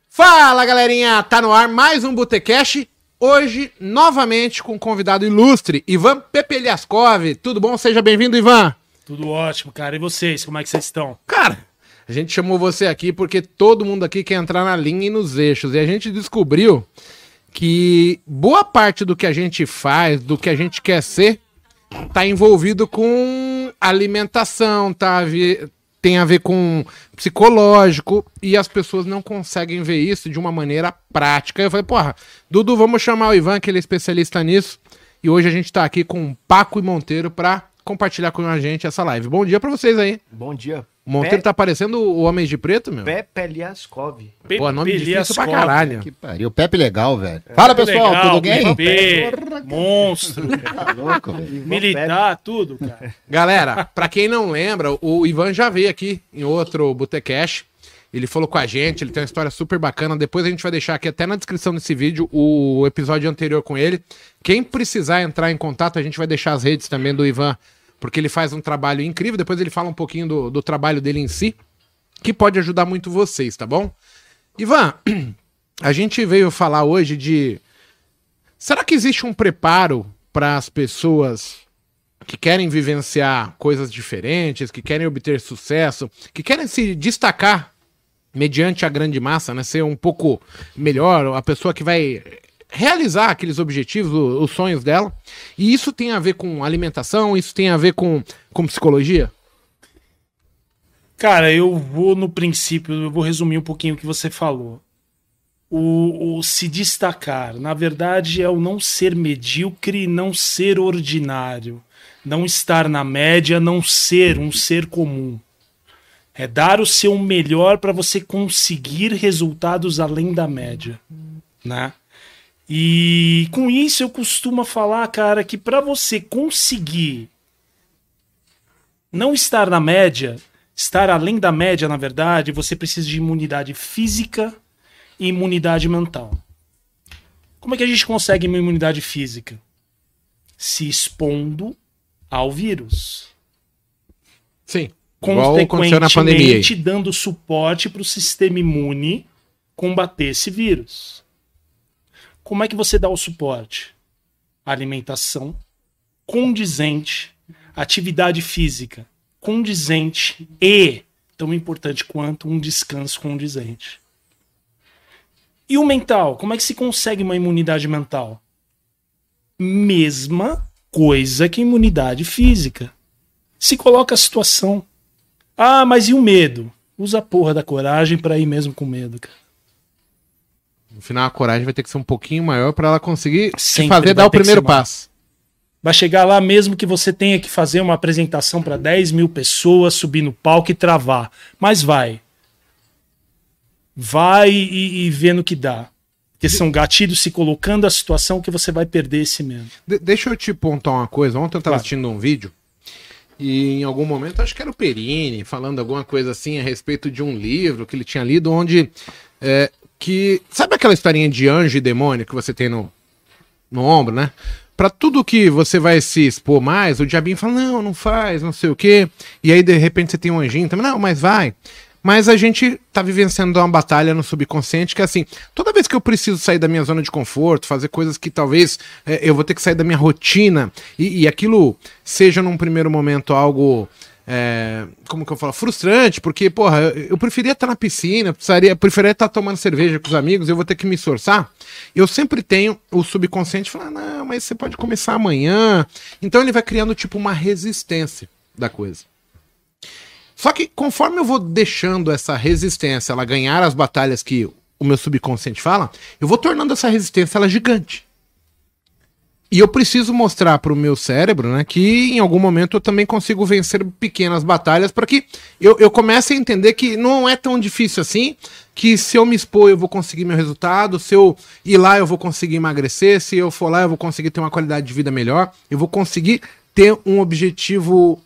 Fala, galerinha! Tá no ar mais um Botecast. Hoje, novamente, com um convidado ilustre, Ivan Pepeliaskov. Tudo bom? Seja bem-vindo, Ivan. Tudo ótimo, cara. E vocês? Como é que vocês estão? Cara, a gente chamou você aqui porque todo mundo aqui quer entrar na linha e nos eixos. E a gente descobriu que boa parte do que a gente faz, do que a gente quer ser, tá envolvido com alimentação, tem a ver com psicológico, e as pessoas não conseguem ver isso de uma maneira prática. Eu falei, porra, Dudu, vamos chamar o Ivan, que ele é especialista nisso, e hoje a gente tá aqui com Paco e Monteiro pra compartilhar com a gente essa live. Bom dia pra vocês aí. Bom dia. O Monteiro tá parecendo o Homem de Preto, meu? Pepeliaskov. Pô, nome difícil pra caralho. Que pariu. Pepe legal, velho. Fala, pessoal, legal, tudo bem? Monstro. Tá louco, velho. Militar, tudo, cara. Galera, pra quem não lembra, o Ivan já veio aqui em outro Botecast. Ele falou com a gente, ele tem uma história super bacana. Depois a gente vai deixar aqui até na descrição desse vídeo o episódio anterior com ele. Quem precisar entrar em contato, a gente vai deixar as redes também do Ivan, porque ele faz um trabalho incrível. Depois ele fala um pouquinho do trabalho dele em si, que pode ajudar muito vocês, tá bom? Ivan, a gente veio falar hoje de... Será que existe um preparo para as pessoas que querem vivenciar coisas diferentes, que querem obter sucesso, que querem se destacar mediante a grande massa, né? Ser um pouco melhor, a pessoa que vai realizar aqueles objetivos, os sonhos dela. E isso tem a ver com alimentação, isso tem a ver com psicologia? Cara, eu vou no princípio, eu vou resumir um pouquinho o que você falou. O se destacar, na verdade, é o não ser medíocre, não ser ordinário. Não estar na média, não ser um ser comum. É dar o seu melhor para você conseguir resultados além da média, né? E com isso eu costumo falar, cara, que para você conseguir não estar na média, estar além da média, na verdade, você precisa de imunidade física e imunidade mental. Como é que a gente consegue uma imunidade física? Se expondo ao vírus. Sim. Igual aconteceu na pandemia. Consequentemente, dando suporte para o sistema imune combater esse vírus. Como é que você dá o suporte? Alimentação condizente, atividade física condizente e, tão importante quanto, um descanso condizente. E o mental? Como é que se consegue uma imunidade mental? Mesma coisa que imunidade física. Se coloca a situação. Ah, mas e o medo? Usa a porra da coragem pra ir mesmo com medo, cara. No final, a coragem vai ter que ser um pouquinho maior para ela conseguir Sempre dar o primeiro passo. Vai chegar lá mesmo que você tenha que fazer uma apresentação para 10 mil pessoas, subir no palco e travar. Mas vai. Vai e vê no que dá. Porque são gatilhos se colocando a situação que você vai perder esse medo. Deixa eu te pontuar uma coisa. Ontem eu estava assistindo um vídeo e em algum momento, acho que era o Perini, falando alguma coisa assim a respeito de um livro que ele tinha lido, onde... sabe aquela historinha de anjo e demônio que você tem no ombro, né? Pra tudo que você vai se expor mais, o diabinho fala, não faz, não sei o quê. E aí, de repente, você tem um anjinho também, não, mas vai. Mas a gente tá vivenciando uma batalha no subconsciente que é assim, toda vez que eu preciso sair da minha zona de conforto, fazer coisas que talvez eu vou ter que sair da minha rotina, e aquilo seja num primeiro momento algo... como que eu falo? Frustrante, porque, porra, eu preferia estar na piscina, preferia estar tomando cerveja com os amigos, eu vou ter que me esforçar. Eu sempre tenho o subconsciente falando, não, mas você pode começar amanhã. Então ele vai criando, tipo, uma resistência da coisa. Só que conforme eu vou deixando essa resistência, ela ganhar as batalhas que o meu subconsciente fala, eu vou tornando essa resistência ela gigante. E eu preciso mostrar para o meu cérebro, né, que em algum momento eu também consigo vencer pequenas batalhas para que eu comece a entender que não é tão difícil assim, que se eu me expor eu vou conseguir meu resultado, se eu ir lá eu vou conseguir emagrecer, se eu for lá eu vou conseguir ter uma qualidade de vida melhor, eu vou conseguir ter um objetivo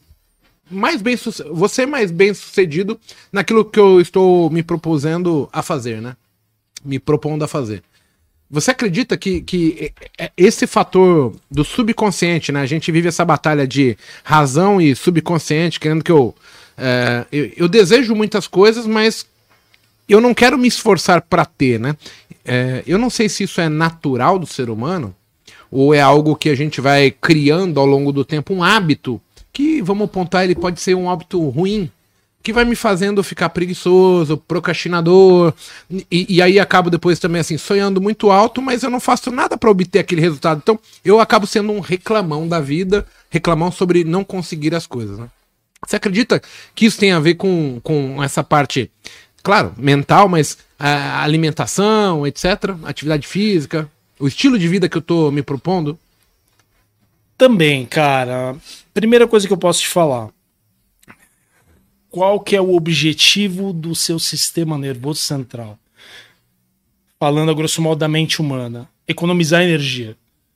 vou ser mais bem sucedido naquilo que eu estou me propondo a fazer, né? Me propondo a fazer. Você acredita que esse fator do subconsciente, né? A gente vive essa batalha de razão e subconsciente, querendo que eu desejo muitas coisas, mas eu não quero me esforçar para ter, né? Eu não sei se isso é natural do ser humano ou é algo que a gente vai criando ao longo do tempo, um hábito que, vamos apontar, ele pode ser um hábito ruim, que vai me fazendo ficar preguiçoso, procrastinador, e aí acabo depois também assim, sonhando muito alto, mas eu não faço nada para obter aquele resultado. Então eu acabo sendo um reclamão da vida, reclamão sobre não conseguir as coisas, né? Você acredita que isso tem a ver com essa parte, claro, mental, mas a alimentação, etc., atividade física, o estilo de vida que eu tô me propondo? Também, cara. Primeira coisa que eu posso te falar. Qual que é o objetivo do seu sistema nervoso central? Falando a grosso modo da mente humana. Economizar energia.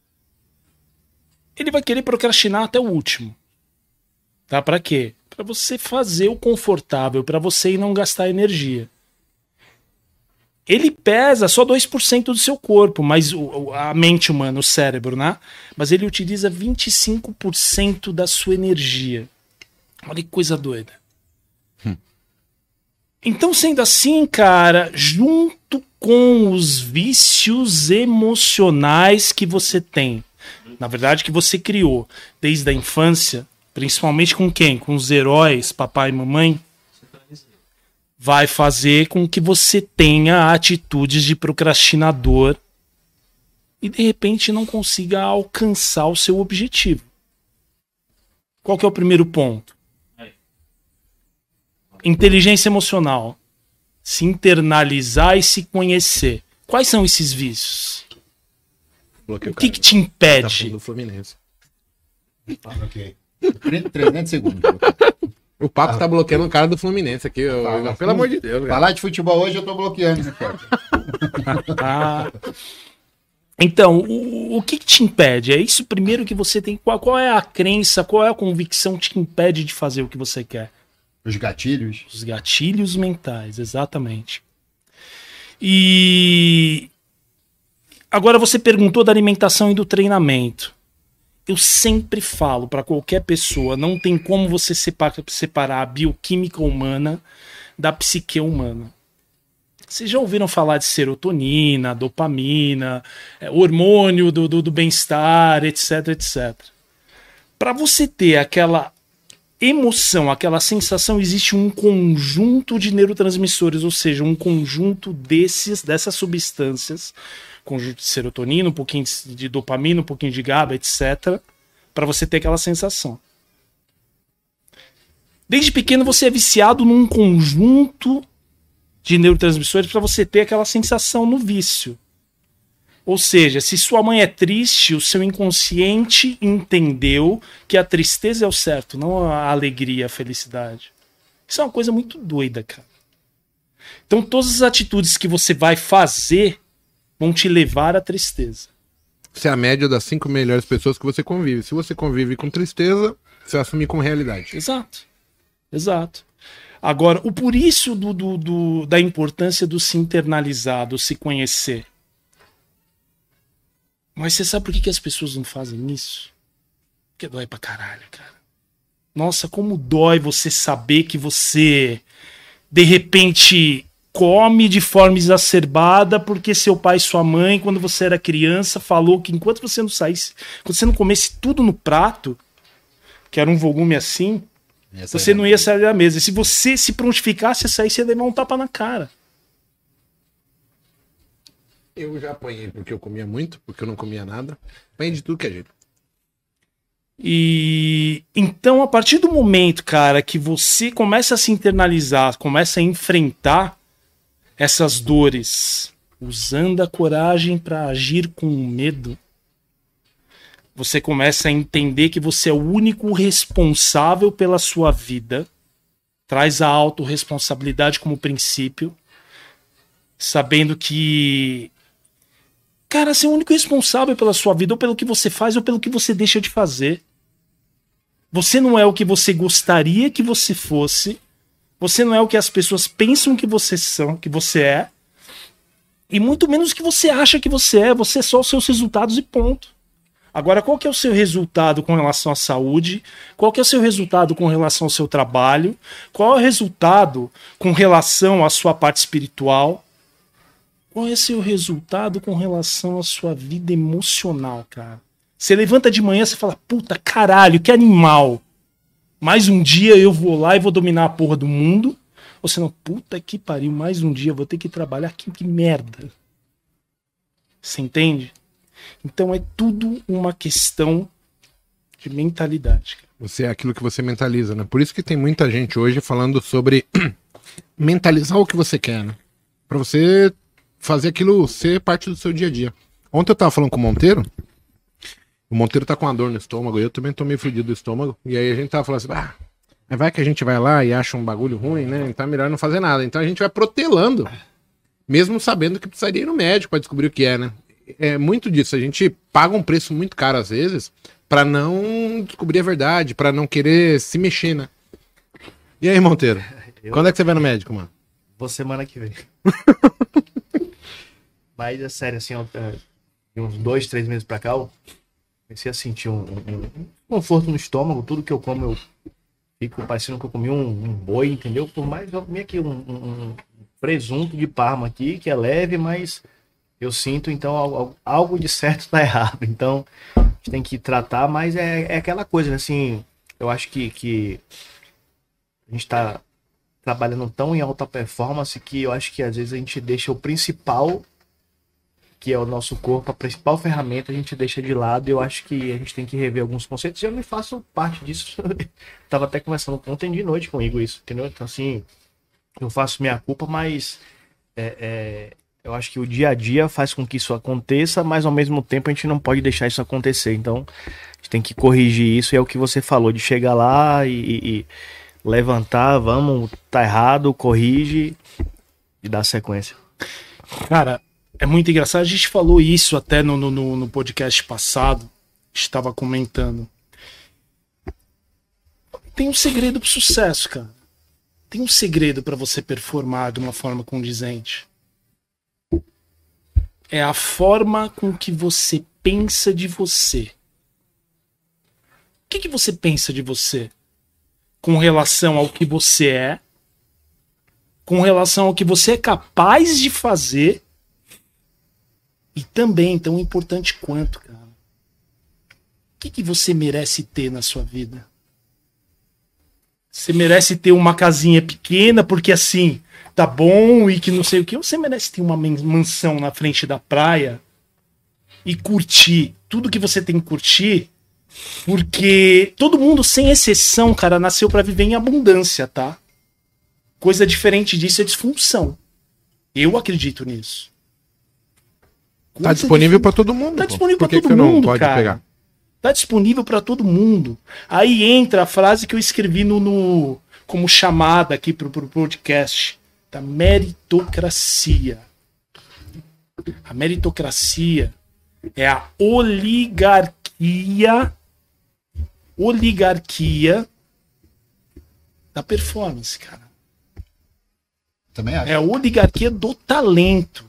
Ele vai querer procrastinar até o último. Tá? Pra quê? Pra você fazer o confortável, pra você não gastar energia. Ele pesa só 2% do seu corpo, mas a mente humana, o cérebro, né? Mas ele utiliza 25% da sua energia. Olha que coisa doida. Então, sendo assim, cara, junto com os vícios emocionais que você tem, na verdade que você criou desde a infância, principalmente com quem? Com os heróis, papai e mamãe, vai fazer com que você tenha atitudes de procrastinador e de repente não consiga alcançar o seu objetivo. Qual que é o primeiro ponto? Inteligência emocional. Se internalizar e se conhecer. Quais são esses vícios? O que te impede? Do Fluminense. Ok. 300 segundos. O Paco tá bloqueando o cara do Fluminense aqui. Pelo amor de Deus. Cara. Falar de futebol hoje eu tô bloqueando, né, cara? Então, o que te impede? É isso primeiro que você tem. Qual é a crença, qual é a convicção que te impede de fazer o que você quer? Os gatilhos? Os gatilhos mentais, exatamente. E agora você perguntou da alimentação e do treinamento. Eu sempre falo para qualquer pessoa, não tem como você separar a bioquímica humana da psique humana. Vocês já ouviram falar de serotonina, dopamina, hormônio do bem-estar, etc, etc. Para você ter aquela emoção, aquela sensação, existe um conjunto de neurotransmissores, ou seja, um conjunto dessas substâncias, conjunto de serotonina, um pouquinho de dopamina, um pouquinho de GABA, etc, para você ter aquela sensação. Desde pequeno você é viciado num conjunto de neurotransmissores para você ter aquela sensação no vício. Ou seja, se sua mãe é triste, o seu inconsciente entendeu que a tristeza é o certo, não a alegria, a felicidade. Isso é uma coisa muito doida, cara. Então todas as atitudes que você vai fazer vão te levar à tristeza. Isso é a média das 5 melhores pessoas que você convive. Se você convive com tristeza, você vai assumir como realidade. Exato. Exato. Agora, o por isso da importância do se internalizar, do se conhecer. Mas você sabe por que as pessoas não fazem isso? Porque dói pra caralho, cara. Nossa, como dói você saber que você, de repente, come de forma exacerbada porque seu pai e sua mãe, quando você era criança, falou que enquanto você não saísse, quando você não comesse tudo no prato, que era um volume assim, você não ia sair da mesa. E se você se prontificasse a sair, você ia levar um tapa na cara. Eu já apanhei porque eu comia muito, porque eu não comia nada. Apanhei de tudo que é jeito. E então, a partir do momento, cara, que você começa a se internalizar, começa a enfrentar essas dores, usando a coragem para agir com medo, você começa a entender que você é o único responsável pela sua vida, traz a autorresponsabilidade como princípio, sabendo que, cara, você é o único responsável pela sua vida, ou pelo que você faz, ou pelo que você deixa de fazer. Você não é o que você gostaria que você fosse, você não é o que as pessoas pensam que você é, e muito menos o que você acha que você é só os seus resultados e ponto. Agora, qual que é o seu resultado com relação à saúde? Qual que é o seu resultado com relação ao seu trabalho? Qual é o resultado com relação à sua parte espiritual? Qual é o seu resultado com relação à sua vida emocional, cara? Você levanta de manhã e fala, puta, caralho, que animal. Mais um dia eu vou lá e vou dominar a porra do mundo. Ou você não, puta que pariu, mais um dia eu vou ter que trabalhar, que merda. Você entende? Então é tudo uma questão de mentalidade. Você é aquilo que você mentaliza, né? Por isso que tem muita gente hoje falando sobre mentalizar o que você quer, né? Pra você fazer aquilo ser parte do seu dia a dia. Ontem eu tava falando com o Monteiro tá com uma dor no estômago, e eu também tô meio fudido do estômago, e aí a gente tava falando assim, vai que a gente vai lá e acha um bagulho ruim, né? Então é melhor não fazer nada. Então a gente vai protelando, mesmo sabendo que precisaria ir no médico pra descobrir o que é, né? É muito disso, a gente paga um preço muito caro às vezes pra não descobrir a verdade, pra não querer se mexer, né? E aí, Monteiro? Quando é que você vai no médico, mano? Vou semana que vem. Mas é sério, assim, de uns 2, 3 meses pra cá, eu comecei a sentir um conforto no estômago. Tudo que eu como, eu fico parecendo que eu comi um boi, entendeu? Por mais eu comi aqui um presunto de Parma aqui, que é leve, mas eu sinto, então, algo de certo tá errado. Então, a gente tem que tratar, mas é aquela coisa, né? Assim, eu acho que a gente tá trabalhando tão em alta performance que eu acho que às vezes a gente deixa o principal, que é o nosso corpo, a principal ferramenta, a gente deixa de lado, e eu acho que a gente tem que rever alguns conceitos, e eu me faço parte disso. Tava até conversando ontem de noite comigo isso, entendeu? Então, assim, eu faço minha culpa, mas eu acho que o dia a dia faz com que isso aconteça, mas ao mesmo tempo a gente não pode deixar isso acontecer. Então, a gente tem que corrigir isso, e é o que você falou, de chegar lá e levantar, vamos, tá errado, corrige e dá sequência. Cara, é muito engraçado, a gente falou isso até no podcast passado, estava comentando. Tem um segredo pro sucesso, cara. Tem um segredo para você performar de uma forma condizente. É a forma com que você pensa de você. O que você pensa de você? Com relação ao que você é, com relação ao que você é capaz de fazer, e também, tão importante quanto, cara, o que você merece ter na sua vida? Você merece ter uma casinha pequena, porque assim, tá bom e que não sei o que. Ou você merece ter uma mansão na frente da praia e curtir tudo que você tem que curtir, porque todo mundo, sem exceção, cara, nasceu pra viver em abundância, tá? Coisa diferente disso é disfunção. Eu acredito nisso. Tá disponível pra todo mundo. Tá disponível pra Por que todo você mundo, não pode cara. pegar? Tá disponível pra todo mundo. Aí entra a frase que eu escrevi como chamada aqui pro podcast, da meritocracia. A meritocracia é a oligarquia da performance, cara. Também acho. É a oligarquia do talento.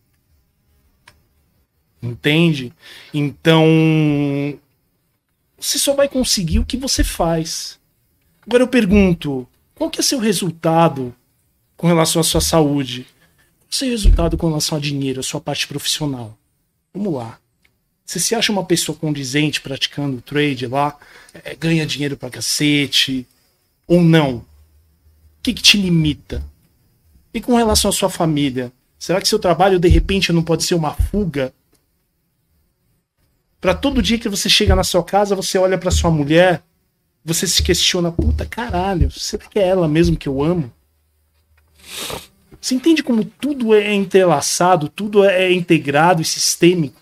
Entende? Então, você só vai conseguir o que você faz. Agora eu pergunto, qual que é seu resultado com relação à sua saúde? Qual é o seu resultado com relação a dinheiro, a sua parte profissional? Vamos lá. Você se acha uma pessoa condizente praticando trade lá, ganha dinheiro pra cacete, ou não? O que te limita? E com relação à sua família? Será que seu trabalho, de repente, não pode ser uma fuga? Pra todo dia que você chega na sua casa, você olha pra sua mulher, você se questiona, puta caralho, será que é ela mesmo que eu amo? Você entende como tudo é entrelaçado, tudo é integrado e sistêmico?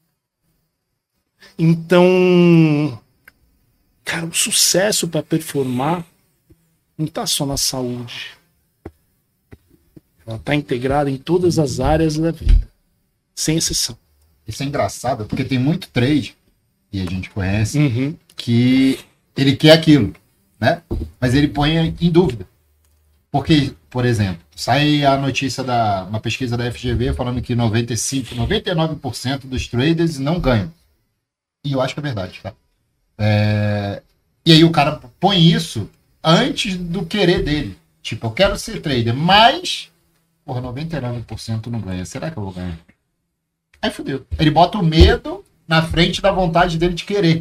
Então, cara, o sucesso para performar não tá só na saúde. Ela tá integrada em todas as áreas da vida, sem exceção. Isso é engraçado, porque tem muito trade, e a gente conhece, que ele quer aquilo, né? Mas ele põe em dúvida. Porque, por exemplo, sai a notícia uma pesquisa da FGV falando que 99% dos traders não ganham. E eu acho que é verdade, tá? E aí o cara põe isso antes do querer dele. Tipo, eu quero ser trader, mas... Porra, 99% não ganha. Será que eu vou ganhar? Aí fodeu. Ele bota o medo na frente da vontade dele de querer.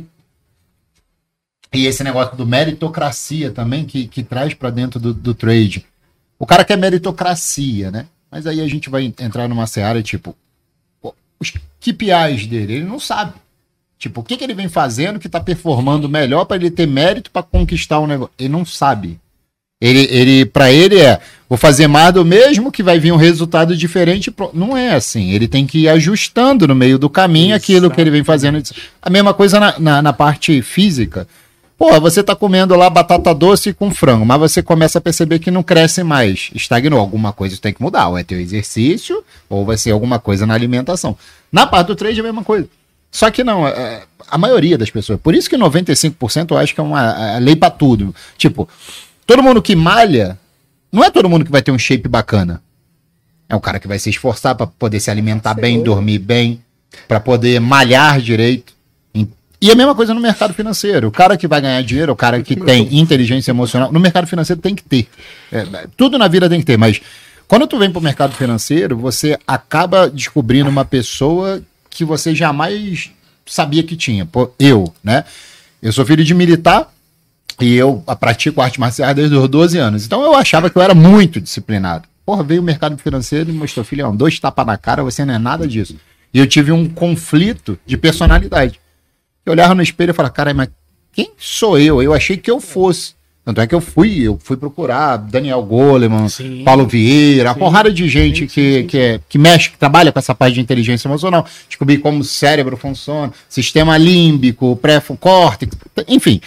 E esse negócio do meritocracia também, que traz pra dentro do trade. O cara quer meritocracia, né? Mas aí a gente vai entrar numa seara, tipo... Os KPIs dele, ele não sabe. Tipo, o que ele vem fazendo que tá performando melhor para ele ter mérito para conquistar um negócio? Ele não sabe. Para ele vou fazer mais do mesmo que vai vir um resultado diferente. Não é assim. Ele tem que ir ajustando no meio do caminho aquilo que ele vem fazendo. A mesma coisa na parte física. Pô, você tá comendo lá batata doce com frango, mas você começa a perceber que não cresce mais. Estagnou. Alguma coisa tem que mudar. Ou é teu exercício, ou vai ser alguma coisa na alimentação. Na parte do trade é a mesma coisa. Só que não, a maioria das pessoas. Por isso que 95% eu acho que é uma lei pra tudo. Tipo, todo mundo que malha, não é todo mundo que vai ter um shape bacana. É o cara que vai se esforçar pra poder se alimentar bem, dormir bem, pra poder malhar direito. E a mesma coisa no mercado financeiro. O cara que vai ganhar dinheiro, o cara que tem inteligência emocional, no mercado financeiro tem que ter. Tudo na vida tem que ter, mas quando tu vem pro mercado financeiro, você acaba descobrindo uma pessoa que você jamais sabia que tinha. Né? Eu sou filho de militar e eu pratico arte marcial desde os 12 anos. Então eu achava que eu era muito disciplinado. Porra, veio o mercado financeiro e mostrou, filhão, 2 tapas na cara, você não é nada disso. E eu tive um conflito de personalidade. Eu olhava no espelho e falava, cara, mas quem sou eu? Eu achei que eu fosse. Tanto é que eu fui procurar Daniel Goleman, sim, Paulo Vieira, sim, a porrada de gente que mexe, que trabalha com essa parte de inteligência emocional. Descobri como o cérebro funciona, sistema límbico, pré-córtex, enfim.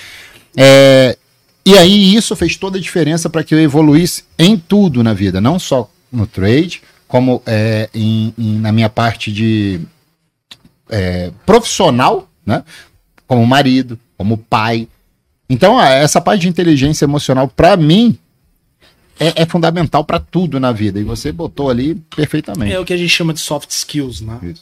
E aí isso fez toda a diferença para que eu evoluísse em tudo na vida, não só no trade, como na minha parte de profissional, né? Como marido, como pai. Então, essa parte de inteligência emocional, para mim, é fundamental para tudo na vida. E você botou ali perfeitamente. É o que a gente chama de soft skills, né? Isso.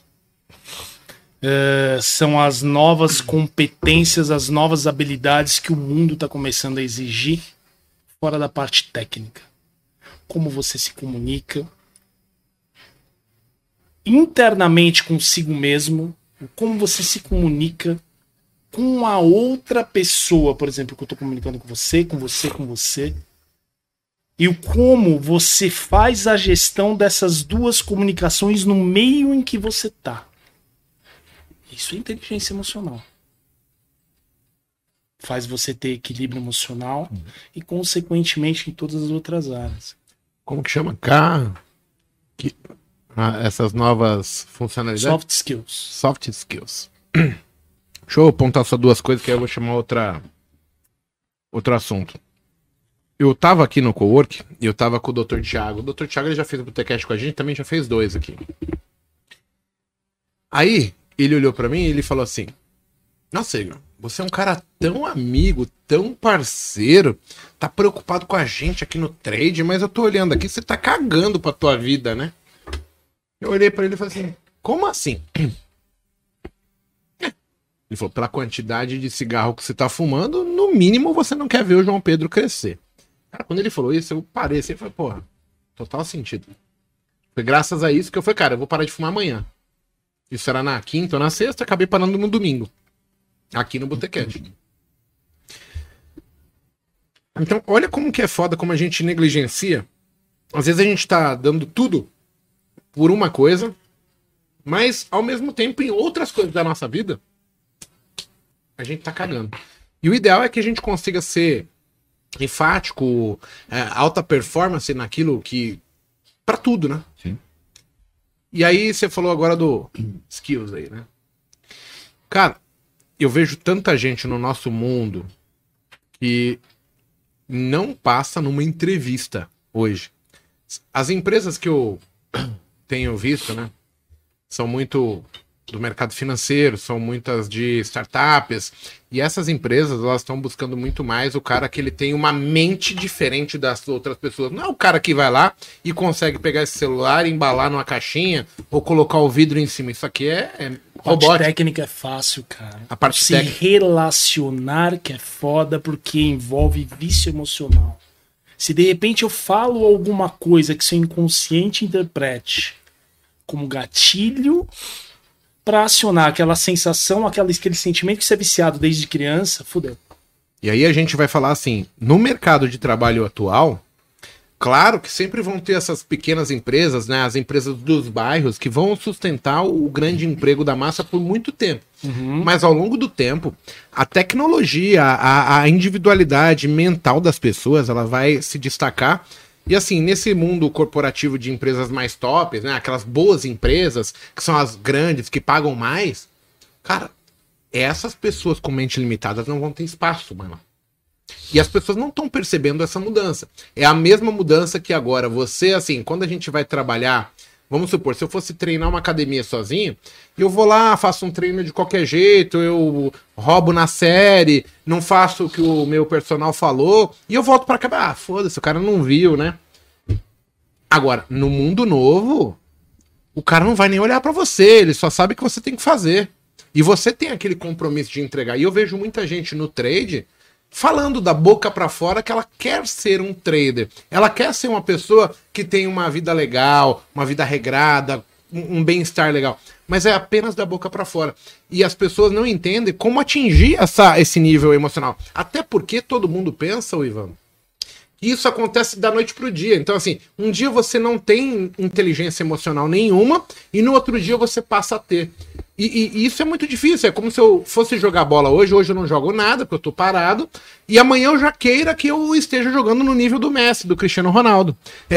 São as novas competências, as novas habilidades que o mundo está começando a exigir fora da parte técnica. Como você se comunica internamente consigo mesmo, como você se comunica com a outra pessoa, por exemplo, que eu estou comunicando com você, e o como você faz a gestão dessas duas comunicações no meio em que você está. Isso é inteligência emocional. Faz você ter equilíbrio emocional e, consequentemente, em todas as outras áreas. Como que chama? Essas novas funcionalidades? Soft skills. Soft skills. Deixa eu apontar só 2 coisas que aí eu vou chamar outro assunto. Eu tava aqui no Cowork e eu tava com o Dr. Thiago. O Dr. Thiago ele já fez o Botecast com a gente, também já fez 2 aqui. Aí ele olhou pra mim e ele falou assim: nossa, Igor, você é um cara tão amigo, tão parceiro, tá preocupado com a gente aqui no trade, mas eu tô olhando aqui, você tá cagando pra tua vida, né? Eu olhei pra ele e falei assim: como assim? Ele falou, pela quantidade de cigarro que você tá fumando, no mínimo você não quer ver o João Pedro crescer. Cara, quando ele falou isso, eu parei assim e falei, porra, total sentido. Foi graças a isso que eu falei, cara, eu vou parar de fumar amanhã. Isso era na quinta ou na sexta, acabei parando no domingo. Aqui no Botecast. Então, olha como que é foda, como a gente negligencia. Às vezes a gente tá dando tudo por uma coisa, mas ao mesmo tempo em outras coisas da nossa vida, a gente tá cagando. E o ideal é que a gente consiga ser enfático, alta performance naquilo que... pra tudo, né? Sim. E aí você falou agora do skills aí, né? Cara, eu vejo tanta gente no nosso mundo que não passa numa entrevista hoje. As empresas que eu tenho visto, né? São muito do mercado financeiro, são muitas de startups, e essas empresas, elas estão buscando muito mais o cara que ele tem uma mente diferente das outras pessoas. Não é o cara que vai lá e consegue pegar esse celular, embalar numa caixinha ou colocar o vidro em cima. Isso aqui é parte Robótica. técnica é fácil, cara. A parte Se técnica. relacionar que é foda porque envolve vício emocional. Se de repente eu falo alguma coisa que seu inconsciente interprete como gatilho pra acionar aquela sensação, aquele sentimento que você é viciado desde criança, fudeu. E aí a gente vai falar assim, no mercado de trabalho atual, claro que sempre vão ter essas pequenas empresas, né, as empresas dos bairros, que vão sustentar o grande emprego da massa por muito tempo. Mas ao longo do tempo, a tecnologia, a individualidade mental das pessoas, ela vai se destacar. E assim, nesse mundo corporativo de empresas mais tops, né, aquelas boas empresas, que são as grandes, que pagam mais, cara, essas pessoas com mente limitada não vão ter espaço, mano. E as pessoas não estão percebendo essa mudança. É a mesma mudança que agora você, assim, quando a gente vai trabalhar, vamos supor, se eu fosse treinar uma academia sozinho, eu vou lá, faço um treino de qualquer jeito, eu roubo na série, não faço o que o meu personal falou, e eu volto pra cá, ah, foda-se, o cara não viu, né? Agora, no mundo novo, o cara não vai nem olhar pra você, ele só sabe que você tem que fazer. E você tem aquele compromisso de entregar. E eu vejo muita gente no trade falando da boca pra fora que ela quer ser um trader. Ela quer ser uma pessoa que tem uma vida legal, uma vida regrada, um bem-estar legal. Mas é apenas da boca pra fora. E as pessoas não entendem como atingir esse nível emocional. Até porque todo mundo pensa, Ivan, que isso acontece da noite pro dia. Então, assim, um dia você não tem inteligência emocional nenhuma e no outro dia você passa a ter. E isso é muito difícil. É como se eu fosse jogar bola hoje. Hoje eu não jogo nada, porque eu tô parado. E amanhã eu já queira que eu esteja jogando no nível do Messi, do Cristiano Ronaldo.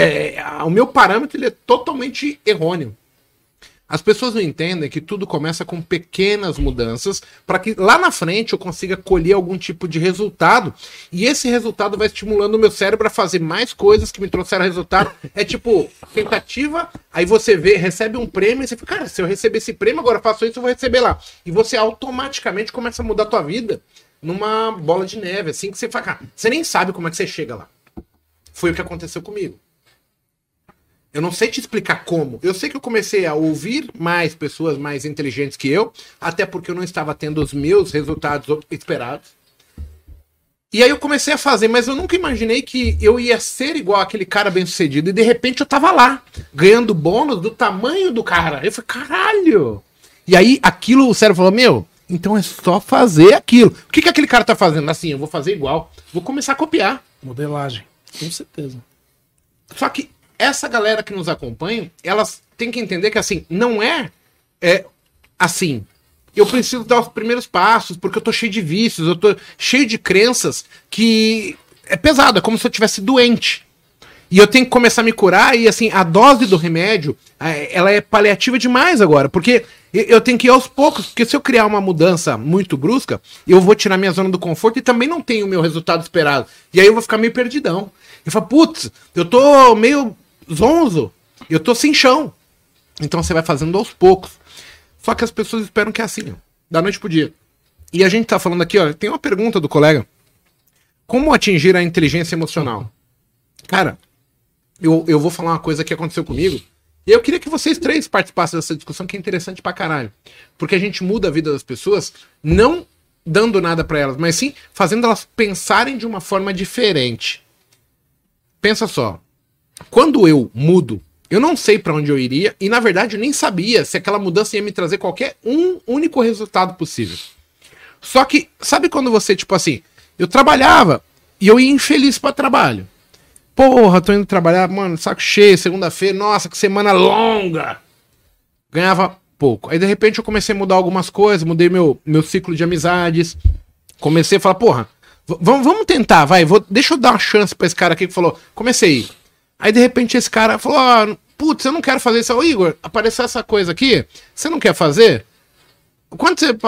O meu parâmetro ele é totalmente errôneo. As pessoas não entendem que tudo começa com pequenas mudanças para que lá na frente eu consiga colher algum tipo de resultado. E esse resultado vai estimulando o meu cérebro a fazer mais coisas que me trouxeram resultado. É tipo, tentativa, aí você recebe um prêmio e você fica, cara, se eu receber esse prêmio, agora eu faço isso, eu vou receber lá. E você automaticamente começa a mudar a tua vida numa bola de neve, assim, que você fala, cara, você nem sabe como é que você chega lá. Foi o que aconteceu comigo. Eu não sei te explicar como. Eu sei que eu comecei a ouvir mais pessoas mais inteligentes que eu, até porque eu não estava tendo os meus resultados esperados. E aí eu comecei a fazer, mas eu nunca imaginei que eu ia ser igual aquele cara bem-sucedido. E de repente eu tava lá, ganhando bônus do tamanho do cara. Eu falei, caralho! E aí aquilo, o cérebro falou, meu, então é só fazer aquilo. O que aquele cara tá fazendo? Assim, eu vou fazer igual. Vou começar a copiar. Modelagem, com certeza. Só que essa galera que nos acompanha, elas têm que entender que assim, não é assim. Eu preciso dar os primeiros passos, porque eu tô cheio de vícios, eu tô cheio de crenças que é pesado, é como se eu tivesse doente. E eu tenho que começar a me curar e assim, a dose do remédio, ela é paliativa demais agora, porque eu tenho que ir aos poucos, porque se eu criar uma mudança muito brusca, eu vou tirar minha zona do conforto e também não tenho o meu resultado esperado. E aí eu vou ficar meio perdidão. Eu falo, putz, eu tô meio zonzo, eu tô sem chão. Então você vai fazendo aos poucos. Só que as pessoas esperam que é assim, ó, da noite pro dia. E a gente tá falando aqui, ó, tem uma pergunta do colega. Como atingir a inteligência emocional? Cara, eu vou falar uma coisa que aconteceu comigo. E eu queria que vocês três participassem dessa discussão, que é interessante pra caralho. Porque a gente muda a vida das pessoas, não dando nada pra elas, mas sim fazendo elas pensarem de uma forma diferente. Pensa só. Quando eu mudo, eu não sei pra onde eu iria e, na verdade, eu nem sabia se aquela mudança ia me trazer qualquer único resultado possível. Só que, sabe quando você, tipo assim, eu trabalhava e eu ia infeliz pra trabalho. Porra, tô indo trabalhar, mano, saco cheio, segunda-feira, nossa, que semana longa. Ganhava pouco. Aí, de repente, eu comecei a mudar algumas coisas, mudei meu ciclo de amizades. Comecei a falar, porra, vamos tentar, vai, deixa eu dar uma chance pra esse cara aqui que falou, comecei a ir. Aí, de repente, esse cara falou, putz, eu não quero fazer isso. Ô, Igor, apareceu essa coisa aqui, você não quer fazer? Quanto você...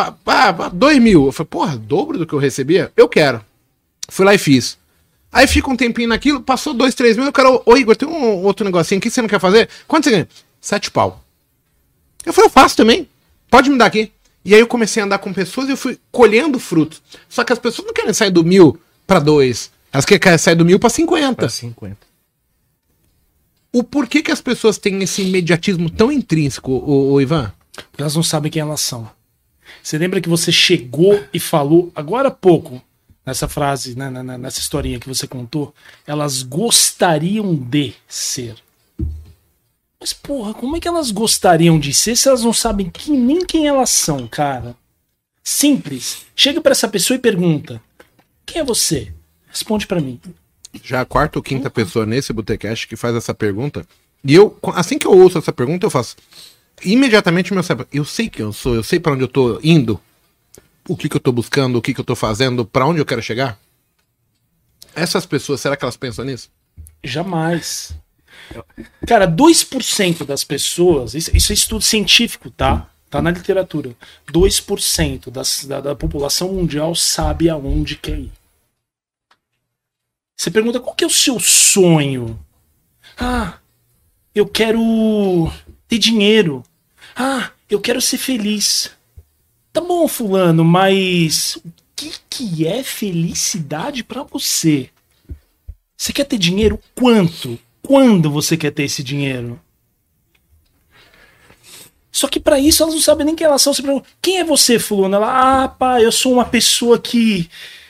2 mil. Eu falei, porra, dobro do que eu recebia? Eu quero. Fui lá e fiz. Aí fica um tempinho naquilo, passou 2, 3 mil, eu quero... Ô, Igor, tem um outro negocinho aqui que você não quer fazer? Quanto você ganha? 7 pau. Eu falei, eu faço também. Pode me dar aqui. E aí eu comecei a andar com pessoas e eu fui colhendo frutos. Só que as pessoas não querem sair do 1.000 para 2. Elas querem sair do 1.000 para 50. Para 50. O porquê que as pessoas têm esse imediatismo tão intrínseco, o Ivan? Porque elas não sabem quem elas são. Você lembra que você chegou e falou, agora há pouco, nessa frase, né, nessa historinha que você contou, elas gostariam de ser. Mas, porra, como é que elas gostariam de ser se elas não sabem nem quem elas são, cara? Simples. Chega pra essa pessoa e pergunta, quem é você? Responde pra mim. Já a quarta ou quinta pessoa nesse Botecast que faz essa pergunta, e eu, assim que eu ouço essa pergunta, eu faço... Imediatamente meu cérebro, eu sei quem eu sou, eu sei pra onde eu tô indo, o que eu tô buscando, o que eu tô fazendo, pra onde eu quero chegar. Essas pessoas, será que elas pensam nisso? Jamais. Cara, 2% das pessoas, isso é estudo científico, tá? Tá na literatura. 2% da população mundial sabe aonde quer ir. Você pergunta, qual que é o seu sonho? Ah, eu quero ter dinheiro. Ah, eu quero ser feliz. Tá bom, fulano, mas o que é felicidade pra você? Você quer ter dinheiro? Quanto? Quando você quer ter esse dinheiro? Só que pra isso elas não sabem nem quem elas são. Você pergunta, quem é você, fulano? Ela, pá, eu sou uma pessoa que...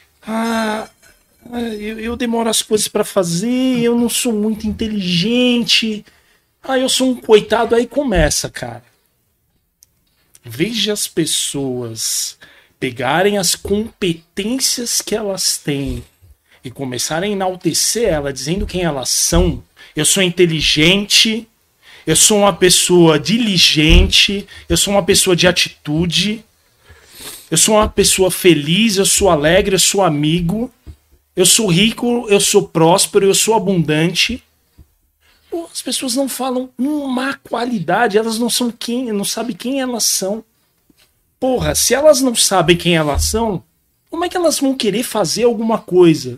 eu demoro as coisas pra fazer, eu não sou muito inteligente... eu sou um coitado, aí começa, cara. Veja as pessoas pegarem as competências que elas têm e começarem a enaltecer ela, dizendo quem elas são. Eu sou inteligente, eu sou uma pessoa diligente, eu sou uma pessoa de atitude, eu sou uma pessoa feliz, eu sou alegre, eu sou amigo, eu sou rico, eu sou próspero, eu sou abundante. As pessoas não falam uma qualidade, elas não sabem quem elas são. Porra, se elas não sabem quem elas são, como é que elas vão querer fazer alguma coisa?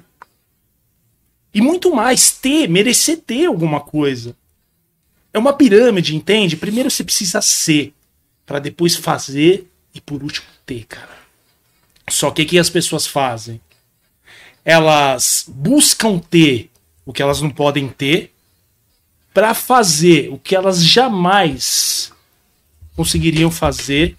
E muito mais, merecer ter alguma coisa. É uma pirâmide, entende? Primeiro você precisa ser, para depois fazer e por último ter, cara. Só que o que as pessoas fazem? Elas buscam ter o que elas não podem ter, para fazer o que elas jamais conseguiriam fazer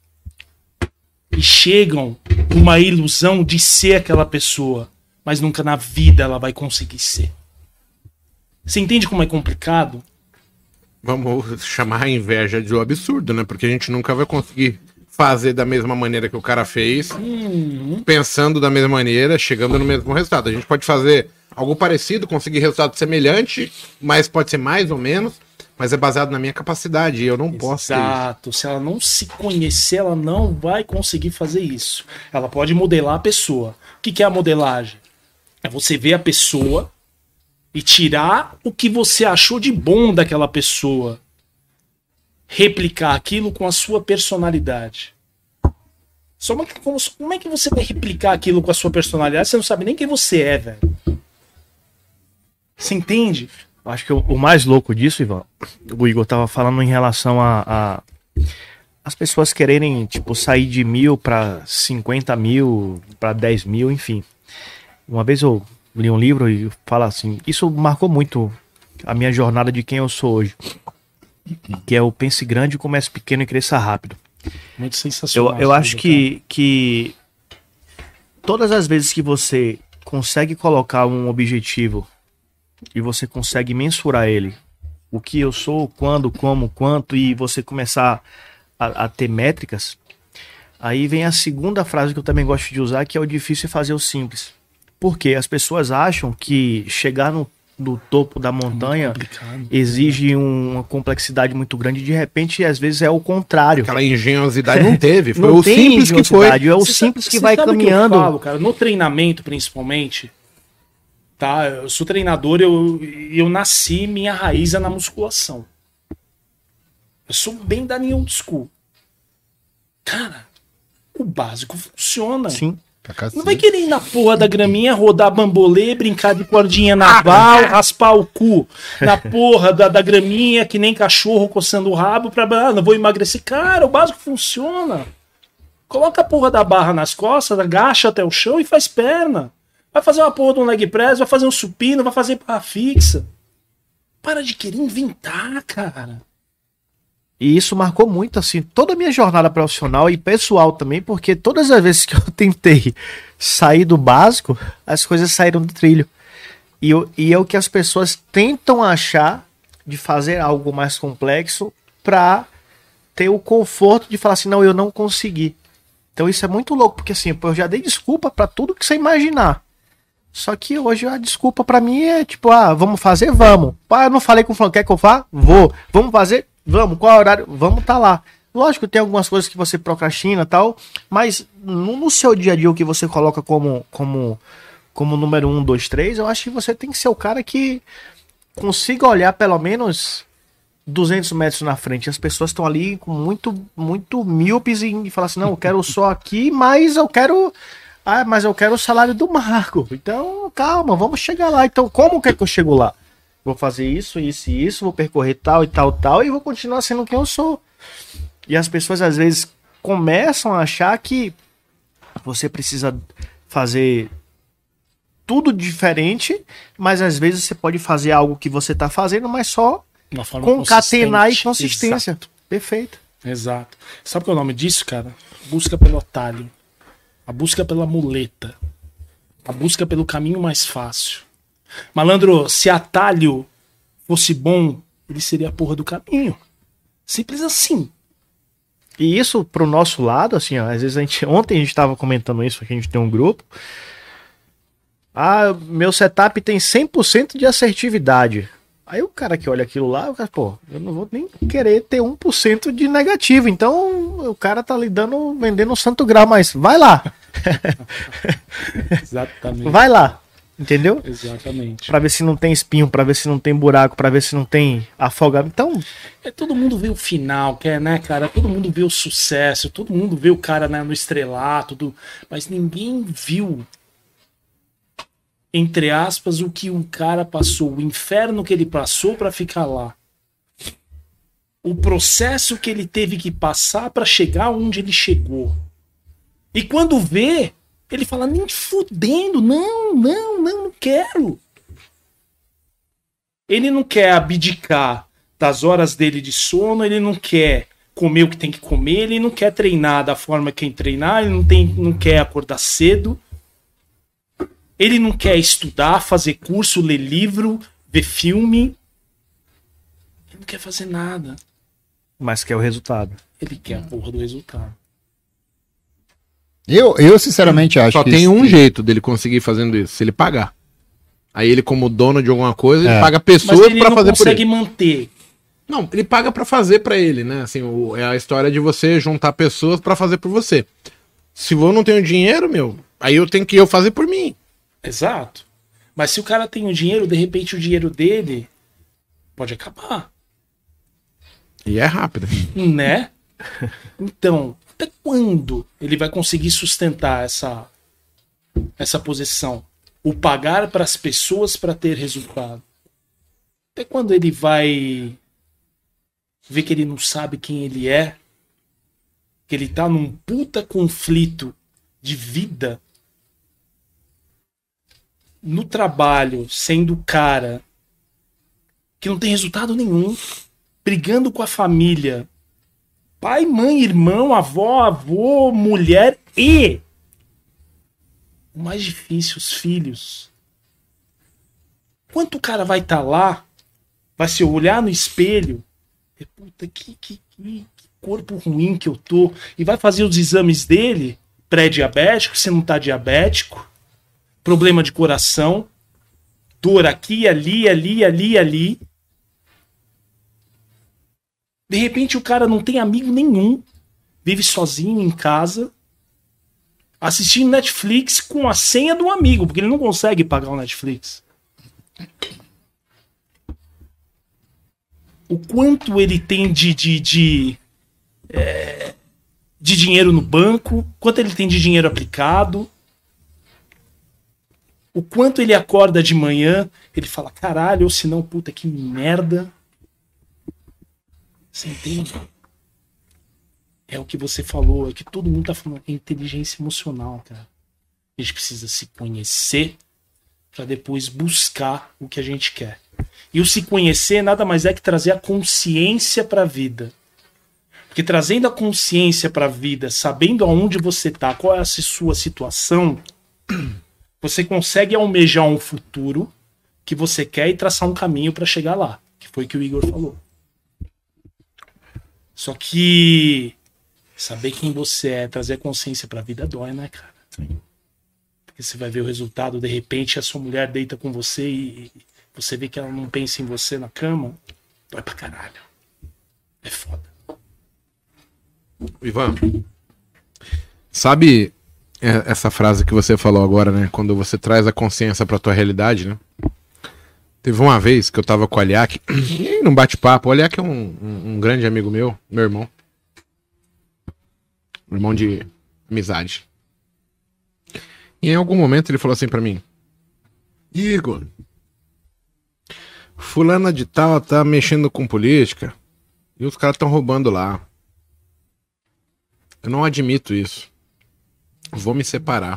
e chegam com uma ilusão de ser aquela pessoa, mas nunca na vida ela vai conseguir ser. Você entende como é complicado? Vamos chamar a inveja de um absurdo, né? Porque a gente nunca vai conseguir fazer da mesma maneira que o cara fez, pensando da mesma maneira, chegando no mesmo resultado. A gente pode fazer algo parecido, conseguir resultado semelhante, mas pode ser mais ou menos, mas é baseado na minha capacidade e eu não posso. Exato. Se ela não se conhecer, ela não vai conseguir fazer isso. Ela pode modelar a pessoa. O que é a modelagem? É você ver a pessoa e tirar o que você achou de bom daquela pessoa. Replicar aquilo com a sua personalidade. Como é que você vai replicar aquilo com a sua personalidade? Você não sabe nem quem você é, velho. Você entende? Acho que o mais louco disso, Ivan, o Igor tava falando em relação a as pessoas quererem, tipo, sair de 1.000 para 50 mil, para 10 mil, enfim. Uma vez eu li um livro e fala assim, isso marcou muito a minha jornada de quem eu sou hoje, que é o pense grande, comece pequeno e cresça rápido. Muito sensacional. Eu acho que todas as vezes que você consegue colocar um objetivo e você consegue mensurar ele, o que eu sou, quando, como, quanto, e você começar a ter métricas, aí vem a segunda frase que eu também gosto de usar, que é o difícil é fazer o simples. Porque as pessoas acham que chegar no topo da montanha exige uma complexidade muito grande, de repente, às vezes é o contrário. Aquela engenhosidade não teve, foi não o simples que foi. É o simples que vai caminhando. Que eu falo, cara, no treinamento, principalmente, tá? Eu sou treinador, eu nasci, minha raiz é na musculação. Eu sou bem da New School. Cara, o básico funciona. Sim. Não vai querer ir na porra da graminha, rodar bambolê, brincar de cordinha naval, raspar o cu na porra da graminha, que nem cachorro coçando o rabo não vou emagrecer. Cara, o básico funciona. Coloca a porra da barra nas costas, agacha até o chão e faz perna. Vai fazer uma porra de um leg press, vai fazer um supino, vai fazer barra fixa. Para de querer inventar, cara. E isso marcou muito, assim, toda a minha jornada profissional e pessoal também, porque todas as vezes que eu tentei sair do básico, as coisas saíram do trilho. E é o que as pessoas tentam achar de fazer algo mais complexo pra ter o conforto de falar assim, não, eu não consegui. Então isso é muito louco, porque assim, eu já dei desculpa pra tudo que você imaginar. Só que hoje a desculpa pra mim é tipo, vamos fazer? Vamos. Eu não falei com o fulano, quer que eu vá? Vou. Vamos fazer? Vamos. Qual é o horário? Vamos tá lá. Lógico, tem algumas coisas que você procrastina e tal, mas no seu dia a dia o que você coloca como número 1, 2, 3, eu acho que você tem que ser o cara que consiga olhar pelo menos 200 metros na frente. As pessoas estão ali com muito míopes e falam assim, não, eu quero só aqui, mas eu quero o salário do Marco. Então, calma, vamos chegar lá. Então, como que é que eu chego lá? Vou fazer isso, isso e isso, vou percorrer tal e tal, tal, e vou continuar sendo quem eu sou. E as pessoas, às vezes, começam a achar que você precisa fazer tudo diferente, mas às vezes você pode fazer algo que você está fazendo, mas só concatenar e consistência. Exato. Perfeito. Exato. Sabe qual é o nome disso, cara? Busca pelo atalho. A busca pela muleta. A busca pelo caminho mais fácil. Malandro, se atalho fosse bom, ele seria a porra do caminho. Simples assim. E isso pro nosso lado, assim, ó, às vezes ontem a gente tava comentando isso, aqui a gente tem um grupo. Meu setup tem 100% de assertividade. Aí o cara que olha aquilo lá, o cara, eu não vou nem querer ter 1% de negativo. Então o cara tá vendendo um santo grau, mas vai lá. Exatamente. Vai lá, entendeu? Exatamente. Pra ver se não tem espinho, pra ver se não tem buraco, pra ver se não tem afogamento. Então... todo mundo vê o final, né, cara? Todo mundo vê o sucesso, todo mundo vê o cara, né, no estrelato, mas ninguém viu, entre aspas, o que um cara passou, o inferno que ele passou pra ficar lá. O processo que ele teve que passar pra chegar onde ele chegou. E quando vê, ele fala, nem fudendo, não quero. Ele não quer abdicar das horas dele de sono, ele não quer comer o que tem que comer, ele não quer treinar da forma que tem que treinar, ele não quer acordar cedo. Ele não quer estudar, fazer curso, ler livro, ver filme. Ele não quer fazer nada. Mas quer o resultado. Ele quer a porra do resultado. Eu sinceramente acho que... Só tem um jeito dele conseguir fazendo isso, se ele pagar. Aí ele, como dono de alguma coisa, ele paga pessoas pra fazer por ele. Mas ele não consegue manter. Não, ele paga pra fazer pra ele, né? Assim, é a história de você juntar pessoas pra fazer por você. Se eu não tenho dinheiro, aí eu tenho que fazer por mim. Exato. Mas se o cara tem o dinheiro, de repente o dinheiro dele pode acabar. E é rápido. Né? Então, até quando ele vai conseguir sustentar essa posição? O pagar para as pessoas para ter resultado? Até quando ele vai ver que ele não sabe quem ele é? Que ele tá num puta conflito de vida no trabalho, sendo o cara que não tem resultado nenhum, brigando com a família, pai, mãe, irmão, avô, mulher e o mais difícil, os filhos. Quanto o cara vai estar lá, vai se olhar no espelho, e, puta, que corpo ruim que eu tô, e vai fazer os exames dele, pré-diabético, se não tá diabético, problema de coração, dor aqui, ali. De repente o cara não tem amigo nenhum, vive sozinho em casa, assistindo Netflix com a senha do amigo, porque ele não consegue pagar o Netflix. O quanto ele tem de dinheiro no banco, quanto ele tem de dinheiro aplicado, o quanto ele acorda de manhã, ele fala, caralho, ou se não, puta, que merda. Você entende? É o que você falou, é que todo mundo tá falando, é inteligência emocional, cara. A gente precisa se conhecer para depois buscar o que a gente quer. E o se conhecer nada mais é que trazer a consciência para a vida. Porque trazendo a consciência para a vida, sabendo aonde você tá, qual é a sua situação, você consegue almejar um futuro que você quer e traçar um caminho para chegar lá, que foi o que o Igor falou. Só que saber quem você é, trazer a consciência para a vida dói, né, cara? Sim. Porque você vai ver o resultado, de repente a sua mulher deita com você e você vê que ela não pensa em você na cama, dói pra caralho. É foda. Ivan, sabe essa frase que você falou agora, né? Quando você traz a consciência pra tua realidade, né? Teve uma vez que eu tava com o Aliak, num bate-papo. O Aliak é um grande amigo meu irmão. Um irmão de amizade. E em algum momento ele falou assim pra mim: Igor, fulana de tal tá mexendo com política e os caras tão roubando lá. Eu não admito isso. Vou me separar.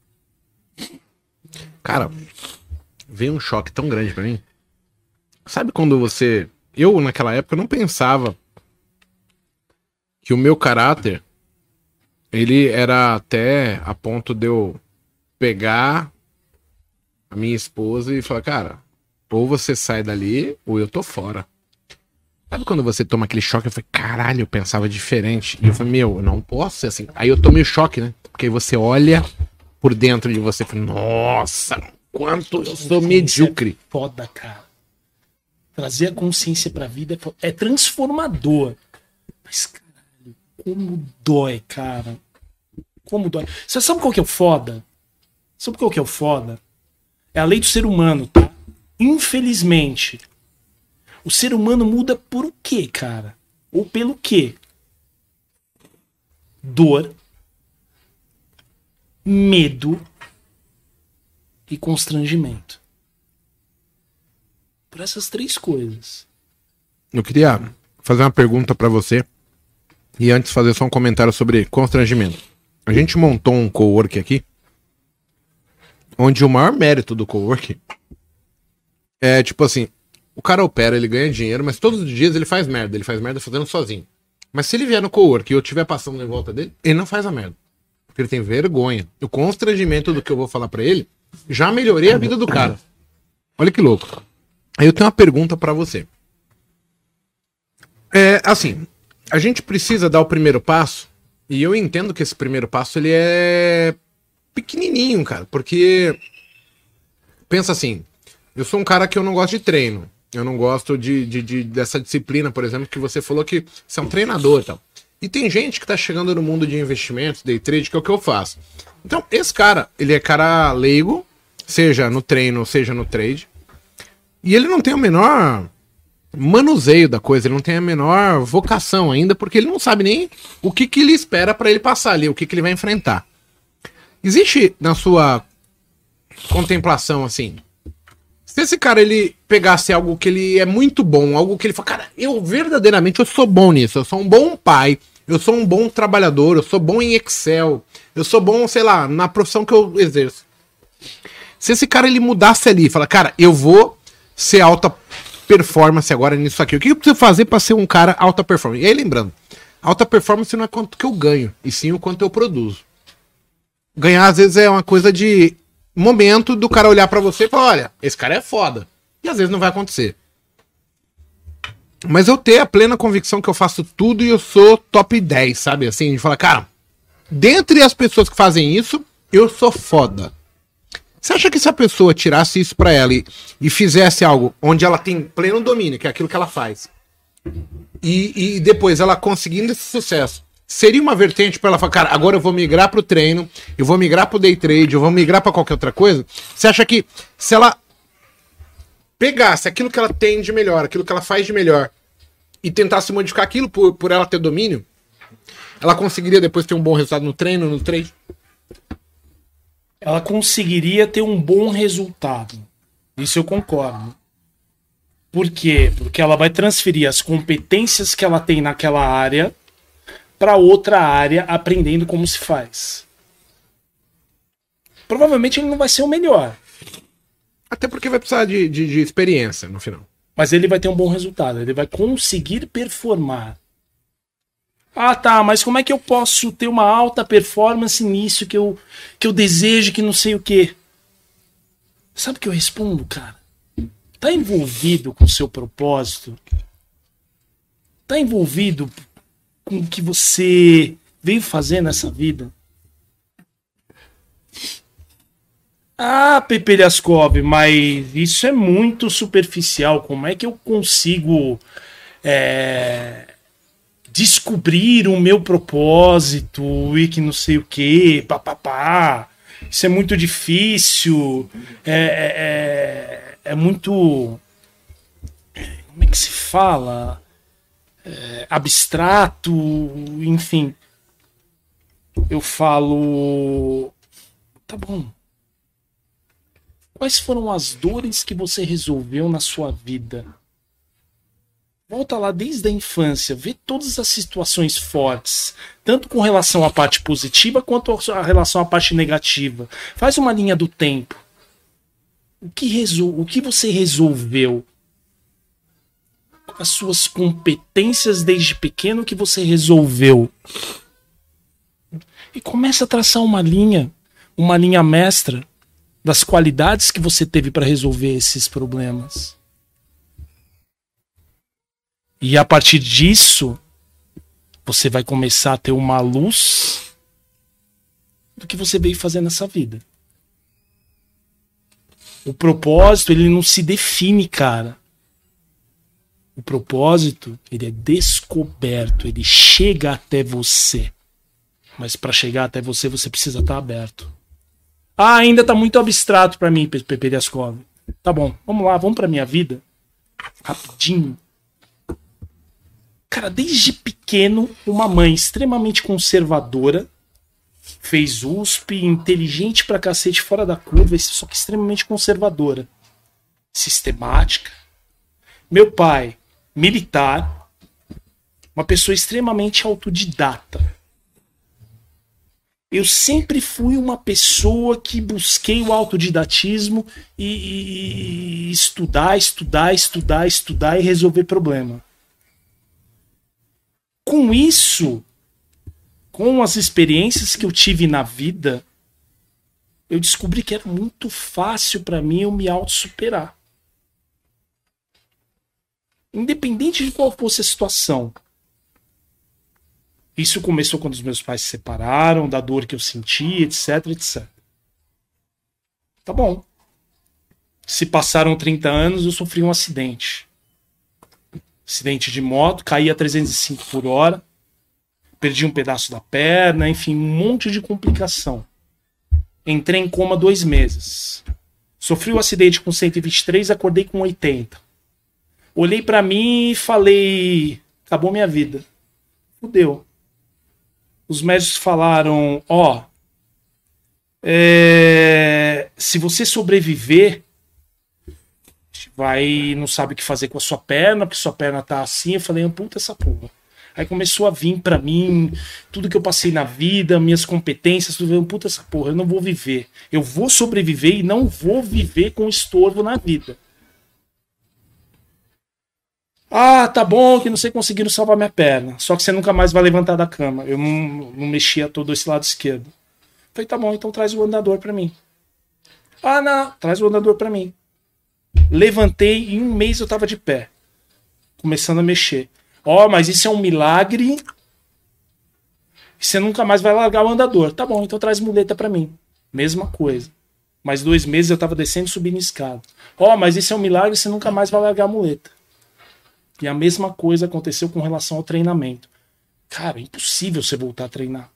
Cara, veio um choque tão grande pra mim. Sabe quando você... Eu, naquela época, não pensava que o meu caráter, ele era até a ponto de eu pegar a minha esposa e falar, cara, ou você sai dali, ou eu tô fora. Sabe quando você toma aquele choque? Eu falei, caralho, eu pensava diferente. E eu falei, meu, eu não posso ser assim. Aí eu tomei o choque, né? Porque aí você olha por dentro de você e fala, nossa, quanto eu sou medíocre. É foda, cara. Trazer a consciência pra vida é transformador. Mas, caralho, como dói, cara. Como dói. Você sabe qual que é o foda? Sabe qual que é o foda? É a lei do ser humano, tá? Infelizmente, o ser humano muda por o quê, cara? Ou pelo quê? Dor, medo e constrangimento. Por essas três coisas. Eu queria fazer uma pergunta pra você e antes fazer só um comentário sobre constrangimento. A gente montou um cowork aqui, onde o maior mérito do cowork é tipo assim, o cara opera, ele ganha dinheiro, mas todos os dias ele faz merda fazendo sozinho. Mas se ele vier no cowork e eu estiver passando em volta dele, ele não faz a merda. Porque ele tem vergonha. O constrangimento do que eu vou falar pra ele, já melhorei a vida do cara. Olha que louco. Aí eu tenho uma pergunta pra você. Assim, a gente precisa dar o primeiro passo, e eu entendo que esse primeiro passo ele é pequenininho, cara, porque pensa assim, eu sou um cara que eu não gosto de treino, eu não gosto dessa disciplina, por exemplo, que você falou que você é um treinador e tal. E tem gente que tá chegando no mundo de investimentos, day trade, que é o que eu faço. Então, esse cara, ele é cara leigo, seja no treino, seja no trade, e ele não tem o menor manuseio da coisa, ele não tem a menor vocação ainda, porque ele não sabe nem o que ele espera pra ele passar ali, o que ele vai enfrentar. Existe na sua contemplação, assim, se esse cara ele pegasse algo que ele é muito bom, algo que ele fala, cara, eu sou bom nisso, eu sou um bom pai, eu sou um bom trabalhador, eu sou bom em Excel, eu sou bom, sei lá, na profissão que eu exerço. Se esse cara ele mudasse ali, fala, cara, eu vou ser alta performance agora nisso aqui, o que eu preciso fazer pra ser um cara alta performance? E aí lembrando, alta performance não é quanto que eu ganho, e sim o quanto eu produzo. Ganhar às vezes é uma coisa de momento do cara olhar pra você e falar, olha, esse cara é foda. E às vezes não vai acontecer. Mas eu tenho a plena convicção que eu faço tudo e eu sou top 10, sabe? Assim, de falar, cara, dentre as pessoas que fazem isso, eu sou foda. Você acha que se a pessoa tirasse isso pra ela e fizesse algo onde ela tem pleno domínio, que é aquilo que ela faz, e depois ela conseguindo esse sucesso, seria uma vertente pra ela falar, cara, agora eu vou migrar pro treino, eu vou migrar pro day trade, eu vou migrar pra qualquer outra coisa? Você acha que se ela pegasse aquilo que ela tem de melhor, aquilo que ela faz de melhor, e tentasse modificar aquilo por ela ter domínio, ela conseguiria depois ter um bom resultado no treino, no trade? Ela conseguiria ter um bom resultado. Isso eu concordo. Por quê? Porque ela vai transferir as competências que ela tem naquela área para outra área, aprendendo como se faz. Provavelmente ele não vai ser o melhor. Até porque vai precisar de experiência no final. Mas ele vai ter um bom resultado. Ele vai conseguir performar. Ah, tá, mas como é que eu posso ter uma alta performance nisso que eu desejo, que não sei o quê? Sabe o que eu respondo, cara? Tá envolvido com o seu propósito? Tá envolvido com o que você veio fazer nessa vida? Ah, Pepe Liascov, mas isso é muito superficial. Como é que eu consigo descobrir o meu propósito e que não sei o que, papapá? Isso é muito difícil. É muito... Como é que se fala? Abstrato, enfim. Eu falo... Tá bom. Quais foram as dores que você resolveu na sua vida? Volta lá desde a infância, vê todas as situações fortes, tanto com relação à parte positiva quanto a relação à parte negativa. Faz uma linha do tempo. O que você resolveu? As suas competências desde pequeno que você resolveu. E começa a traçar uma linha mestra das qualidades que você teve para resolver esses problemas. E a partir disso, você vai começar a ter uma luz do que você veio fazer nessa vida. O propósito, ele não se define, cara. O propósito, ele é descoberto, ele chega até você. Mas para chegar até você, você precisa estar aberto. Ah, ainda tá muito abstrato para mim, Pepe Liascov. Tá bom, vamos lá, vamos pra minha vida. Rapidinho. Cara, desde pequeno, uma mãe extremamente conservadora, fez USP, inteligente pra cacete, fora da curva, só que extremamente conservadora. Sistemática. Meu pai, militar, uma pessoa extremamente autodidata. Eu sempre fui uma pessoa que busquei o autodidatismo e estudar e resolver problema. Com isso, com as experiências que eu tive na vida, eu descobri que era muito fácil para mim eu me autossuperar. Independente de qual fosse a situação. Isso começou quando os meus pais se separaram, da dor que eu senti, etc, etc. Tá bom. Se passaram 30 anos, eu sofri um acidente. Acidente de moto, caí a 305 por hora, perdi um pedaço da perna, enfim, um monte de complicação. Entrei em coma 2 meses. Sofri um acidente com 123, acordei com 80. Olhei pra mim e falei, acabou minha vida. Fudeu. Os médicos falaram, se você sobreviver, não sabe o que fazer com a sua perna, porque sua perna tá assim. Eu falei, puta essa porra. Aí começou a vir pra mim tudo que eu passei na vida, minhas competências, tudo, puta essa porra, eu não vou viver. Eu vou sobreviver e não vou viver com estorvo na vida. Ah, tá bom que não sei conseguiram salvar minha perna. Só que você nunca mais vai levantar da cama. Eu não mexia todo esse lado esquerdo. Falei, tá bom, então traz o andador pra mim. Ah, não, traz o andador pra mim. Levantei e em 1 mês eu tava de pé. Começando a mexer. Mas isso é um milagre. Você nunca mais vai largar o andador. Tá bom, então traz muleta pra mim. Mesma coisa. Mais 2 meses eu tava descendo e subindo escada. Mas isso é um milagre, você nunca mais vai largar a muleta. E a mesma coisa aconteceu com relação ao treinamento. Cara, é impossível você voltar a treinar.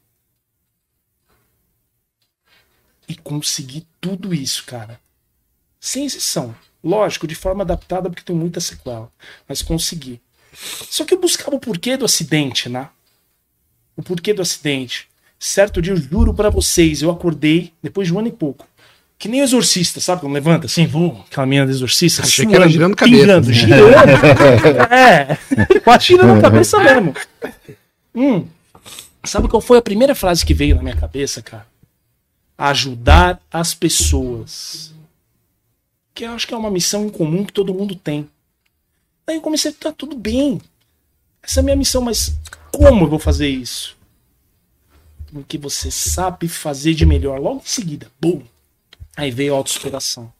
E conseguir tudo isso, cara. Sem exceção. Lógico, de forma adaptada, porque tem muita sequela. Mas consegui. Só que eu buscava o porquê do acidente, né? O porquê do acidente. Certo dia, eu juro pra vocês, eu acordei, depois de 1 ano e pouco. Que nem o exorcista, sabe? Quando levanta assim, aquela menina do exorcista, achei que era girando cabeça. Pingando, girando. Quase tirando a cabeça mesmo. Sabe qual foi a primeira frase que veio na minha cabeça, cara? Ajudar as pessoas. Que eu acho que é uma missão em comum que todo mundo tem. Aí eu comecei a tá tudo bem. Essa é a minha missão, mas como eu vou fazer isso? Porque você sabe fazer de melhor. Logo em seguida, bum. Aí veio a autossuperação.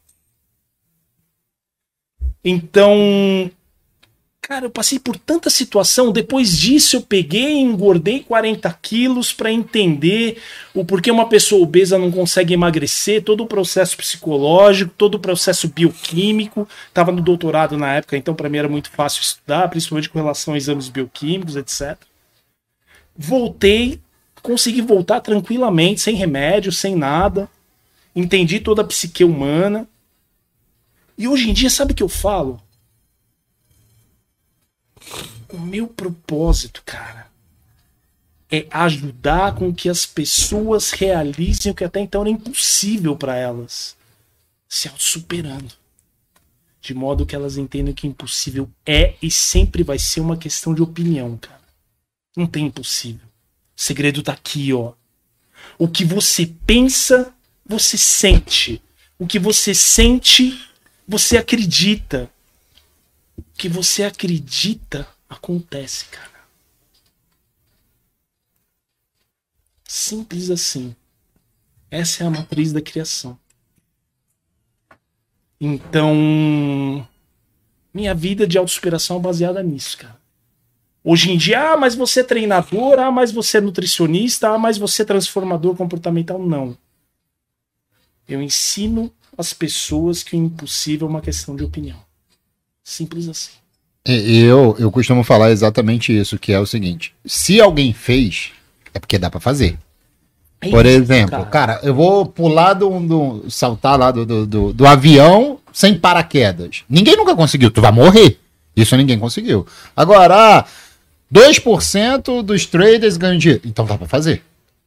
Então, cara, eu passei por tanta situação. Depois disso, eu peguei e engordei 40 quilos para entender o porquê uma pessoa obesa não consegue emagrecer, todo o processo psicológico, todo o processo bioquímico. Estava no doutorado na época, então para mim era muito fácil estudar, principalmente com relação a exames bioquímicos, etc. Voltei, consegui voltar tranquilamente, sem remédio, sem nada. Entendi toda a psique humana. E hoje em dia, sabe o que eu falo? O meu propósito, cara, é ajudar com que as pessoas realizem o que até então era impossível para elas, se autossuperando. De modo que elas entendam que impossível é e sempre vai ser uma questão de opinião, cara. Não tem impossível. O segredo tá aqui, ó. O que você pensa, você sente. O que você sente, você acredita. O que você acredita, acontece, cara. Simples assim. Essa é a matriz da criação. Então, minha vida de autossuperação é baseada nisso, cara. Hoje em dia, mas você é treinador, mas você é nutricionista, mas você é transformador comportamental. Não. Eu ensino as pessoas que o impossível é uma questão de opinião. Simples assim. Eu costumo falar exatamente isso, que é o seguinte: se alguém fez, é porque dá pra fazer. Por exemplo, cara, eu vou pular saltar lá do avião sem paraquedas. Ninguém nunca conseguiu, tu vai morrer. Isso ninguém conseguiu. Agora, 2% dos traders ganham dinheiro. Então dá pra fazer.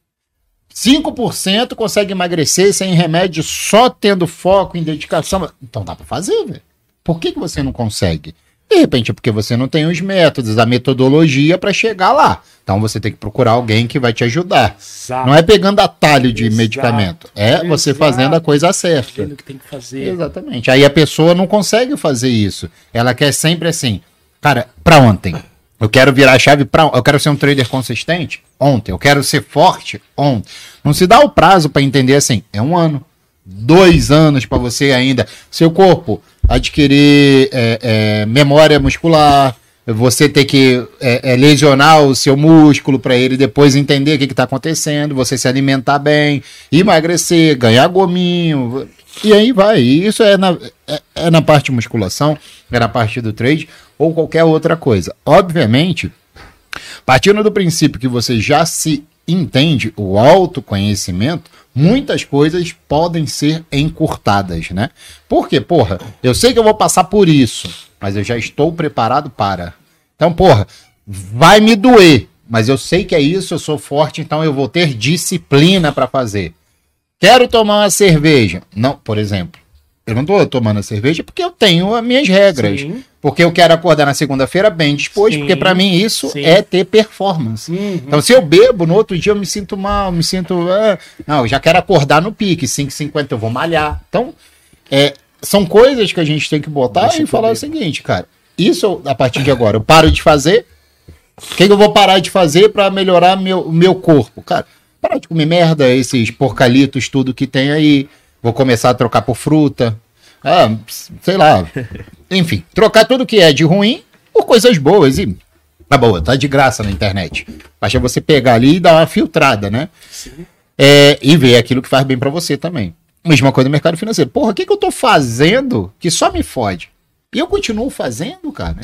5% consegue emagrecer sem remédio, só tendo foco em dedicação. Então dá pra fazer, velho. Por que você não consegue? De repente é porque você não tem os métodos, a metodologia para chegar lá. Então você tem que procurar alguém que vai te ajudar. Exato. Não é pegando atalho de medicamento. É você fazendo a coisa certa. Vendo o que tem que fazer. Exatamente. Aí a pessoa não consegue fazer isso. Ela quer sempre assim, cara, para ontem. Eu quero virar a chave eu quero ser um trader consistente ontem. Eu quero ser forte ontem. Não se dá o prazo para entender assim, é 1 ano, 2 anos para você ainda, seu corpo adquirir memória muscular, você ter que lesionar o seu músculo para ele depois entender o que está acontecendo, você se alimentar bem, emagrecer, ganhar gominho, e aí vai. E isso é na parte de musculação, é na parte do trade ou qualquer outra coisa. Obviamente, partindo do princípio que você já se entende o autoconhecimento, muitas coisas podem ser encurtadas, né? Porque, porra, eu sei que eu vou passar por isso, mas eu já estou preparado para. Então, porra, vai me doer, mas eu sei que é isso, eu sou forte, então eu vou ter disciplina para fazer. Quero tomar uma cerveja. Não, por exemplo, eu não estou tomando a cerveja porque eu tenho as minhas regras. Sim. Porque eu quero acordar na segunda-feira bem disposto, porque para mim isso é ter performance. Uhum. Então, se eu bebo, no outro dia eu me sinto mal, não, eu já quero acordar no pique, 5h50 eu vou malhar. Então, são coisas que a gente tem que botar e falar o seguinte, cara, isso a partir de agora, eu paro de fazer, o que eu vou parar de fazer para melhorar meu corpo? Cara, parar de comer merda, esses porcalitos, tudo que tem aí, vou começar a trocar por fruta, sei lá, enfim, trocar tudo que é de ruim por coisas boas e tá boa, tá de graça na internet. Basta você pegar ali e dar uma filtrada, né? Sim. E ver aquilo que faz bem pra você também. Mesma coisa no mercado financeiro. Porra, o que eu tô fazendo que só me fode? E eu continuo fazendo, cara.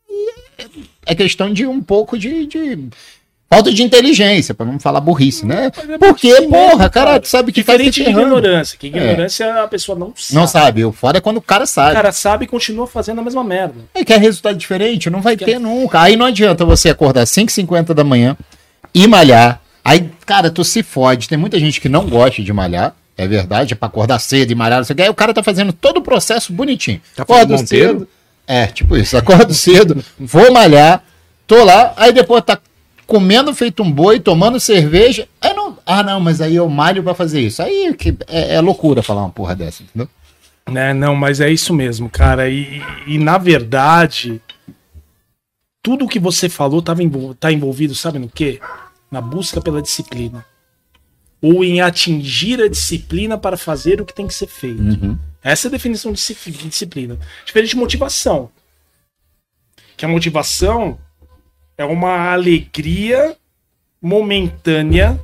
É questão de um pouco de falta de inteligência, pra não falar burrice, né? Porque, porra, cara, tu sabe que diferente de ignorância. Que ignorância a pessoa não sabe. Não sabe. O foda é quando o cara sabe. O cara sabe e continua fazendo a mesma merda. E quer resultado diferente? Não vai ter nunca. Aí não adianta você acordar às 5h50 da manhã e malhar. Aí, cara, tu se fode. Tem muita gente que não gosta de malhar. É verdade, é pra acordar cedo e malhar, não sei o que. Aí o cara tá fazendo todo o processo bonitinho. Tá fazendo Monteiro? Cedo. Tipo isso. Acordo cedo, vou malhar, tô lá, aí depois tá comendo feito um boi, tomando cerveja. Aí não, não, mas aí eu malho pra fazer isso. Aí é loucura falar uma porra dessa, entendeu? Não, mas é isso mesmo, cara. E na verdade, tudo o que você falou tá envolvido, sabe no quê? Na busca pela disciplina. Ou em atingir a disciplina para fazer o que tem que ser feito. Essa é a definição de disciplina. Diferente de motivação. Que a motivação é uma alegria momentânea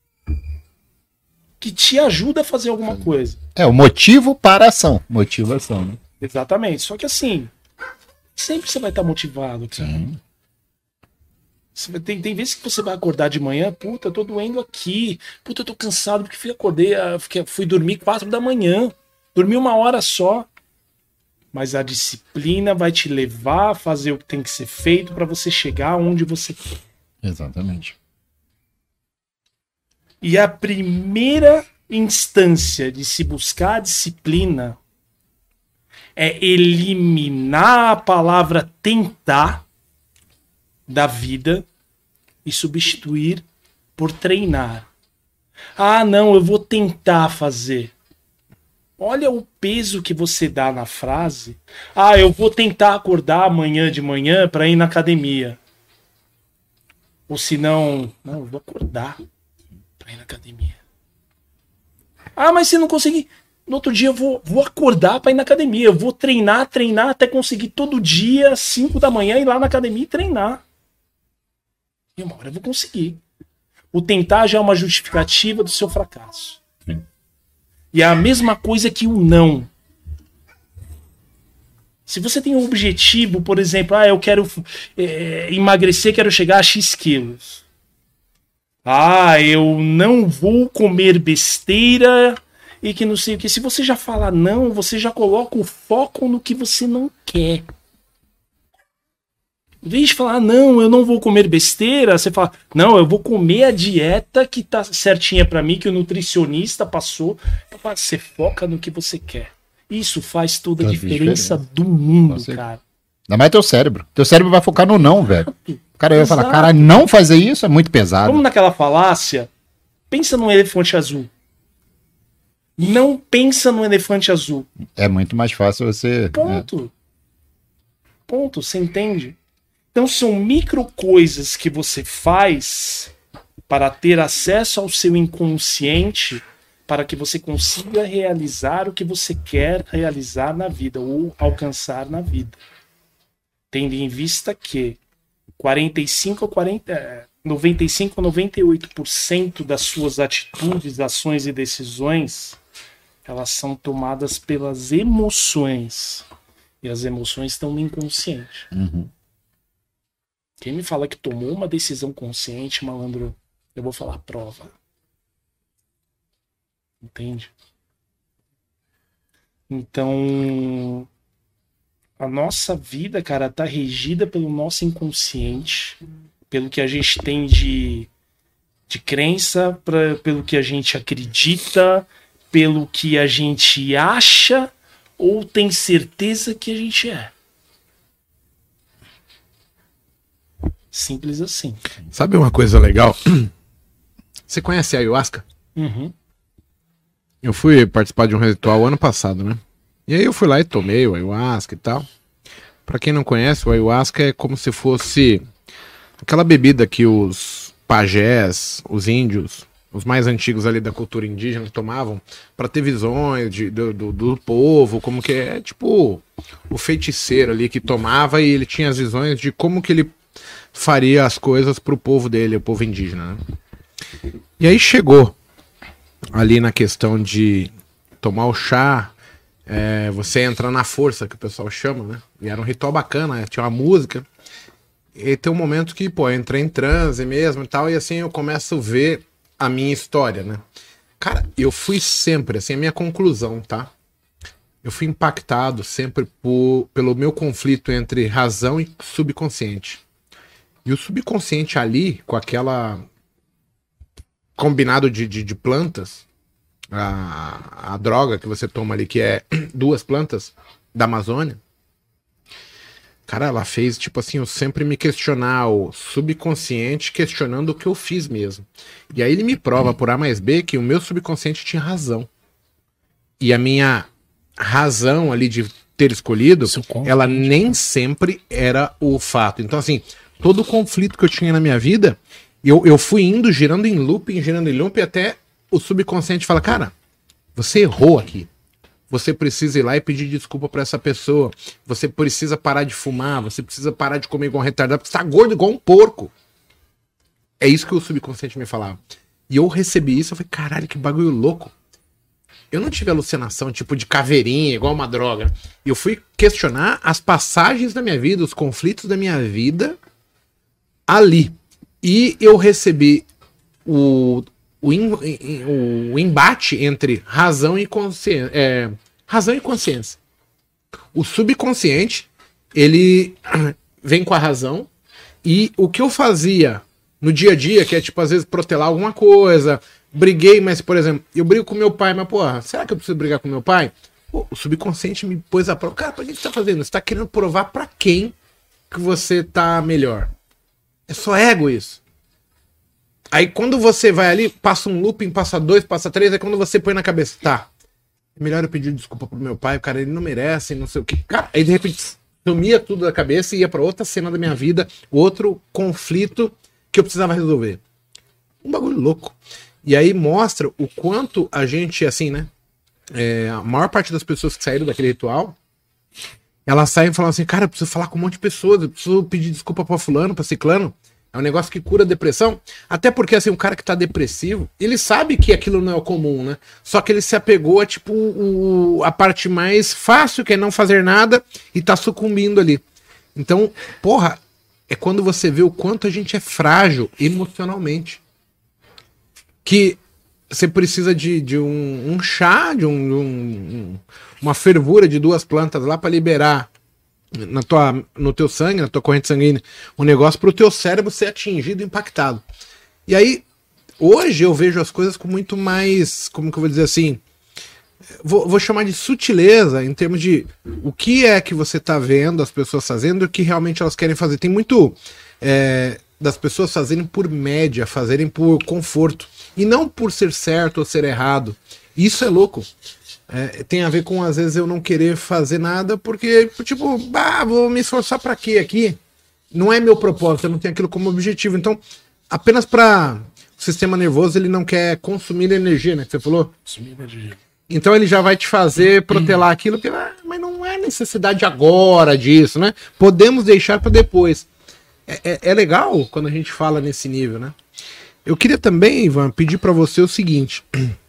que te ajuda a fazer alguma coisa. É o motivo para a ação. Motivação, né? Exatamente. Só que assim, sempre você vai estar motivado, cara. Sim. Tem vezes que você vai acordar de manhã, puta, eu tô doendo aqui, puta, eu tô cansado porque fui dormir 4 da manhã, dormi 1 hora só. Mas a disciplina vai te levar a fazer o que tem que ser feito para você chegar onde você quer. Exatamente. E a primeira instância de se buscar a disciplina é eliminar a palavra tentar da vida e substituir por treinar. Ah, não, eu vou tentar fazer. Olha o peso que você dá na frase. Ah, eu vou tentar acordar amanhã de manhã para ir na academia. Ou se não, eu vou acordar para ir na academia. Ah, mas se não conseguir, no outro dia eu vou acordar para ir na academia. Eu vou treinar até conseguir todo dia, 5 da manhã, ir lá na academia e treinar. E uma hora eu vou conseguir. O tentar já é uma justificativa do seu fracasso. Sim. E é a mesma coisa que o não. Se você tem um objetivo, por exemplo, eu quero emagrecer, quero chegar a X quilos. Eu não vou comer besteira e que não sei o que. Se você já fala não, você já coloca o foco no que você não quer. Em vez de falar, não, eu não vou comer besteira, você fala, não, eu vou comer a dieta que tá certinha pra mim, que o nutricionista passou. Você foca no que você quer. Isso faz toda a diferença do mundo, cara. Ainda mais teu cérebro. Teu cérebro vai focar no não, velho. O cara vai falar, cara, não fazer isso é muito pesado. Como naquela falácia, pensa num elefante azul. Não pensa no elefante azul. É muito mais fácil você... Ponto. Ponto, você entende? Então são micro coisas que você faz para ter acesso ao seu inconsciente, para que você consiga realizar o que você quer realizar na vida ou alcançar na vida. Tendo em vista que 95 a 98% das suas atitudes, ações e decisões, elas são tomadas pelas emoções. E as emoções estão no inconsciente. Quem me fala que tomou uma decisão consciente, malandro, eu vou falar prova. Entende? Então, a nossa vida, cara, tá regida pelo nosso inconsciente, pelo que a gente tem de crença, pelo que a gente acredita, pelo que a gente acha ou tem certeza que a gente é. Simples assim. Sabe uma coisa legal? Você conhece a ayahuasca? Eu fui participar de um ritual ano passado, né? E aí eu fui lá e tomei o ayahuasca e tal. Pra quem não conhece, o ayahuasca é como se fosse aquela bebida que os pajés, os índios, os mais antigos ali da cultura indígena tomavam pra ter visões do povo, como que é tipo o feiticeiro ali que tomava e ele tinha as visões de como que ele faria as coisas pro povo dele, o povo indígena, né? E aí chegou ali na questão de tomar o chá, você entra na força, que o pessoal chama, né? E era um ritual bacana, tinha uma música. E tem um momento que, eu entrei em transe mesmo e tal, e assim eu começo a ver a minha história, né? Cara, eu fui sempre, assim, a minha conclusão, tá? Eu fui impactado sempre pelo meu conflito entre razão e subconsciente. E o subconsciente ali, com aquela combinado de plantas, a droga que você toma ali, que é 2 plantas da Amazônia, cara, ela fez, tipo assim, eu sempre me questionar, o subconsciente questionando o que eu fiz mesmo. E aí ele me prova por A mais B que o meu subconsciente tinha razão. E a minha razão ali de ter escolhido, Seu convite. ela nem sempre era o fato. Então, assim, todo o conflito que eu tinha na minha vida, eu fui indo, girando em looping, até o subconsciente fala, cara, você errou aqui. Você precisa ir lá e pedir desculpa pra essa pessoa. Você precisa parar de fumar. Você precisa parar de comer igual um retardado, porque você tá gordo igual um porco. É isso que o subconsciente me falava. E eu recebi isso, eu falei, caralho, que bagulho louco. Eu não tive alucinação, tipo, de caveirinha, igual uma droga. E eu fui questionar as passagens da minha vida, os conflitos da minha vida ali. E eu recebi o embate entre razão e consciência. Razão e consciência. O subconsciente, ele vem com a razão, e o que eu fazia no dia a dia, que é tipo, às vezes, protelar alguma coisa, briguei, mas, por exemplo, eu brigo com meu pai, mas, porra, será que eu preciso brigar com meu pai? Pô, o subconsciente me pôs a prova. Cara, pra que você tá fazendo? Você tá querendo provar pra quem que você tá melhor? É só ego isso. Aí quando você vai ali, passa um looping, passa 2, passa 3, aí quando você põe na cabeça, tá, é melhor eu pedir desculpa pro meu pai, o cara, ele não merece, não sei o que. Cara, aí de repente sumia tudo da cabeça e ia pra outra cena da minha vida, outro conflito que eu precisava resolver. Um bagulho louco. E aí mostra o quanto a gente, assim, né, a maior parte das pessoas que saíram daquele ritual, elas saem falando assim, cara, eu preciso falar com um monte de pessoas, eu preciso pedir desculpa pra fulano, pra ciclano. É um negócio que cura a depressão. Até porque, assim, um cara que tá depressivo, ele sabe que aquilo não é o comum, né? Só que ele se apegou a, tipo, a parte mais fácil, que é não fazer nada, e tá sucumbindo ali. Então, porra, é quando você vê o quanto a gente é frágil emocionalmente. Que você precisa de um chá, uma fervura de 2 plantas lá pra liberar no teu sangue, na tua corrente sanguínea, um negócio pro teu cérebro ser atingido, impactado. E aí, hoje eu vejo as coisas com muito mais, como que eu vou dizer assim, vou chamar de sutileza, em termos de o que é que você tá vendo as pessoas fazendo e o que realmente elas querem fazer. Tem muito das pessoas fazerem por média, fazerem por conforto, e não por ser certo ou ser errado. Isso é louco. Tem a ver com, às vezes, eu não querer fazer nada porque, tipo, vou me esforçar pra quê aqui? Não é meu propósito, eu não tenho aquilo como objetivo. Então, apenas pra... O sistema nervoso, ele não quer consumir energia, né? Que você falou? Consumir energia. Então ele já vai te fazer protelar aquilo, porque, mas não é necessidade agora disso, né? Podemos deixar pra depois. É legal quando a gente fala nesse nível, né? Eu queria também, Ivan, pedir pra você o seguinte.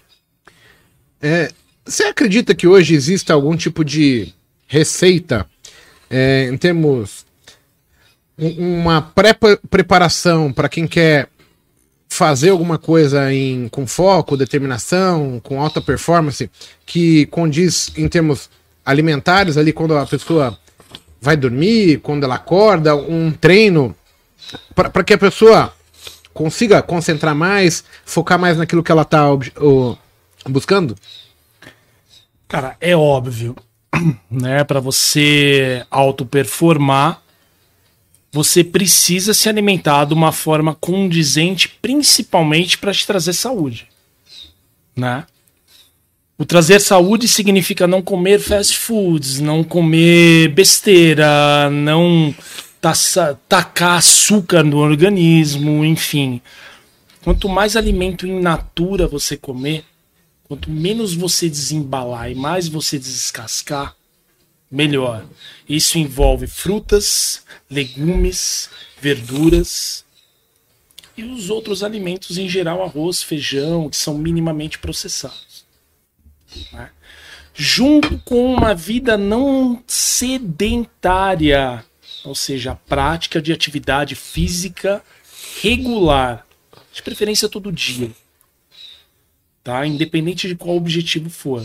Você acredita que hoje existe algum tipo de receita, em termos, uma preparação para quem quer fazer alguma coisa com foco, determinação, com alta performance, que condiz em termos alimentares ali quando a pessoa vai dormir, quando ela acorda, um treino para que a pessoa consiga concentrar mais, focar mais naquilo que ela está buscando? Cara, é óbvio, né? Para você autoperformar, você precisa se alimentar de uma forma condizente, principalmente para te trazer saúde, né? O trazer saúde significa não comer fast foods, não comer besteira, não tacar açúcar no organismo, enfim. Quanto mais alimento in natura você comer, quanto menos você desembalar e mais você descascar, melhor. Isso envolve frutas, legumes, verduras e os outros alimentos em geral, arroz, feijão, que são minimamente processados, né? Junto com uma vida não sedentária, ou seja, a prática de atividade física regular, de preferência todo dia, tá? Independente de qual objetivo for.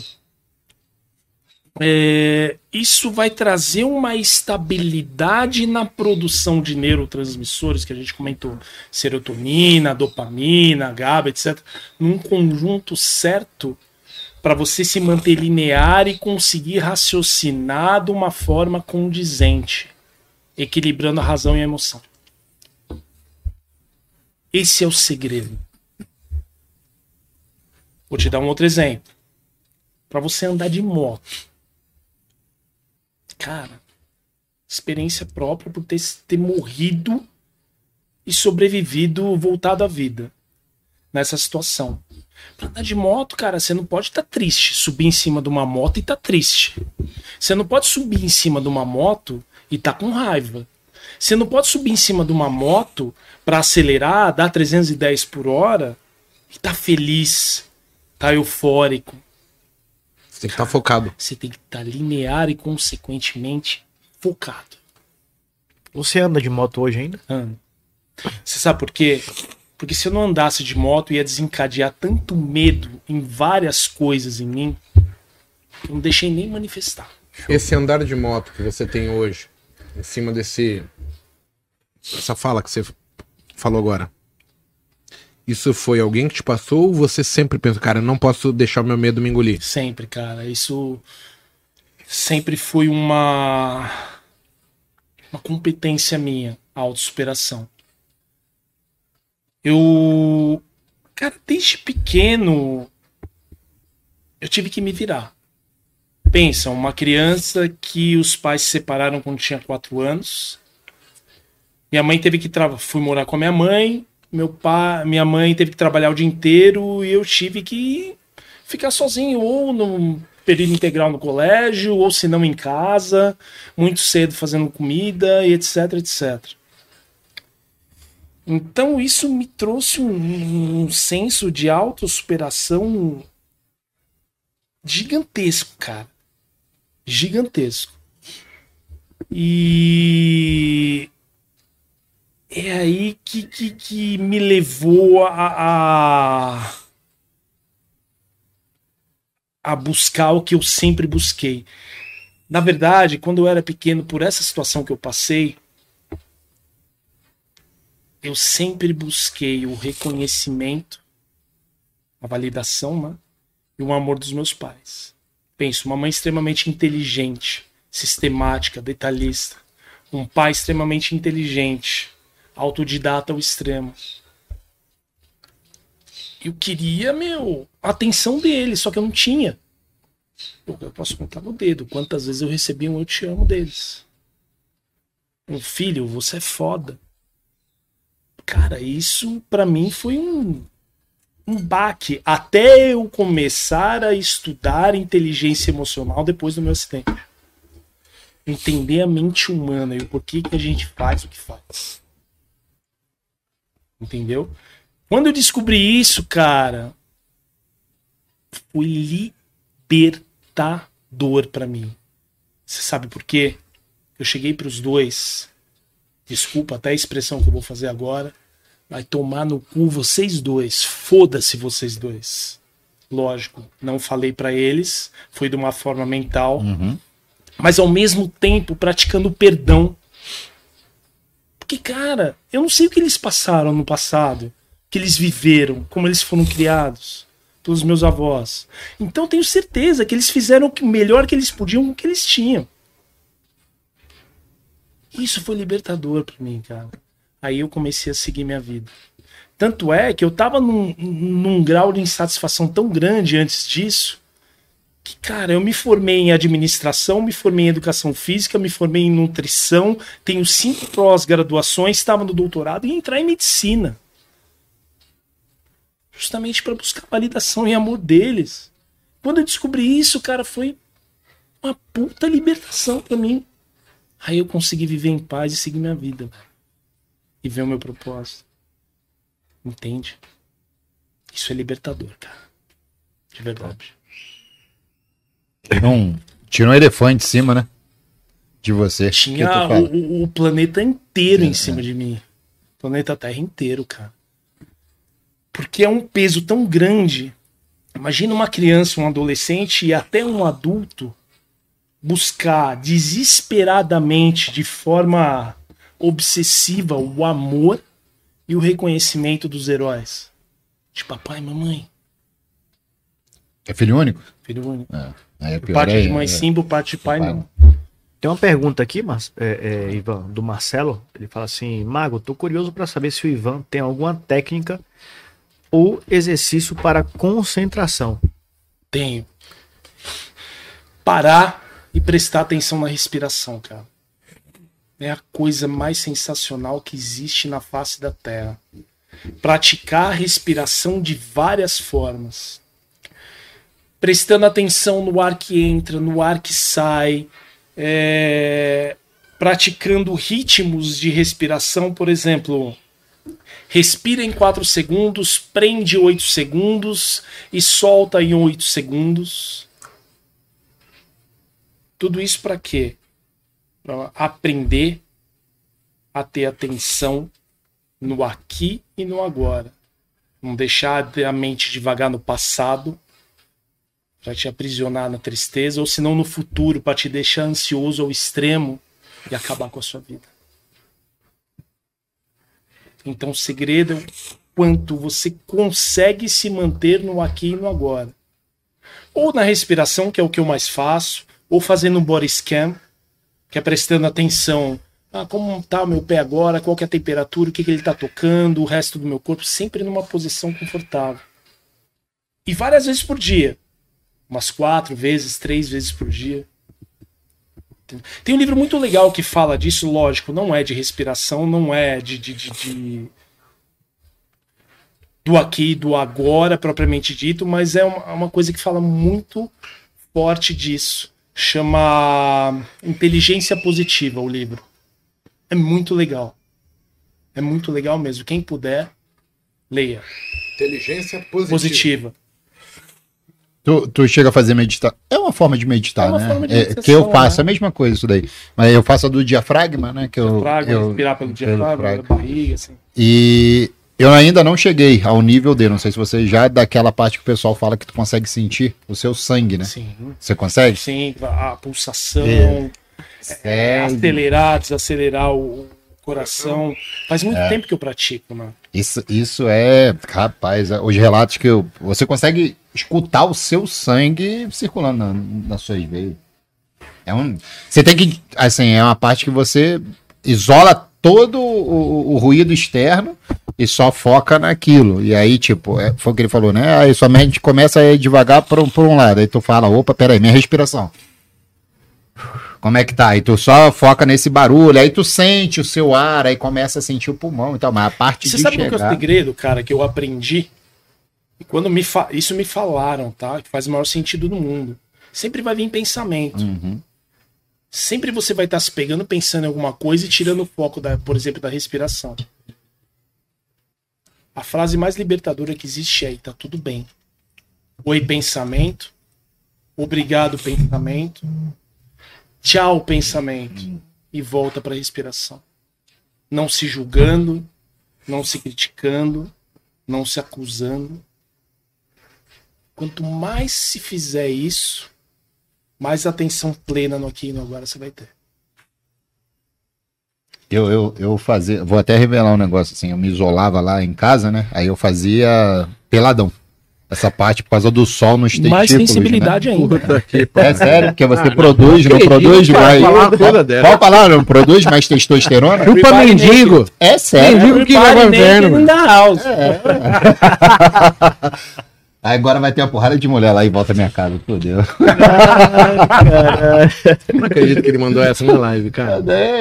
Isso vai trazer uma estabilidade na produção de neurotransmissores que a gente comentou, serotonina, dopamina, GABA, etc, num conjunto certo para você se manter linear e conseguir raciocinar de uma forma condizente, equilibrando a razão e a emoção. Esse é o segredo. Vou te dar um outro exemplo. Para você andar de moto, cara, experiência própria por ter morrido e sobrevivido, voltado à vida nessa situação. Pra andar de moto, cara, você não pode estar triste, subir em cima de uma moto e tá triste. Você não pode subir em cima de uma moto e tá com raiva. Você não pode subir em cima de uma moto pra acelerar, dar 310 por hora e tá feliz, tá eufórico. Você tem que estar focado. Você tem que estar linear e consequentemente focado. Você anda de moto hoje ainda? Você sabe por quê? Porque se eu não andasse de moto, ia desencadear tanto medo em várias coisas em mim, que eu não deixei nem manifestar. Esse andar de moto que você tem hoje, em cima essa fala que você falou agora, isso foi alguém que te passou ou você sempre pensou, cara, eu não posso deixar o meu medo me engolir? Sempre, cara. Isso sempre foi uma competência minha, a autossuperação. Cara, desde pequeno, eu tive que me virar. Pensa, uma criança que os pais se separaram quando tinha 4 anos. Minha mãe teve que fui morar com a minha mãe. Minha mãe teve que trabalhar o dia inteiro e eu tive que ficar sozinho, ou no período integral no colégio, ou se não em casa, muito cedo fazendo comida e etc, etc. Então isso me trouxe um senso de autossuperação gigantesco, cara. Gigantesco. E é aí que me levou a buscar o que eu sempre busquei. Na verdade, quando eu era pequeno, por essa situação que eu passei, eu sempre busquei o reconhecimento, a validação, né? E o amor dos meus pais. Penso, uma mãe extremamente inteligente, sistemática, detalhista. Um pai extremamente inteligente, autodidata ao extremo. Eu queria, a atenção dele, só que eu não tinha. Eu posso contar no dedo quantas vezes eu recebi um eu te amo deles. Um filho, você é foda. Cara, isso pra mim foi um baque. Até eu começar a estudar inteligência emocional depois do meu acidente. Entender a mente humana e o porquê que a gente faz o que faz. Entendeu? Quando eu descobri isso, cara, foi libertador pra mim. Você sabe por quê? Eu cheguei pros dois. Desculpa até a expressão que eu vou fazer agora. Vai tomar no cu vocês dois. Foda-se vocês dois. Lógico, não falei pra eles. Foi de uma forma mental. Mas ao mesmo tempo praticando perdão. Porque, cara, eu não sei o que eles passaram no passado. Que eles viveram. Como eles foram criados. Pelos meus avós. Então tenho certeza que eles fizeram o melhor que eles podiam com o que eles tinham. Isso foi libertador pra mim, cara. Aí eu comecei a seguir minha vida. Tanto é que eu tava num grau de insatisfação tão grande antes disso, que, cara, eu me formei em administração, me formei em educação física, me formei em nutrição, tenho 5 pós-graduações, estava no doutorado e ia entrar em medicina. Justamente para buscar validação e amor deles. Quando eu descobri isso, cara, foi uma puta libertação pra mim. Aí eu consegui viver em paz e seguir minha vida. E ver o meu propósito. Entende? Isso é libertador, cara. De verdade. Tinha um elefante em cima, né? De você. Tinha o planeta inteiro em cima de mim. O planeta Terra inteiro, cara. Porque é um peso tão grande. Imagina uma criança, um adolescente e até um adulto buscar desesperadamente, de forma obsessiva, o amor e o reconhecimento dos heróis. De papai e mamãe. É filho único? Filho único. Aí é pior, parte de mãe sim, por parte de pai não. Tem uma pergunta aqui, Ivan, do Marcelo. Ele fala assim: Mago, tô curioso para saber se o Ivan tem alguma técnica ou exercício para concentração. Tenho. Parar e prestar atenção na respiração, cara. É a coisa mais sensacional que existe na face da Terra. Praticar a respiração de várias formas. Prestando atenção no ar que entra, no ar que sai. Praticando ritmos de respiração, por exemplo, respira em 4 segundos, prende 8 segundos e solta em 8 segundos. Tudo isso para quê? Para aprender a ter atenção no aqui e no agora. Não deixar a mente devagar no passado, para te aprisionar na tristeza, ou senão no futuro, para te deixar ansioso ao extremo e acabar com a sua vida. Então o segredo é o quanto você consegue se manter no aqui e no agora. Ou na respiração, que é o que eu mais faço, ou fazendo um body scan, que é prestando atenção. Como está o meu pé agora, qual que é a temperatura, o que ele está tocando, o resto do meu corpo, sempre numa posição confortável. E várias vezes por dia. Umas 4 vezes, 3 vezes por dia. Tem um livro muito legal que fala disso, lógico, não é de respiração, não é do aqui e do agora, propriamente dito, mas é uma coisa que fala muito forte disso. Chama Inteligência Positiva, o livro. É muito legal. É muito legal mesmo. Quem puder, leia. Inteligência Positiva. Tu chega a fazer meditar. É uma forma de meditar, né? Forma de meditação, que eu faço, a mesma coisa isso daí. Mas eu faço a do diafragma, né? Respirar pelo diafragma, pela barriga, assim. E eu ainda não cheguei ao nível de, não sei se você já, daquela parte que o pessoal fala que tu consegue sentir o seu sangue, né? Sim. Você consegue? Sim, a pulsação, desacelerar o coração. Faz muito tempo que eu pratico, mano. Isso é, rapaz, os relatos que você consegue escutar o seu sangue circulando nas suas veias. Você tem que, assim, é uma parte que você isola todo o ruído externo e só foca naquilo. E aí, tipo, foi o que ele falou, né? Aí sua mente começa a ir devagar por um lado. Aí tu fala, opa, peraí, minha respiração. Como é que tá? Aí tu só foca nesse barulho, aí tu sente o seu ar, aí começa a sentir o pulmão e tal, mas a parte Você sabe qual que é o segredo, cara, que eu aprendi? E quando isso me falaram, tá? Que faz o maior sentido no mundo. Sempre vai vir pensamento. Uhum. Sempre você vai estar se pegando, pensando em alguma coisa e tirando o foco, por exemplo, da respiração. A frase mais libertadora que existe é: tá tudo bem. Oi, pensamento. Obrigado, pensamento. Tchau, pensamento. E volta para a respiração. Não se julgando, não se criticando, não se acusando. Quanto mais se fizer isso, mais atenção plena no aqui e no agora você vai ter. Eu fazia, vou até revelar um negócio assim, eu me isolava lá em casa, né? Aí eu fazia peladão. Essa parte por causa do sol nos testículos. Mais sensibilidade, né? Ainda. É sério, porque você produz, não produz mais. Qual palavra? Não produz mais testosterona? Chupa mendigo. É sério. Mendigo que vai pro inferno. Aí agora vai ter uma porrada de mulher lá e volta à minha casa, fodeu. Não acredito que ele mandou essa na live, cara.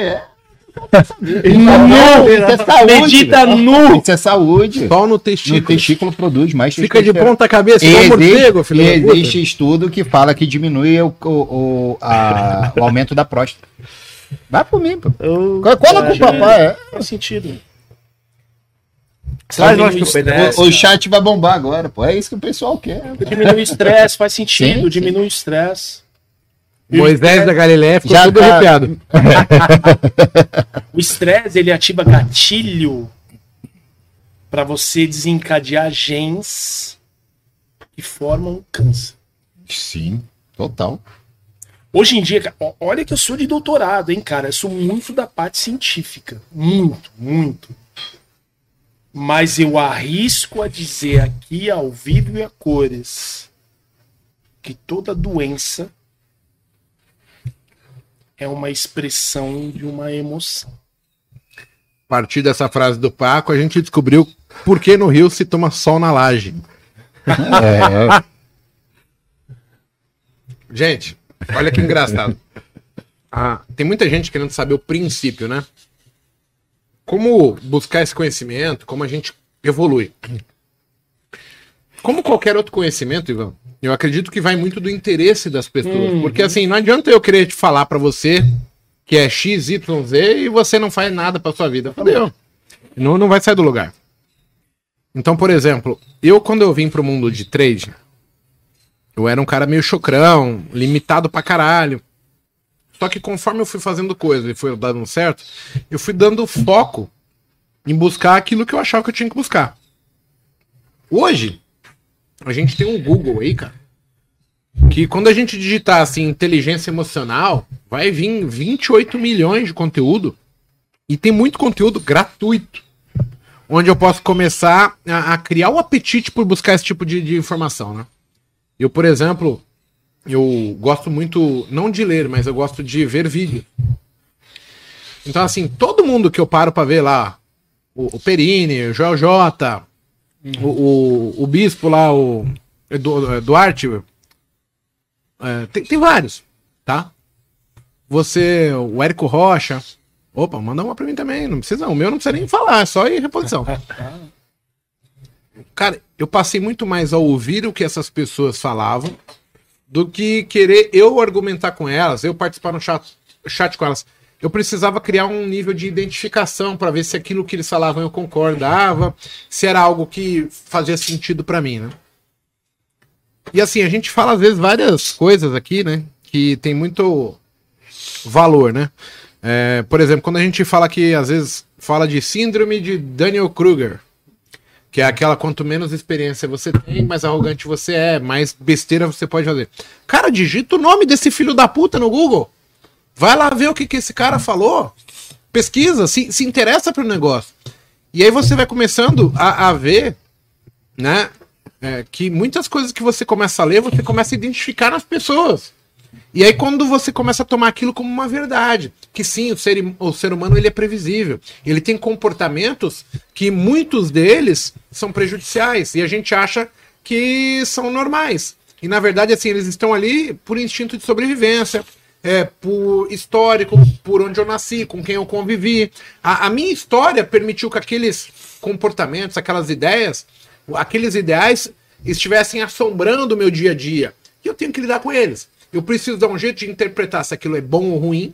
Não, isso é saúde. Medita nu. Isso é saúde. Só no testículo. No testículo produz mais. Fica de ponta cabeça, igual morcego, filho. Existe estudo que fala que diminui o aumento da próstata. Vai por mim, pô. Cola com o papai, Faz sentido. O chat vai bombar agora, pô. É isso que o pessoal quer. Diminui o estresse, faz sentido. Sim, diminui o estresse. Moisés da Galileia ficou Já tudo tá arrepiado. O estresse, ele ativa gatilho para você desencadear genes que formam câncer. Sim, total. Hoje em dia, olha que eu sou de doutorado, hein, cara? Eu sou muito da parte científica. Muito, muito. Mas eu arrisco a dizer aqui, ao vivo e a cores, que toda doença é uma expressão de uma emoção. A partir dessa frase do Paco, a gente descobriu por que no Rio se toma sol na laje. Gente, Olha que engraçado. Tem muita gente querendo saber o princípio, né? Como buscar esse conhecimento, como a gente evolui. Como qualquer outro conhecimento, Ivan, eu acredito que vai muito do interesse das pessoas. Porque assim, não adianta eu querer te falar pra você que é X, Y, Z e você não faz nada pra sua vida. Fudeu. Não vai sair do lugar. Então, por exemplo, quando eu vim pro mundo de trade, eu era um cara meio chocrão, limitado pra caralho. Só que conforme eu fui fazendo coisa e foi dando certo, eu fui dando foco em buscar aquilo que eu achava que eu tinha que buscar. Hoje, a gente tem um Google aí, cara, que quando a gente digitar assim, inteligência emocional, vai vir 28 milhões de conteúdo e tem muito conteúdo gratuito, onde eu posso começar a criar o apetite por buscar esse tipo de informação, né? Eu, por exemplo, eu gosto muito, não de ler, mas eu gosto de ver vídeo. Então, assim, todo mundo que eu paro pra ver lá, o Perini, o Joel J, o Bispo lá, o Duarte, tem vários, tá? O Érico Rocha. Opa, manda uma pra mim também, não precisa, o meu não precisa nem falar, é só ir em reposição. Cara, eu passei muito mais a ouvir o que essas pessoas falavam do que querer eu argumentar com elas, eu participar no chat com elas. Eu precisava criar um nível de identificação para ver se aquilo que eles falavam eu concordava, se era algo que fazia sentido para mim, né? E assim, a gente fala às vezes várias coisas aqui, né, que tem muito valor, né? Por exemplo, quando a gente fala que às vezes fala de síndrome de Dunning-Kruger, que é aquela quanto menos experiência você tem, mais arrogante você é, mais besteira você pode fazer. Cara, digita o nome desse filho da puta no Google. Vai lá ver o que esse cara falou. Pesquisa, se interessa pro negócio. E aí você vai começando a ver, né, que muitas coisas que você começa a ler, você começa a identificar nas pessoas. E aí quando você começa a tomar aquilo como uma verdade, que sim, o ser humano ele é previsível, ele tem comportamentos que muitos deles são prejudiciais e a gente acha que são normais. E na verdade assim, eles estão ali por instinto de sobrevivência, por histórico, por onde eu nasci, com quem eu convivi. A minha história permitiu que aqueles comportamentos, aquelas ideias, aqueles ideais estivessem assombrando o meu dia a dia. E eu tenho que lidar com eles. Eu preciso dar um jeito de interpretar se aquilo é bom ou ruim.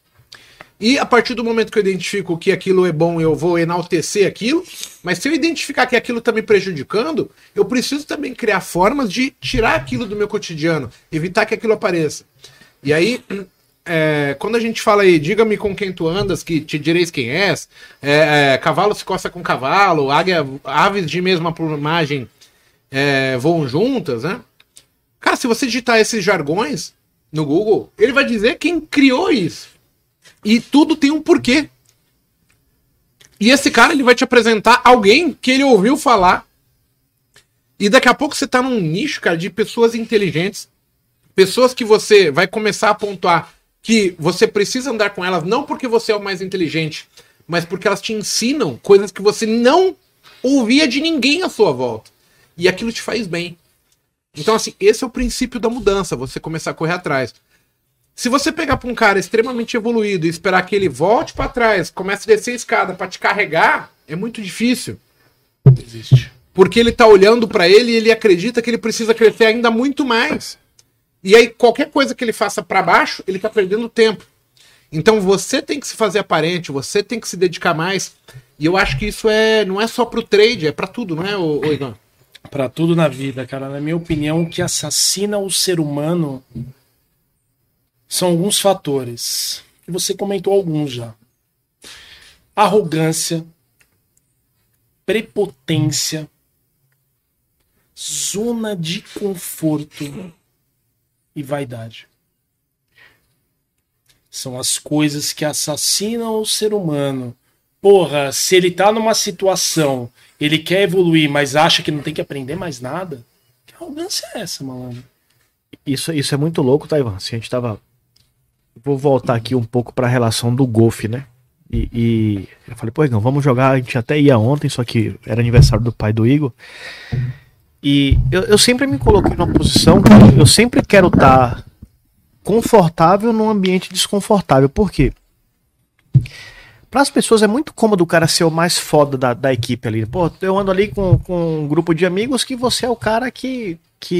E a partir do momento que eu identifico que aquilo é bom, eu vou enaltecer aquilo. Mas se eu identificar que aquilo está me prejudicando, eu preciso também criar formas de tirar aquilo do meu cotidiano, evitar que aquilo apareça. E aí, quando a gente fala aí, diga-me com quem tu andas, que te direis quem és, cavalo se coça com cavalo, aves de mesma plumagem voam juntas, né? Cara, se você digitar esses jargões no Google, ele vai dizer quem criou isso. E tudo tem um porquê. E esse cara, ele vai te apresentar alguém que ele ouviu falar. E daqui a pouco você tá num nicho, cara, de pessoas inteligentes. Pessoas que você vai começar a pontuar que você precisa andar com elas, não porque você é o mais inteligente, mas porque elas te ensinam coisas que você não ouvia de ninguém à sua volta. E aquilo te faz bem. Então, assim, esse é o princípio da mudança, você começar a correr atrás. Se você pegar pra um cara extremamente evoluído e esperar que ele volte pra trás, comece a descer a escada pra te carregar, é muito difícil. Existe. Porque ele tá olhando pra ele e ele acredita que ele precisa crescer ainda muito mais. E aí, qualquer coisa que ele faça pra baixo, ele tá perdendo tempo. Então, você tem que se fazer aparente, você tem que se dedicar mais. E eu acho que isso não é só pro trade, é pra tudo, não é, Ivan? Pra tudo na vida, cara. Na minha opinião, o que assassina o ser humano são alguns fatores. E você comentou alguns já. Arrogância, prepotência, zona de conforto e vaidade. São as coisas que assassinam o ser humano. Porra, se ele tá numa situação, ele quer evoluir, mas acha que não tem que aprender mais nada, que arrogância é essa, malandro? Isso é muito louco, tá, Ivan? Se a gente tava... Vou voltar aqui um pouco pra relação do golfe, né? E eu falei, pô, Igor, vamos jogar. A gente até ia ontem, só que era aniversário do pai do Igor. E eu sempre me coloquei numa posição que eu sempre quero estar confortável num ambiente desconfortável. Por quê? Para as pessoas é muito cômodo o cara ser o mais foda da equipe ali. Pô, eu ando ali com um grupo de amigos que você é o cara que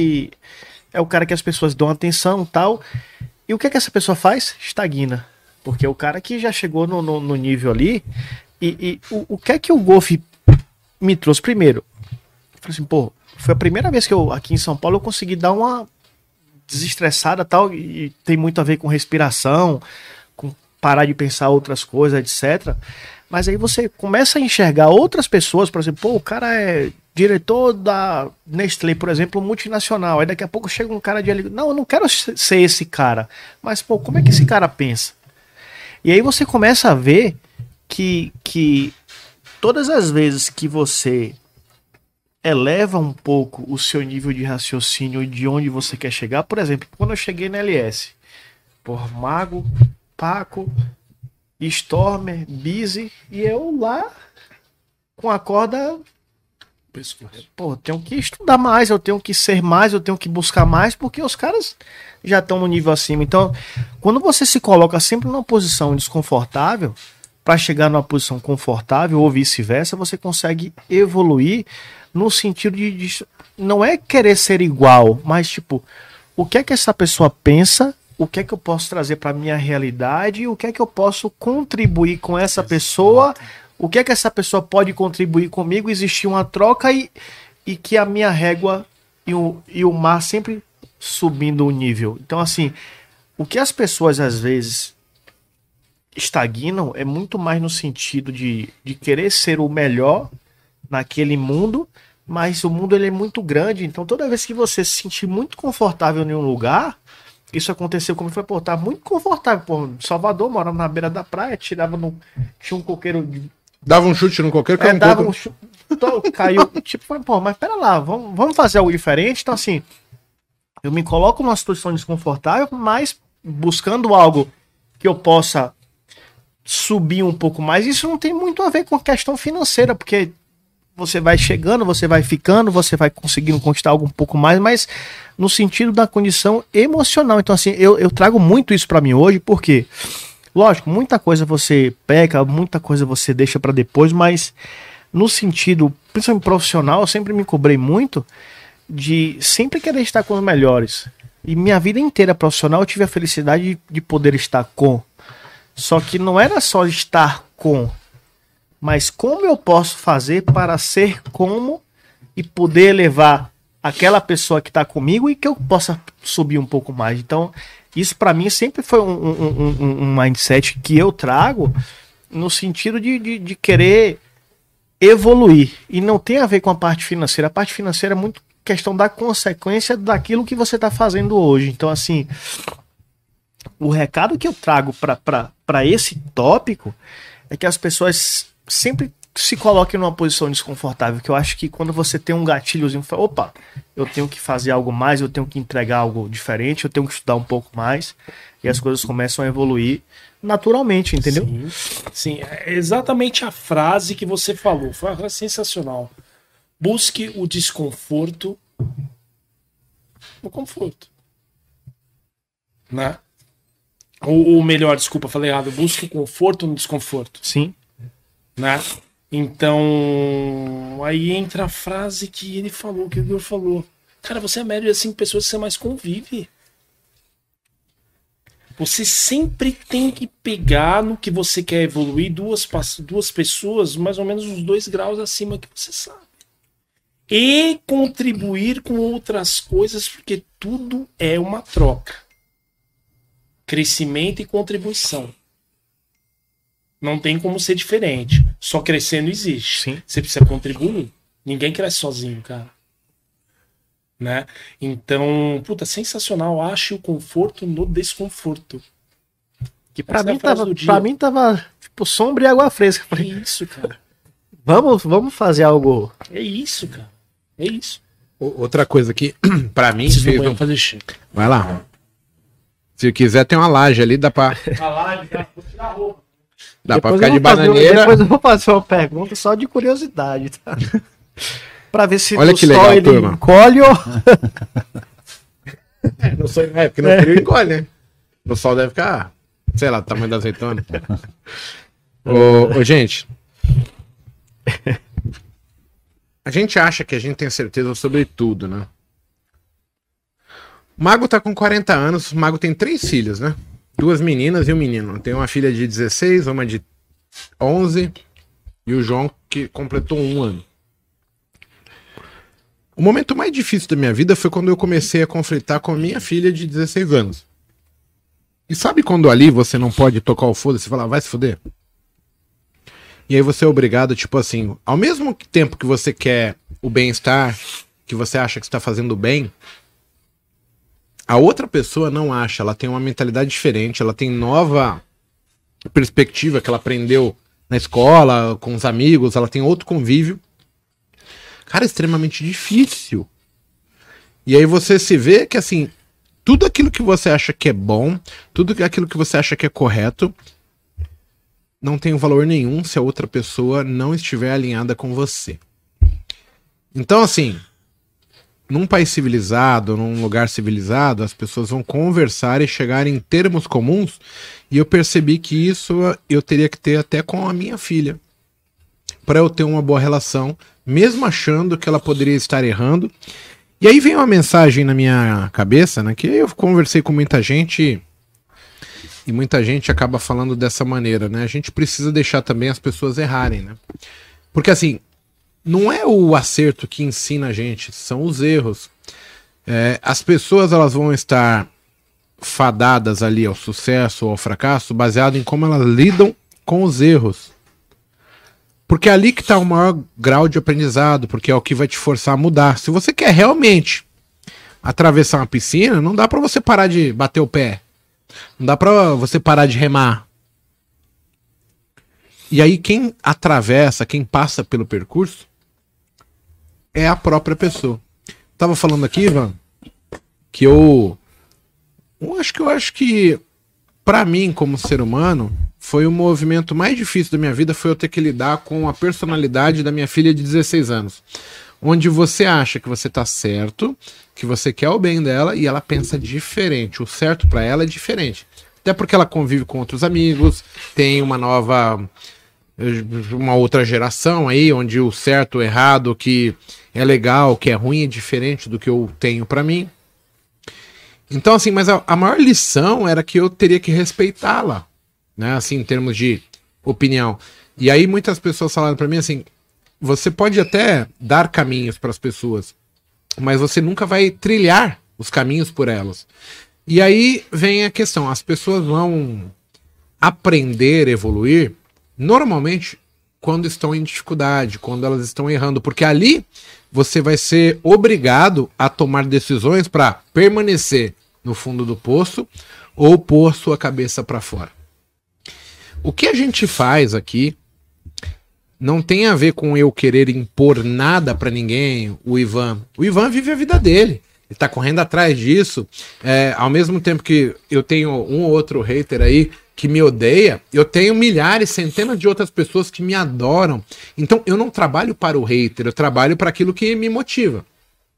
é o cara que as pessoas dão atenção e tal. E o que é que essa pessoa faz? Estagna. Porque é o cara que já chegou no nível ali. E o que é que o golfe me trouxe? Primeiro, eu falei assim, pô, foi a primeira vez que eu, aqui em São Paulo, eu consegui dar uma desestressada e tal. E tem muito a ver com respiração, parar de pensar outras coisas, etc. Mas aí você começa a enxergar outras pessoas, por exemplo, pô, o cara é diretor da Nestlé, por exemplo, multinacional. Aí daqui a pouco chega um cara de ali, não, eu não quero ser esse cara. Mas, pô, como é que esse cara pensa? E aí você começa a ver que todas as vezes que você eleva um pouco o seu nível de raciocínio e de onde você quer chegar, por exemplo, quando eu cheguei na LS, por Mago, Paco, Stormer, Busy, e eu lá com a corda, pô, eu tenho que estudar mais, eu tenho que ser mais, eu tenho que buscar mais, porque os caras já estão no nível acima. Então, quando você se coloca sempre numa posição desconfortável, para chegar numa posição confortável ou vice-versa, você consegue evoluir no sentido de não é querer ser igual, mas tipo, o que é que essa pessoa pensa? O que é que eu posso trazer para minha realidade? O que é que eu posso contribuir com essa pessoa? O que é que essa pessoa pode contribuir comigo? Existir uma troca e que a minha régua e o mar sempre subindo o nível. Então, assim, o que as pessoas às vezes estagnam é muito mais no sentido de querer ser o melhor naquele mundo, mas o mundo ele é muito grande. Então, toda vez que você se sentir muito confortável em um lugar... Isso aconteceu comigo, foi, pô, tá muito confortável, pô, Salvador, morava na beira da praia, tinha um coqueiro... Dava um chute no coqueiro, caiu dava um chute, caiu, tipo, pô, mas pera lá, vamos fazer algo diferente, então assim, eu me coloco numa situação desconfortável, mas buscando algo que eu possa subir um pouco mais, isso não tem muito a ver com a questão financeira, porque você vai chegando, você vai ficando, você vai conseguindo conquistar algo um pouco mais, mas no sentido da condição emocional. Então, assim, eu trago muito isso pra mim hoje, porque, lógico, muita coisa você pega, muita coisa você deixa pra depois, mas no sentido, principalmente profissional, eu sempre me cobrei muito de sempre querer estar com os melhores. E minha vida inteira profissional eu tive a felicidade de poder estar com. Só que não era só estar com, mas como eu posso fazer para ser como e poder levar aquela pessoa que está comigo e que eu possa subir um pouco mais. Então, isso para mim sempre foi um mindset que eu trago no sentido de querer evoluir. E não tem a ver com a parte financeira. A parte financeira é muito questão da consequência daquilo que você está fazendo hoje. Então, assim, o recado que eu trago para esse tópico é que as pessoas sempre se coloquem numa posição desconfortável, que eu acho que quando você tem um gatilhozinho, fala, opa, eu tenho que fazer algo mais, eu tenho que entregar algo diferente, eu tenho que estudar um pouco mais, e as coisas começam a evoluir naturalmente, entendeu? Sim, é exatamente a frase que você falou, foi uma frase sensacional. Busque o desconforto no conforto. Né? Ou melhor, desculpa, falei errado, busque o conforto no desconforto. Sim. Né? Então, aí entra a frase que ele falou, que o Igor falou. Cara, você é a média de 5 pessoas que você mais convive. Você sempre tem que pegar no que você quer evoluir duas pessoas, mais ou menos uns 2 graus acima que você sabe. E contribuir com outras coisas, porque tudo é uma troca. Crescimento e contribuição. Não tem como ser diferente. Só crescendo existe. Sim. Você precisa contribuir. Ninguém cresce sozinho, cara. Né? Então, puta, sensacional. Ache o conforto no desconforto. Que pra mim tava tipo sombra e água fresca. É isso, cara. Vamos fazer algo. É isso, cara. É isso. Outra coisa que, pra mim, Vamos fazer xixi. Vai lá. Se quiser, tem uma laje ali, dá pra. A laje, vou tirar a roupa. Dá pra ficar de bananeira. Depois eu vou fazer uma pergunta só de curiosidade, tá? Pra ver se olha que legal, ele turma. encolhe ou... Não sou, porque no frio encolhe, né? O sol deve ficar, sei lá, do tamanho da azeitona. Ô, gente. A gente acha que a gente tem certeza sobre tudo, né? O Mago tá com 40 anos, o Mago tem 3 filhos, né? 2 meninas e um menino. Tem uma filha de 16, uma de 11 e o João que completou 1 ano. O momento mais difícil da minha vida foi quando eu comecei a conflitar com a minha filha de 16 anos. E sabe quando ali você não pode tocar o foda-se e falar, vai se foder? E aí você é obrigado, tipo assim, ao mesmo tempo que você quer o bem-estar, que você acha que está fazendo bem, a outra pessoa não acha, ela tem uma mentalidade diferente, ela tem nova perspectiva que ela aprendeu na escola, com os amigos, ela tem outro convívio. Cara, é extremamente difícil. E aí você se vê que, assim, tudo aquilo que você acha que é bom, tudo aquilo que você acha que é correto, não tem valor nenhum se a outra pessoa não estiver alinhada com você. Então, assim, num país civilizado, num lugar civilizado, as pessoas vão conversar e chegar em termos comuns, e eu percebi que isso eu teria que ter até com a minha filha, para eu ter uma boa relação, mesmo achando que ela poderia estar errando. E aí vem uma mensagem na minha cabeça, né, que eu conversei com muita gente e muita gente acaba falando dessa maneira, né? A gente precisa deixar também as pessoas errarem, né? Porque assim, não é o acerto que ensina a gente, são os erros. As pessoas elas vão estar fadadas ali ao sucesso ou ao fracasso baseado em como elas lidam com os erros. Porque é ali que está o maior grau de aprendizado, porque é o que vai te forçar a mudar. Se você quer realmente atravessar uma piscina, não dá para você parar de bater o pé. Não dá para você parar de remar. E aí quem atravessa, quem passa pelo percurso, é a própria pessoa. Tava falando aqui, Ivan, que eu acho que para mim, como ser humano, foi o movimento mais difícil da minha vida, foi eu ter que lidar com a personalidade da minha filha de 16 anos. Onde você acha que você tá certo, que você quer o bem dela, e ela pensa diferente. O certo para ela é diferente. Até porque ela convive com outros amigos, tem uma outra geração aí, onde o certo, o errado, o que é legal, o que é ruim é diferente do que eu tenho para mim. Então, assim, mas a maior lição era que eu teria que respeitá-la, né, assim, em termos de opinião. E aí muitas pessoas falaram para mim assim, você pode até dar caminhos para as pessoas, mas você nunca vai trilhar os caminhos por elas. E aí vem a questão, as pessoas vão aprender, evoluir, normalmente quando estão em dificuldade, quando elas estão errando, porque ali você vai ser obrigado a tomar decisões para permanecer no fundo do poço ou pôr sua cabeça para fora. O que a gente faz aqui não tem a ver com eu querer impor nada para ninguém. O Ivan vive a vida dele. Ele tá correndo atrás disso. Ao mesmo tempo que eu tenho um ou outro hater aí que me odeia, eu tenho milhares, centenas de outras pessoas que me adoram. Então eu não trabalho para o hater, eu trabalho para aquilo que me motiva.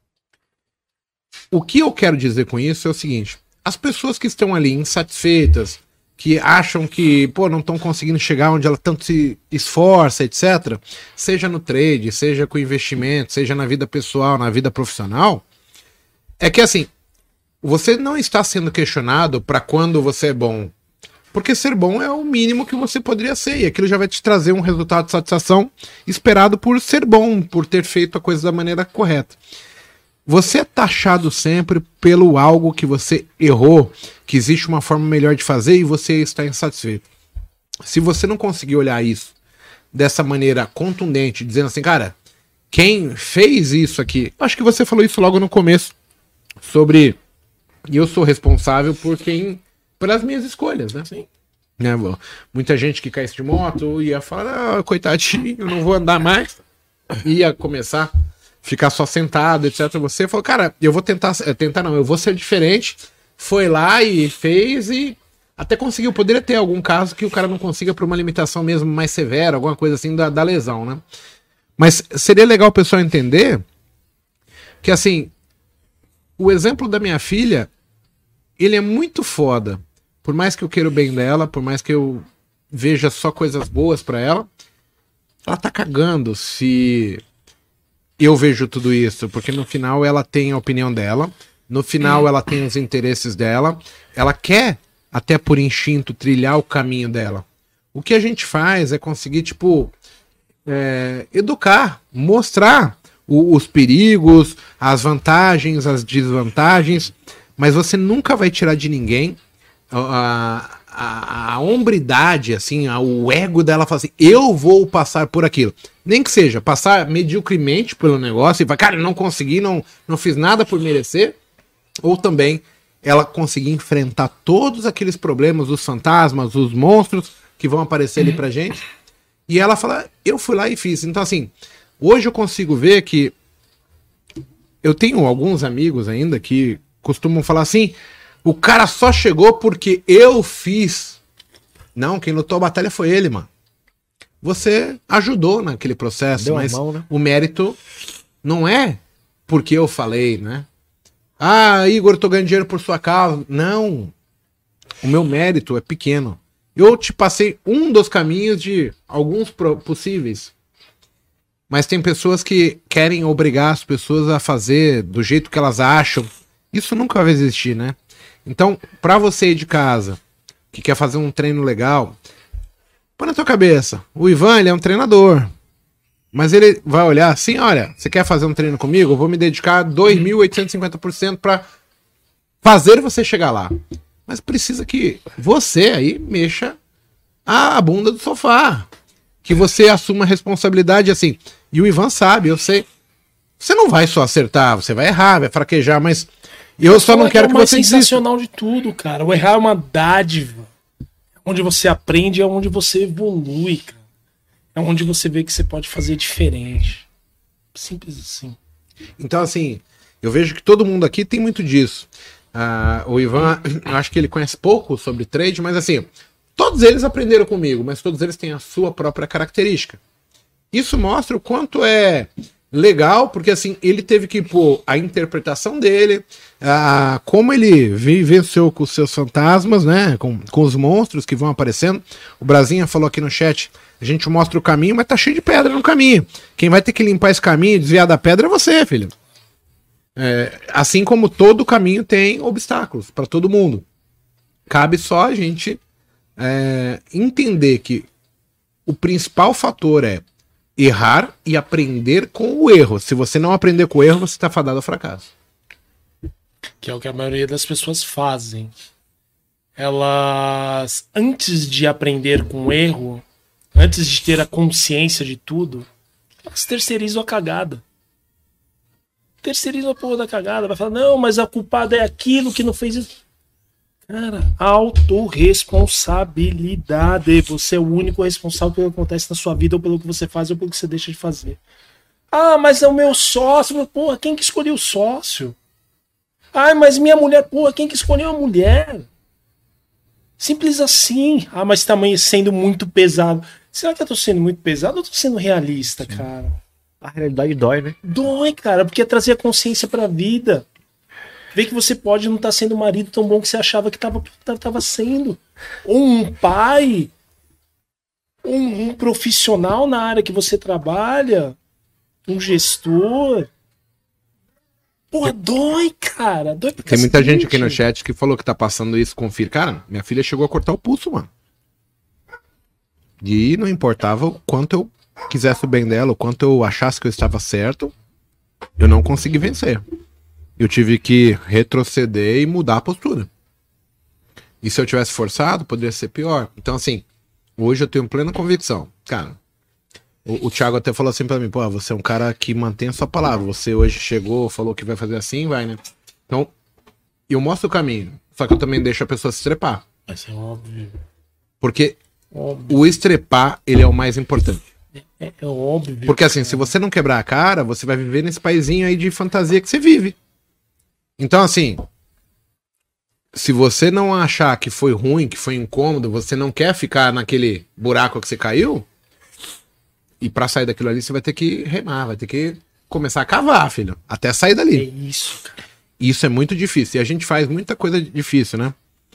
O que eu quero dizer com isso é o seguinte: as pessoas que estão ali insatisfeitas, que acham que, não estão conseguindo chegar onde ela tanto se esforça, etc., seja no trade, seja com investimento, seja na vida pessoal, na vida profissional, é que assim, você não está sendo questionado para quando você é bom. Porque ser bom é o mínimo que você poderia ser, e aquilo já vai te trazer um resultado de satisfação esperado por ser bom, por ter feito a coisa da maneira correta. Você é taxado sempre pelo algo que você errou, que existe uma forma melhor de fazer e você está insatisfeito. Se você não conseguir olhar isso dessa maneira contundente, dizendo assim, cara, quem fez isso aqui? Acho que você falou isso logo no começo, sobre eu sou responsável pelas minhas escolhas, né? Sim. Muita gente que caísse de moto ia falar, coitadinho, eu não vou andar mais. Ia começar ficar só sentado, etc. Você falou, cara, eu vou eu vou ser diferente. Foi lá e fez e até conseguiu. Poderia ter algum caso que o cara não consiga por uma limitação mesmo mais severa, alguma coisa assim da lesão, né? Mas seria legal o pessoal entender que, assim, o exemplo da minha filha, ele é muito foda. por mais que eu queira o bem dela, por mais que eu veja só coisas boas pra ela tá cagando se eu vejo tudo isso, porque no final ela tem a opinião dela, no final ela tem os interesses dela, ela quer, até por instinto, trilhar o caminho dela. O que a gente faz é conseguir, tipo, educar, mostrar os perigos, as vantagens, as desvantagens, mas você nunca vai tirar de ninguém a hombridade, assim, o ego dela, fala assim, eu vou passar por aquilo. Nem que seja, passar mediocremente pelo negócio e falar, cara, não consegui, não fiz nada por merecer. Ou também ela conseguir enfrentar todos aqueles problemas, os fantasmas, os monstros que vão aparecer ali pra gente. E ela fala, eu fui lá e fiz. Então, assim, hoje eu consigo ver que eu tenho alguns amigos ainda que costumam falar assim, o cara só chegou porque eu fiz. Não, quem lutou a batalha foi ele, mano. Você ajudou naquele processo, deu mas a mão, né? o mérito não é porque eu falei, né? Ah, Igor, eu tô ganhando dinheiro por sua causa. Não. O meu mérito é pequeno. Eu te passei um dos caminhos de alguns possíveis. Mas tem pessoas que querem obrigar as pessoas a fazer do jeito que elas acham. Isso nunca vai existir, né? Então, pra você ir de casa, que quer fazer um treino legal, põe na tua cabeça. O Ivan, ele é um treinador. Mas ele vai olhar assim, olha, você quer fazer um treino comigo? Eu vou me dedicar 2.850% pra fazer você chegar lá. Mas precisa que você aí mexa a bunda do sofá. Que você assuma a responsabilidade assim. E o Ivan sabe, eu sei. Você não vai só acertar, você vai errar, vai fraquejar, mas eu só não quero que você desista. É o mais sensacional de tudo, cara. O errar é uma dádiva. Onde você aprende é onde você evolui, cara. É onde você vê que você pode fazer diferente. Simples assim. Então, assim, eu vejo que todo mundo aqui tem muito disso. O Ivan, eu acho que ele conhece pouco sobre trade, mas assim, todos eles aprenderam comigo, mas todos eles têm a sua própria característica. Isso mostra o quanto é legal, porque assim, ele teve que pôr a interpretação dele, como ele vivenciou com os seus fantasmas, né, com os monstros que vão aparecendo. O Brasinha falou aqui no chat, a gente mostra o caminho, mas tá cheio de pedra no caminho. Quem vai ter que limpar esse caminho e desviar da pedra é você, filho. Assim como todo caminho tem obstáculos para todo mundo. Cabe só a gente entender que o principal fator é errar e aprender com o erro. Se você não aprender com o erro, você está fadado ao fracasso. Que é o que a maioria das pessoas fazem. Elas, antes de aprender com o erro, antes de ter a consciência de tudo, elas terceirizam a cagada. Terceirizam a porra da cagada. Vai falar, não, mas a culpada é aquilo que não fez isso. Cara, autorresponsabilidade. Você é o único responsável pelo que acontece na sua vida, ou pelo que você faz, ou pelo que você deixa de fazer. Ah, mas é o meu sócio. Porra, quem que escolheu o sócio? Ah, mas minha mulher. Porra, quem que escolheu a mulher? Simples assim. Ah, mas tá sendo muito pesado. Será que eu tô sendo muito pesado ou eu tô sendo realista, cara? A realidade dói, né? Dói, cara, porque é trazer a consciência pra vida. Ver que você pode não estar sendo o marido tão bom que você achava que tava sendo. Ou um pai, um profissional na área que você trabalha, um gestor. Porra, dói, cara. Dói pra Tem muita gente aqui no chat que falou que tá passando isso com o filho. Cara, minha filha chegou a cortar o pulso, mano. E não importava o quanto eu quisesse o bem dela, o quanto eu achasse que eu estava certo, eu não consegui vencer. Eu tive que retroceder e mudar a postura. E se eu tivesse forçado, poderia ser pior. Então, assim, hoje eu tenho plena convicção. Cara, o Thiago até falou assim pra mim, pô, você é um cara que mantém a sua palavra. Você hoje chegou, falou que vai fazer assim, vai, né? Então, eu mostro o caminho. Só que eu também deixo a pessoa se estrepar. Mas é óbvio. Porque o estrepar, ele é o mais importante. É óbvio. Porque assim, se você não quebrar a cara, você vai viver nesse paizinho aí de fantasia que você vive. Então, assim, se você não achar que foi ruim, que foi incômodo, você não quer ficar naquele buraco que você caiu, e pra sair daquilo ali você vai ter que remar, vai ter que começar a cavar, filho, até sair dali. É isso, cara. Isso é muito difícil, e a gente faz muita coisa difícil, né?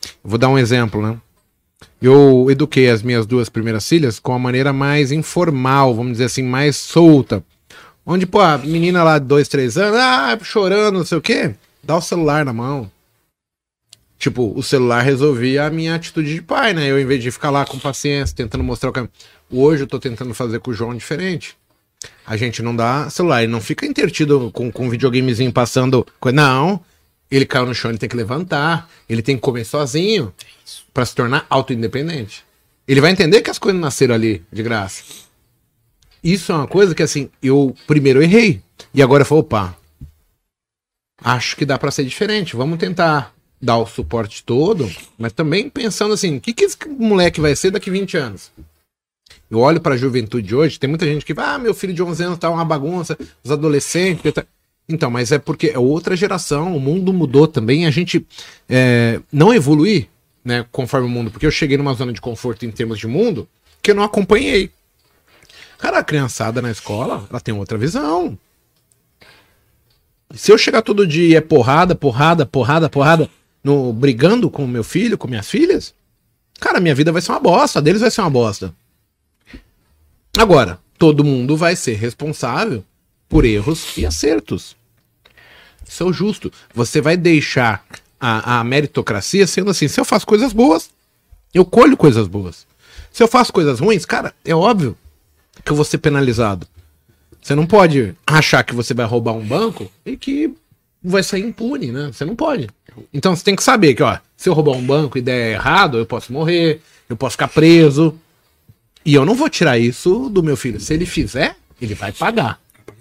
Vou dar um exemplo, né? Eu eduquei as minhas 2 primeiras filhas com a maneira mais informal, vamos dizer assim, mais solta. Onde, pô, a menina lá de 2, 3 anos, chorando, não sei o quê, dá o celular na mão. Tipo, o celular resolvia a minha atitude de pai, né? Eu, em vez de ficar lá com paciência, tentando mostrar o caminho. Hoje eu tô tentando fazer com o João diferente. A gente não dá celular, ele não fica intertido com um videogamezinho passando coisa. Não, ele caiu no chão, ele tem que levantar, ele tem que comer sozinho pra se tornar auto-independente. Ele vai entender que as coisas nasceram ali, de graça. Isso é uma coisa que, assim, eu primeiro errei. E agora eu falo, opa, acho que dá pra ser diferente. Vamos tentar dar o suporte todo, mas também pensando assim, o que esse moleque vai ser daqui 20 anos? Eu olho pra juventude de hoje, tem muita gente que vai, meu filho de 11 anos tá uma bagunça, os adolescentes... Então, mas é porque é outra geração, o mundo mudou também, a gente não evoluir, né, conforme o mundo, porque eu cheguei numa zona de conforto em termos de mundo que eu não acompanhei. Cara, a criançada na escola, ela tem outra visão. Se eu chegar todo dia porrada, brigando com meu filho, com minhas filhas, cara, minha vida vai ser uma bosta, a deles vai ser uma bosta. Agora, todo mundo vai ser responsável por erros e acertos. Isso é o justo. Você vai deixar a meritocracia sendo assim, se eu faço coisas boas, eu colho coisas boas. Se eu faço coisas ruins, cara, é óbvio que eu vou ser penalizado. Você não pode achar que você vai roubar um banco e que vai sair impune, né? Você não pode. Então você tem que saber que, ó, se eu roubar um banco e der errado, eu posso morrer, eu posso ficar preso. E eu não vou tirar isso do meu filho. Se ele fizer, ele vai pagar.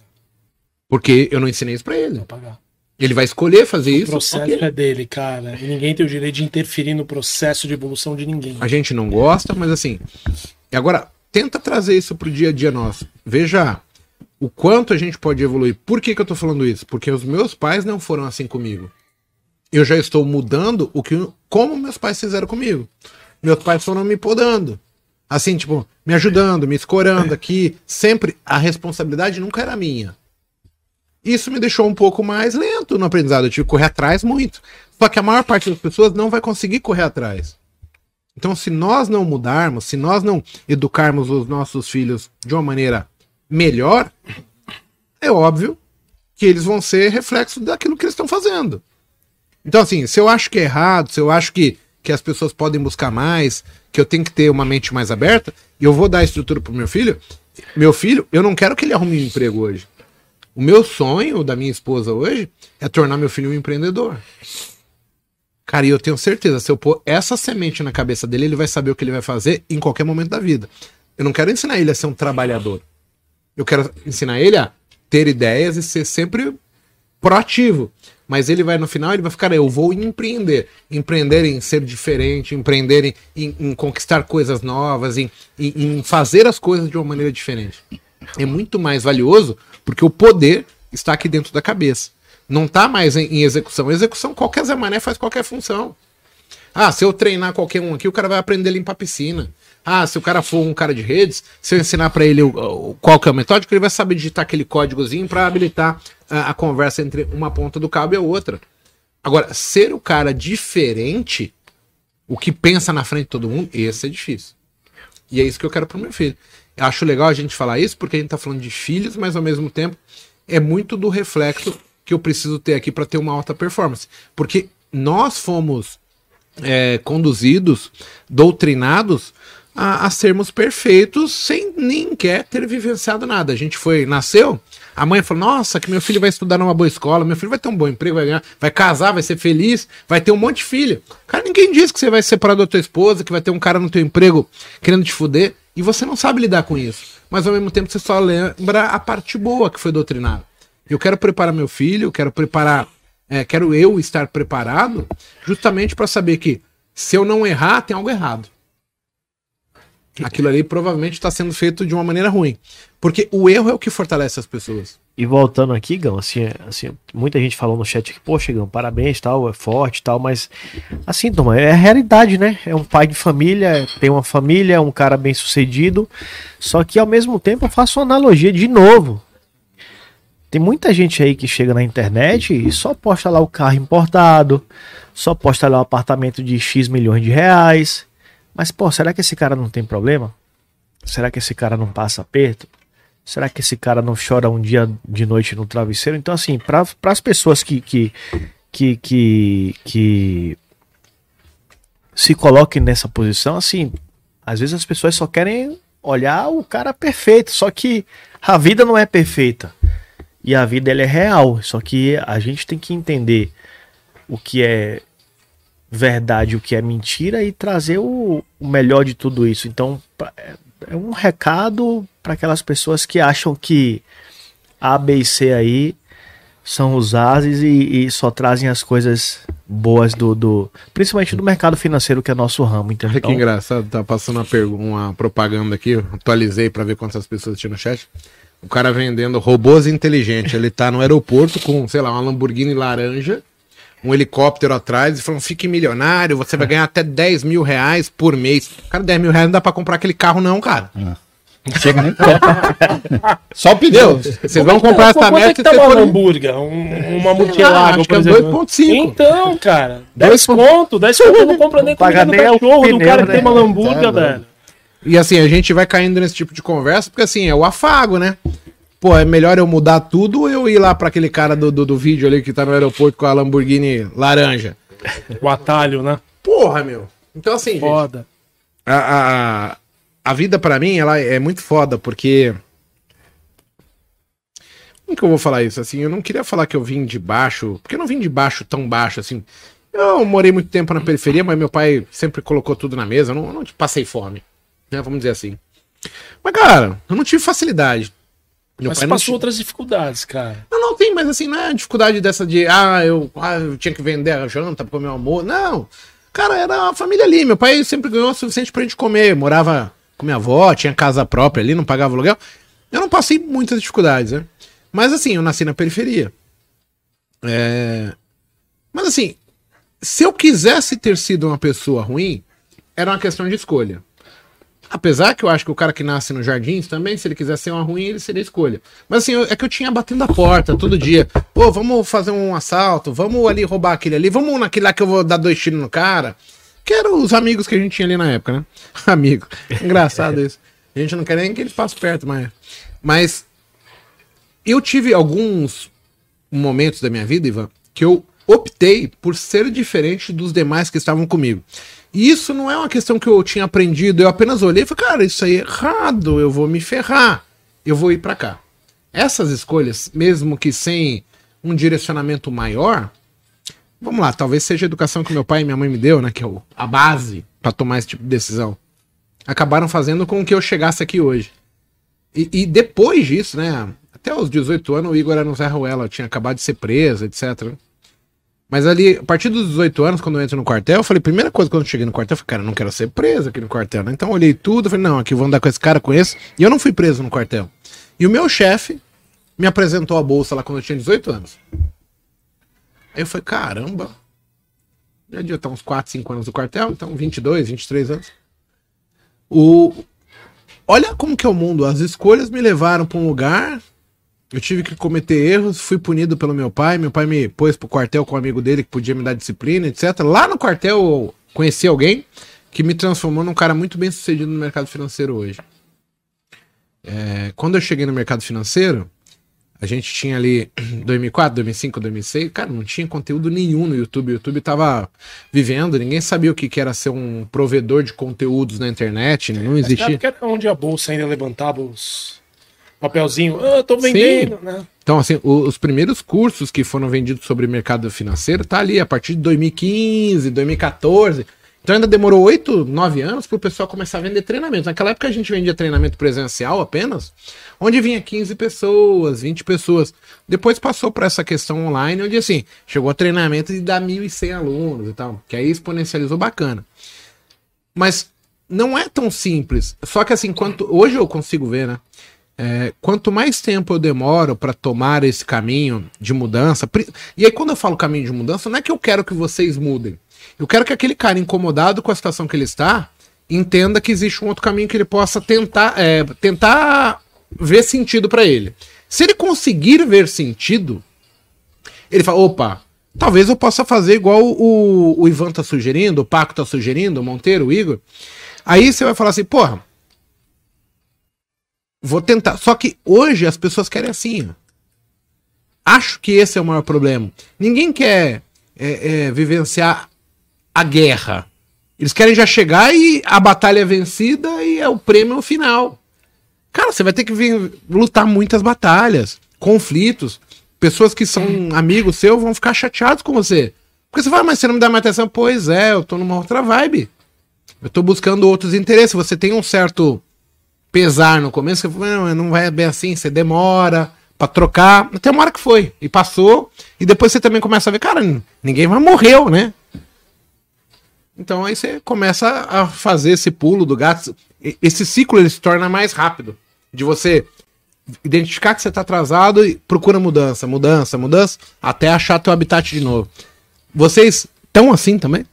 Porque eu não ensinei isso pra ele. Vai pagar. Ele vai escolher fazer isso. O processo é dele, cara. E ninguém tem o direito de interferir no processo de evolução de ninguém. A gente não gosta, mas assim... Agora, tenta trazer isso pro dia a dia nosso. Veja o quanto a gente pode evoluir. Por que eu tô falando isso? Porque os meus pais não foram assim comigo. Eu já estou mudando como meus pais fizeram comigo. Meus pais foram me podando. Assim, tipo, me ajudando, me escorando aqui. Sempre a responsabilidade nunca era minha. Isso me deixou um pouco mais lento no aprendizado. Eu tive que correr atrás muito. Só que a maior parte das pessoas não vai conseguir correr atrás. Então, se nós não mudarmos, se nós não educarmos os nossos filhos de uma maneira melhor, é óbvio que eles vão ser reflexo daquilo que eles estão fazendo. Então, assim, se eu acho que é errado, se eu acho que as pessoas podem buscar mais, que eu tenho que ter uma mente mais aberta, e eu vou dar estrutura pro meu filho, eu não quero que ele arrume um emprego hoje. O meu sonho da minha esposa hoje é tornar meu filho um empreendedor. Cara, e eu tenho certeza, se eu pôr essa semente na cabeça dele, ele vai saber o que ele vai fazer em qualquer momento da vida. Eu não quero ensinar ele a ser um trabalhador. Eu quero ensinar ele a ter ideias e ser sempre proativo. Mas ele vai, no final, ele vai ficar, eu vou empreender. Empreender em ser diferente, empreender em conquistar coisas novas, em fazer as coisas de uma maneira diferente. É muito mais valioso porque o poder está aqui dentro da cabeça. Não está mais em execução. Execução, qualquer Zé Mané faz qualquer função. Ah, se eu treinar qualquer um aqui, o cara vai aprender a limpar a piscina. Ah, se o cara for um cara de redes, se eu ensinar para ele qual que é o metódico, ele vai saber digitar aquele códigozinho para habilitar a conversa entre uma ponta do cabo e a outra. Agora, ser o cara diferente, o que pensa na frente de todo mundo, esse é difícil. E é isso que eu quero pro meu filho. Eu acho legal a gente falar isso, porque a gente tá falando de filhos, mas ao mesmo tempo é muito do reflexo que eu preciso ter aqui para ter uma alta performance. Porque nós fomos conduzidos, doutrinados a sermos perfeitos sem nem sequer ter vivenciado nada. A gente nasceu, a mãe falou, nossa, que meu filho vai estudar numa boa escola, meu filho vai ter um bom emprego, vai ganhar, vai casar, vai ser feliz, vai ter um monte de filho. Cara, ninguém diz que você vai se separar da tua esposa, que vai ter um cara no teu emprego querendo te fuder, e você não sabe lidar com isso. Mas ao mesmo tempo você só lembra a parte boa que foi doutrinada. Eu quero preparar meu filho, quero eu estar preparado justamente para saber que se eu não errar, tem algo errado. Aquilo ali provavelmente está sendo feito de uma maneira ruim. Porque o erro é o que fortalece as pessoas. E voltando aqui, Gão, assim, muita gente falou no chat que, poxa, Gão, parabéns, tal, é forte, tal, mas assim, Tom, é a realidade, né? É um pai de família, tem uma família, é um cara bem sucedido, só que ao mesmo tempo eu faço uma analogia de novo. Tem muita gente aí que chega na internet e só posta lá o carro importado, só posta lá um apartamento de X milhões de reais. Mas, pô, será que esse cara não tem problema? Será que esse cara não passa aperto? Será que esse cara não chora um dia de noite no travesseiro? Então, assim, para as pessoas que se coloquem nessa posição, assim, às vezes as pessoas só querem olhar o cara perfeito, só que a vida não é perfeita. E a vida ela é real, só que a gente tem que entender o que é verdade, o que é mentira e trazer o melhor de tudo isso. Então, é um recado para aquelas pessoas que acham que A, B e C aí são os ases e só trazem as coisas boas principalmente do mercado financeiro, que é nosso ramo. Então, que engraçado, tá passando uma propaganda aqui, eu atualizei para ver quantas pessoas tinha no chat. O cara vendendo robôs inteligentes. Ele tá no aeroporto com, sei lá, uma Lamborghini laranja, um helicóptero atrás e falando, fique milionário, você vai ganhar até 10 mil reais por mês. Cara, 10 mil reais não dá pra comprar aquele carro não, cara. Não chega nem perto. Só pediu. Vocês vão comprar essa merda se você for hambúrguer, uma multilago, por exemplo. 2,5. Então, cara, 10 conto não compra nem comida do cachorro do cara que tem uma hambúrguer, velho. E assim, a gente vai caindo nesse tipo de conversa, porque assim, é o afago, né? Pô, é melhor eu mudar tudo ou eu ir lá pra aquele cara do vídeo ali que tá no aeroporto com a Lamborghini laranja? O atalho, né? Porra, meu. Então assim, foda. Gente, a vida pra mim, ela é muito foda, porque... Como que eu vou falar isso? Assim, eu não queria falar que eu vim de baixo, porque eu não vim de baixo tão baixo, assim. Eu morei muito tempo na periferia, mas meu pai sempre colocou tudo na mesa, eu não passei fome, né? Vamos dizer assim. Mas, cara, eu não tive facilidade. Mas você passou outras dificuldades, cara. Não tem, mas assim, não é dificuldade dessa de, eu tinha que vender a janta pra comer o almoço. Não. Cara, era a família ali. Meu pai sempre ganhou o suficiente pra gente comer. Morava com minha avó, tinha casa própria ali, não pagava aluguel. Eu não passei muitas dificuldades, né? Mas assim, eu nasci na periferia. Mas assim, se eu quisesse ter sido uma pessoa ruim, era uma questão de escolha. Apesar que eu acho que o cara que nasce nos jardins também, se ele quiser ser uma ruim, ele seria escolha. Mas assim, é que eu tinha batendo a porta todo dia. Pô, vamos fazer um assalto, vamos ali roubar aquele ali, vamos naquele lá que eu vou dar 2 tiros no cara. Que eram os amigos que a gente tinha ali na época, né? Amigo. Engraçado isso. A gente não quer nem que eles passem perto, mas eu tive alguns momentos da minha vida, Ivan, que eu optei por ser diferente dos demais que estavam comigo. E isso não é uma questão que eu tinha aprendido, eu apenas olhei e falei, cara, isso aí é errado, eu vou me ferrar, eu vou ir pra cá. Essas escolhas, mesmo que sem um direcionamento maior, vamos lá, talvez seja a educação que meu pai e minha mãe me deu, né, que é a base pra tomar esse tipo de decisão, acabaram fazendo com que eu chegasse aqui hoje. E depois disso, né, até os 18 anos o Igor era no Zé Ruela, tinha acabado de ser preso, etc. Mas ali, a partir dos 18 anos, quando eu entro no quartel, eu falei, primeira coisa quando eu cheguei no quartel, eu falei, cara, eu não quero ser preso aqui no quartel, né? Então eu olhei tudo, falei, não, aqui vou andar com esse cara, com esse. E eu não fui preso no quartel. E o meu chefe me apresentou a bolsa lá quando eu tinha 18 anos. Aí eu falei, caramba, já devia estar uns 4, 5 anos no quartel, então 22, 23 anos. Olha como que é o mundo, as escolhas me levaram para um lugar... Eu tive que cometer erros, fui punido pelo meu pai me pôs pro quartel com um amigo dele que podia me dar disciplina, etc. Lá no quartel eu conheci alguém que me transformou num cara muito bem sucedido no mercado financeiro hoje. Quando eu cheguei no mercado financeiro, a gente tinha ali 2004, 2005, 2006, cara, não tinha conteúdo nenhum no YouTube. O YouTube tava vivendo, ninguém sabia o que era ser um provedor de conteúdos na internet, não existia. Porque era onde a bolsa ainda levantava os... papelzinho, eu tô vendendo, sim, né? Então, assim, os primeiros cursos que foram vendidos sobre mercado financeiro tá ali, a partir de 2015, 2014. Então ainda demorou 8, 9 anos pro pessoal começar a vender treinamento. Naquela época a gente vendia treinamento presencial apenas, onde vinha 15 pessoas, 20 pessoas. Depois passou para essa questão online, onde assim, chegou a treinamento de dar 1.100 alunos e tal, que aí exponencializou bacana. Mas não é tão simples. Só que assim, hoje eu consigo ver, né? Quanto mais tempo eu demoro para tomar esse caminho de mudança, e aí quando eu falo caminho de mudança, não é que eu quero que vocês mudem, eu quero que aquele cara incomodado com a situação que ele está, entenda que existe um outro caminho que ele possa tentar ver sentido para ele. Se ele conseguir ver sentido, ele fala, opa, Talvez eu possa fazer igual o Ivan tá sugerindo, o Paco tá sugerindo, o Monteiro, o Igor. Aí você vai falar assim, porra, vou tentar. Só que hoje as pessoas querem assim, ó. Acho que esse é o maior problema. Ninguém quer vivenciar a guerra. Eles querem já chegar e a batalha é vencida e é o prêmio final. Cara, você vai ter que lutar muitas batalhas, conflitos. Pessoas que são amigos seus vão ficar chateados com você. Porque você fala, mas você não me dá mais atenção? Pois é, eu tô numa outra vibe. Eu tô buscando outros interesses. Você tem um certo pesar no começo, você fala, não vai bem assim, você demora pra trocar. Até uma hora que foi. E passou. E depois você também começa a ver, cara, ninguém vai morrer, né? Então aí você começa a fazer esse pulo do gato. Esse ciclo ele se torna mais rápido. De você identificar que você tá atrasado e procura mudança, até achar teu habitat de novo. Vocês estão assim também?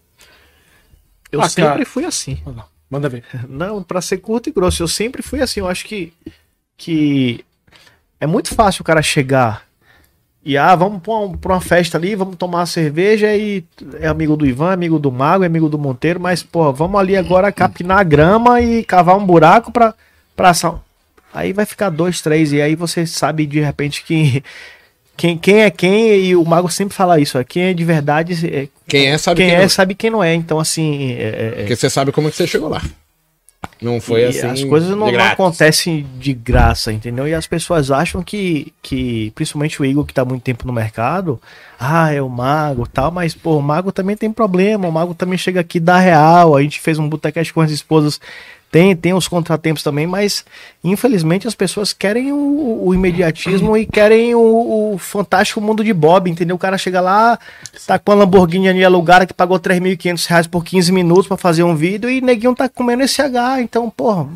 Eu sempre fui assim. Manda ver. Não, pra ser curto e grosso, eu sempre fui assim. Eu acho que é muito fácil o cara chegar e vamos pra uma festa ali, vamos tomar uma cerveja e é amigo do Ivan, amigo do Mago, é amigo do Monteiro, mas, pô, vamos ali agora capinar a grama e cavar um buraco pra assar. Aí vai ficar 2, 3, e aí você sabe de repente que quem é quem, e o Mago sempre fala isso, quem é de verdade, quem sabe quem não é, então assim... Porque você sabe como que você chegou lá. Não foi assim. As coisas não acontecem de graça, entendeu? E as pessoas acham que principalmente o Igor, que tá há muito tempo no mercado, é o Mago e tal, mas, pô, o Mago também tem problema, o Mago também chega aqui da real, a gente fez um Botecast com as esposas, tem os contratempos também, mas infelizmente as pessoas querem o imediatismo e querem o fantástico mundo de Bob, entendeu? O cara chega lá, tá com a Lamborghini ali alugada que pagou R$3.500 por 15 minutos pra fazer um vídeo e neguinho tá comendo esse H, então, porra,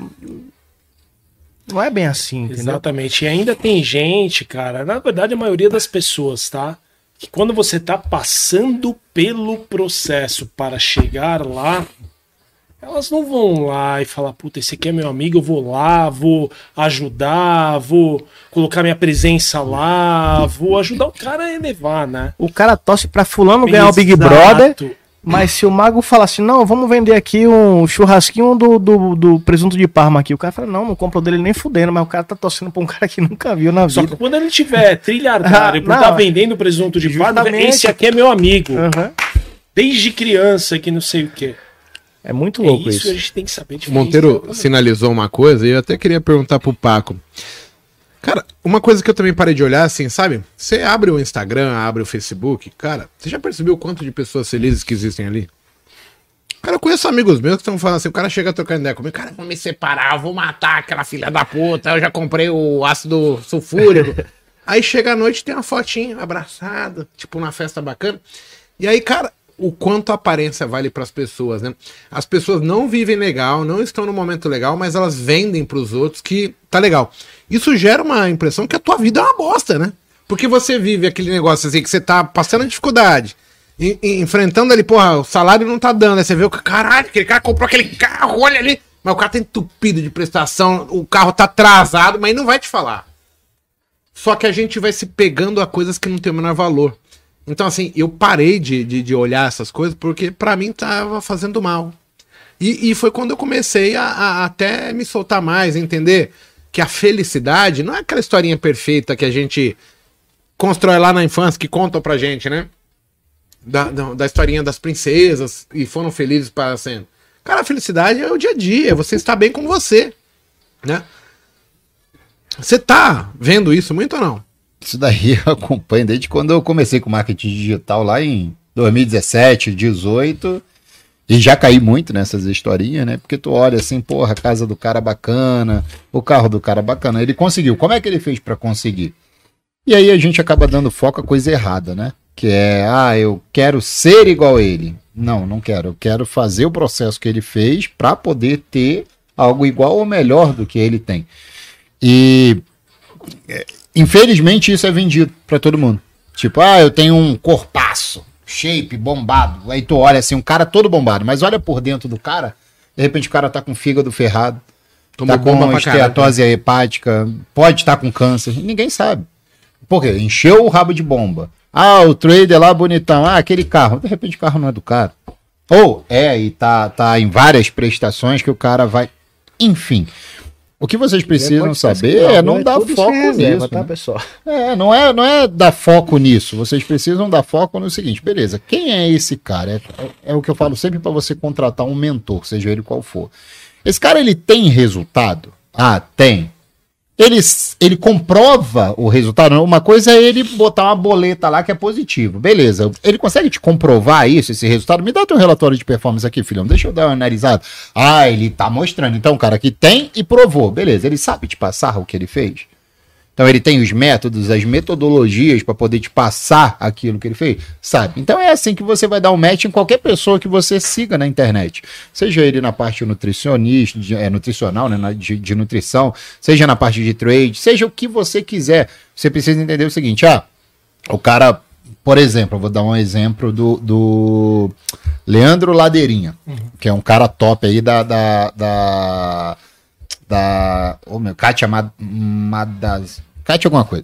não é bem assim, entendeu? Exatamente, e ainda tem gente, cara, na verdade a maioria das pessoas, tá? Que quando você tá passando pelo processo para chegar lá, elas não vão lá e falar, puta, esse aqui é meu amigo, eu vou lá, vou ajudar, vou colocar minha presença lá, vou ajudar o cara a elevar, né? O cara torce pra fulano ganhar o Big Brother, mas se o Mago falar assim, não, vamos vender aqui um churrasquinho do presunto de Parma aqui, o cara fala, não compro dele nem fudendo, mas o cara tá torcendo pra um cara que nunca viu na vida. Só que quando ele tiver trilhardário por estar vendendo presunto de Parma, esse aqui é meu amigo. Desde criança, que não sei o quê. É muito louco isso. A gente tem que saber. O Monteiro sinalizou uma coisa e eu até queria perguntar pro Paco. Cara, uma coisa que eu também parei de olhar, assim, sabe? Você abre o Instagram, abre o Facebook, cara, você já percebeu o quanto de pessoas felizes que existem ali? Cara, eu conheço amigos meus que estão falando assim, o cara chega trocando ideia comigo, cara, vou me separar, eu vou matar aquela filha da puta, eu já comprei o ácido sulfúrico. Aí chega à noite tem uma fotinha abraçada, tipo numa festa bacana. E aí, cara, o quanto a aparência vale para as pessoas, né? As pessoas não vivem legal, não estão no momento legal, mas elas vendem para os outros que tá legal. Isso gera uma impressão que a tua vida é uma bosta, né? Porque você vive aquele negócio assim, que você tá passando dificuldade, enfrentando ali, porra, o salário não tá dando, aí você vê o caralho, aquele cara comprou aquele carro, olha ali, mas o cara tá entupido de prestação, o carro tá atrasado, mas não vai te falar. Só que a gente vai se pegando a coisas que não tem o menor valor. Então, assim, eu parei de olhar essas coisas porque pra mim tava fazendo mal. E foi quando eu comecei a até me soltar mais, entender que a felicidade não é aquela historinha perfeita que a gente constrói lá na infância, que contam pra gente, né? Da historinha das princesas e foram felizes para sempre. Cara, a felicidade é o dia a dia, você está bem com você, né? Você tá vendo isso muito ou não? Isso daí eu acompanho desde quando eu comecei com marketing digital lá em 2017, 2018, e já caí muito nessas historinhas, né? Porque tu olha assim, porra, a casa do cara bacana, o carro do cara bacana, ele conseguiu. Como é que ele fez para conseguir? E aí a gente acaba dando foco a coisa errada, né? Que é, eu quero ser igual a ele. Não, não quero. Eu quero fazer o processo que ele fez para poder ter algo igual ou melhor do que ele tem. E infelizmente isso é vendido para todo mundo. Tipo, eu tenho um corpaço, shape, bombado. Aí tu olha assim, um cara todo bombado, mas olha por dentro do cara, de repente o cara tá com fígado ferrado, tá com esteatose hepática, pode estar com câncer, ninguém sabe. Por quê? Encheu o rabo de bomba. Ah, o trader lá bonitão. Ah, aquele carro. De repente o carro não é do cara. Ou e tá em várias prestações que o cara vai... Enfim... O que vocês precisam saber é não dar foco nisso. Tá, pessoal? Não é dar foco nisso. Vocês precisam dar foco no seguinte, beleza, quem é esse cara? É o que eu falo sempre para você contratar um mentor, seja ele qual for. Esse cara, ele tem resultado? Ah, tem. Ele comprova o resultado. Uma coisa é ele botar uma boleta lá que é positivo. Beleza. Ele consegue te comprovar isso, esse resultado? Me dá teu relatório de performance aqui, filhão. Deixa eu dar uma analisada. Ah, ele tá mostrando. Então, cara, que tem e provou. Beleza. Ele sabe te passar o que ele fez? Então, ele tem os métodos, as metodologias para poder te passar aquilo que ele fez? Sabe? Então, é assim que você vai dar um match em qualquer pessoa que você siga na internet. Seja ele na parte nutricionista, nutricional, né, de nutrição, seja na parte de trade, seja o que você quiser. Você precisa entender o seguinte, o cara, por exemplo, eu vou dar um exemplo do Leandro Ladeirinha, que é um cara top aí Kátia Kátia alguma coisa.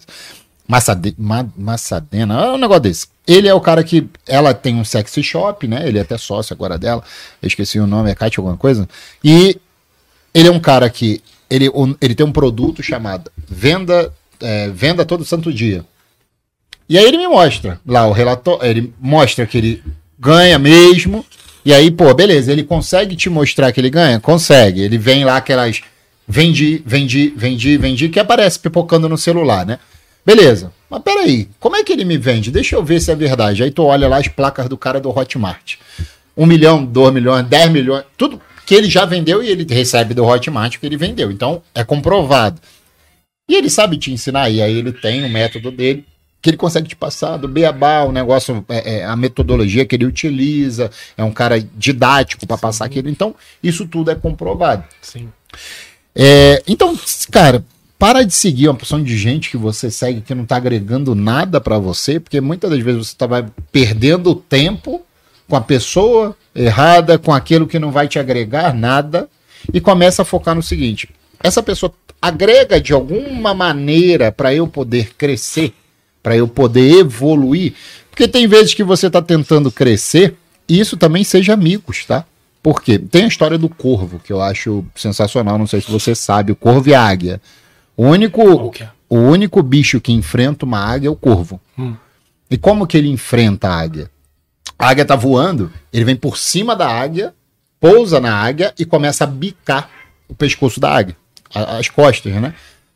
Massadena, é um negócio desse. Ele é o cara que... Ela tem um sexy shop, né? Ele é até sócio agora dela. Eu esqueci o nome, é Kátia alguma coisa. E ele é um cara que... Ele tem um produto chamado Venda Todo Santo Dia. E aí ele me mostra lá o relatório. Ele mostra que ele ganha mesmo. E aí, pô, beleza. Ele consegue te mostrar que ele ganha? Consegue. Ele vem lá aquelas... Vendi, que aparece pipocando no celular, né? Beleza. Mas peraí, como é que ele me vende? Deixa eu ver se é verdade. Aí tu olha lá as placas do cara do Hotmart. 1 milhão, 2 milhões, 10 milhões, tudo que ele já vendeu e ele recebe do Hotmart que ele vendeu. Então, é comprovado. E ele sabe te ensinar, e aí ele tem o método dele, que ele consegue te passar do beabá, o negócio, a metodologia que ele utiliza, é um cara didático para passar aquilo. Então, isso tudo é comprovado. Sim. Então, cara, para de seguir uma porção de gente que você segue que não tá agregando nada para você, porque muitas das vezes você vai perdendo tempo com a pessoa errada, com aquilo que não vai te agregar nada, e começa a focar no seguinte: essa pessoa agrega de alguma maneira para eu poder crescer, para eu poder evoluir, porque tem vezes que você tá tentando crescer, e isso também seja amigos, tá? Por quê? Tem a história do corvo, que eu acho sensacional, não sei se você sabe, o corvo e a águia. O único bicho que enfrenta uma águia é o corvo. E como que ele enfrenta a águia? A águia tá voando, ele vem por cima da águia, pousa na águia e começa a bicar o pescoço da águia, as costas, né?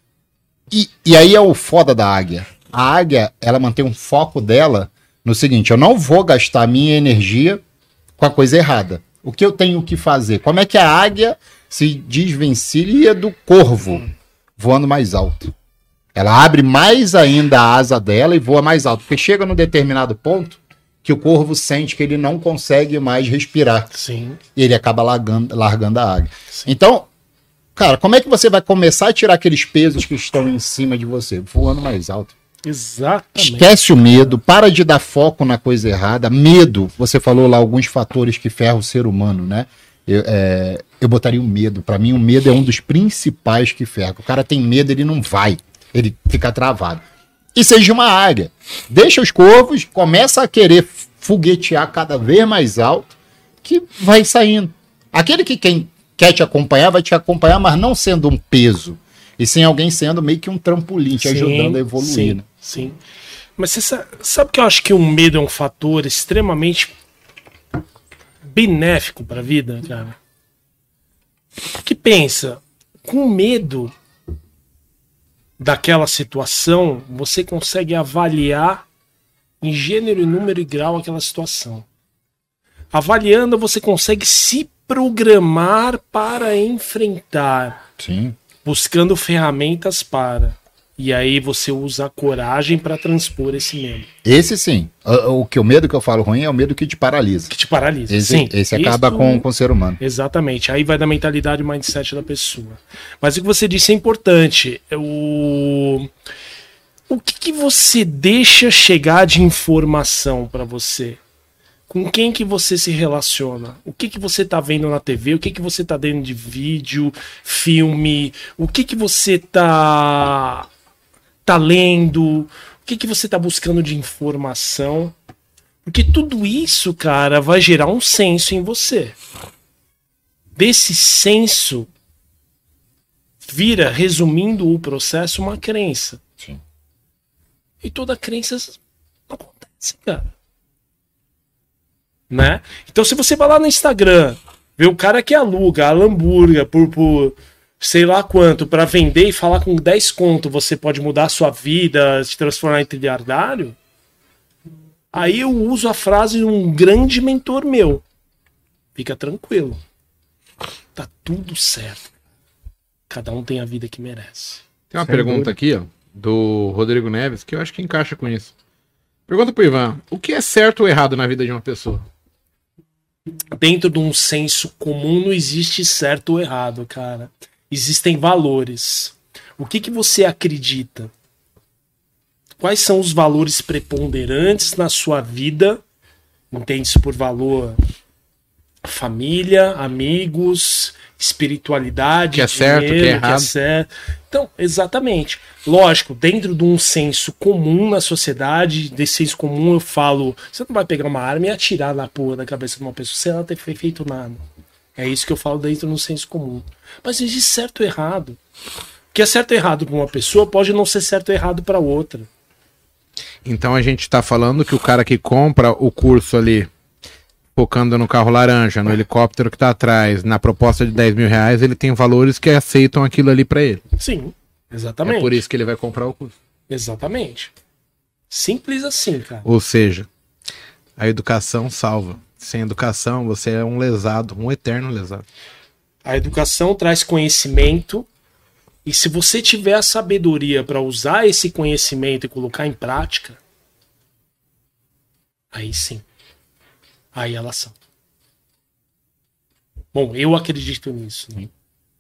E aí é o foda da águia. A águia, ela mantém um foco dela no seguinte: eu não vou gastar minha energia com a coisa errada. O que eu tenho que fazer? Como é que a águia se desvencilha do corvo voando mais alto? Ela abre mais ainda a asa dela e voa mais alto, porque chega num determinado ponto que o corvo sente que ele não consegue mais respirar. Sim. E ele acaba largando a águia. Sim. Então, cara, como é que você vai começar a tirar aqueles pesos que estão em cima de você? Voando mais alto. Exatamente. Esquece o medo, para de dar foco na coisa errada. Medo, você falou lá alguns fatores que ferram o ser humano, né? Eu botaria o medo. Para mim, o medo é um dos principais que ferra. O cara tem medo, ele não vai. Ele fica travado. E seja uma águia. Deixa os corvos, começa a querer foguetear cada vez mais alto, que vai saindo. Aquele que quem quer te acompanhar, vai te acompanhar, mas não sendo um peso. E sem alguém sendo meio que um trampolim, te ajudando a evoluir. Sim, né? Sim. Mas você sabe que eu acho que o medo é um fator extremamente benéfico para a vida, cara? Que pensa, com medo daquela situação, você consegue avaliar em gênero, número e grau aquela situação. Avaliando, você consegue se programar para enfrentar. Sim. Buscando ferramentas para. E aí você usa a coragem para transpor esse medo. Esse sim. O medo que eu falo ruim é o medo que te paralisa. Que te paralisa. Esse acaba com o ser humano. Exatamente. Aí vai da mentalidade e mindset da pessoa. Mas o que você disse é importante. O que você deixa chegar de informação para você? Com quem que você se relaciona? O que você tá vendo na TV? O que você tá vendo de vídeo, filme? O que você tá lendo? O que você está buscando de informação. Porque tudo isso, cara, vai gerar um senso em você. Desse senso vira, resumindo o processo, uma crença. Sim. E toda crença acontece, cara. Né? Então se você vai lá no Instagram, vê o cara que aluga a hambúrguer por sei lá quanto pra vender e falar com 10 conto você pode mudar a sua vida, se transformar em trilhardário, aí eu uso a frase de um grande mentor meu. Fica tranquilo. Tá tudo certo. Cada um tem a vida que merece. Tem uma pergunta aqui, ó, do Rodrigo Neves, que eu acho que encaixa com isso. Pergunta pro Ivan: o que é certo ou errado na vida de uma pessoa? Dentro de um senso comum não existe certo ou errado, cara. Existem valores. O que você acredita? Quais são os valores preponderantes na sua vida? Entende-se por valor família, amigos, espiritualidade, que é certo, dinheiro, que é errado. certo. Então, exatamente. Lógico, dentro de um senso comum na sociedade, desse senso comum eu falo, você não vai pegar uma arma e atirar na porra da cabeça de uma pessoa sem ela ter feito nada. É isso que eu falo dentro do senso comum. Mas existe certo ou errado. O que é certo ou errado para uma pessoa pode não ser certo ou errado para outra. Então a gente tá falando que o cara que compra o curso ali, focando no carro laranja, no helicóptero que tá atrás, na proposta de 10 mil reais, ele tem valores que aceitam aquilo ali pra ele. Sim, exatamente. É por isso que ele vai comprar o curso. Exatamente. Simples assim, cara. Ou seja, a educação salva. Sem educação, você é um lesado, um eterno lesado. A educação traz conhecimento e se você tiver a sabedoria para usar esse conhecimento e colocar em prática, aí sim. Aí elas são. Bom, eu acredito nisso. Né?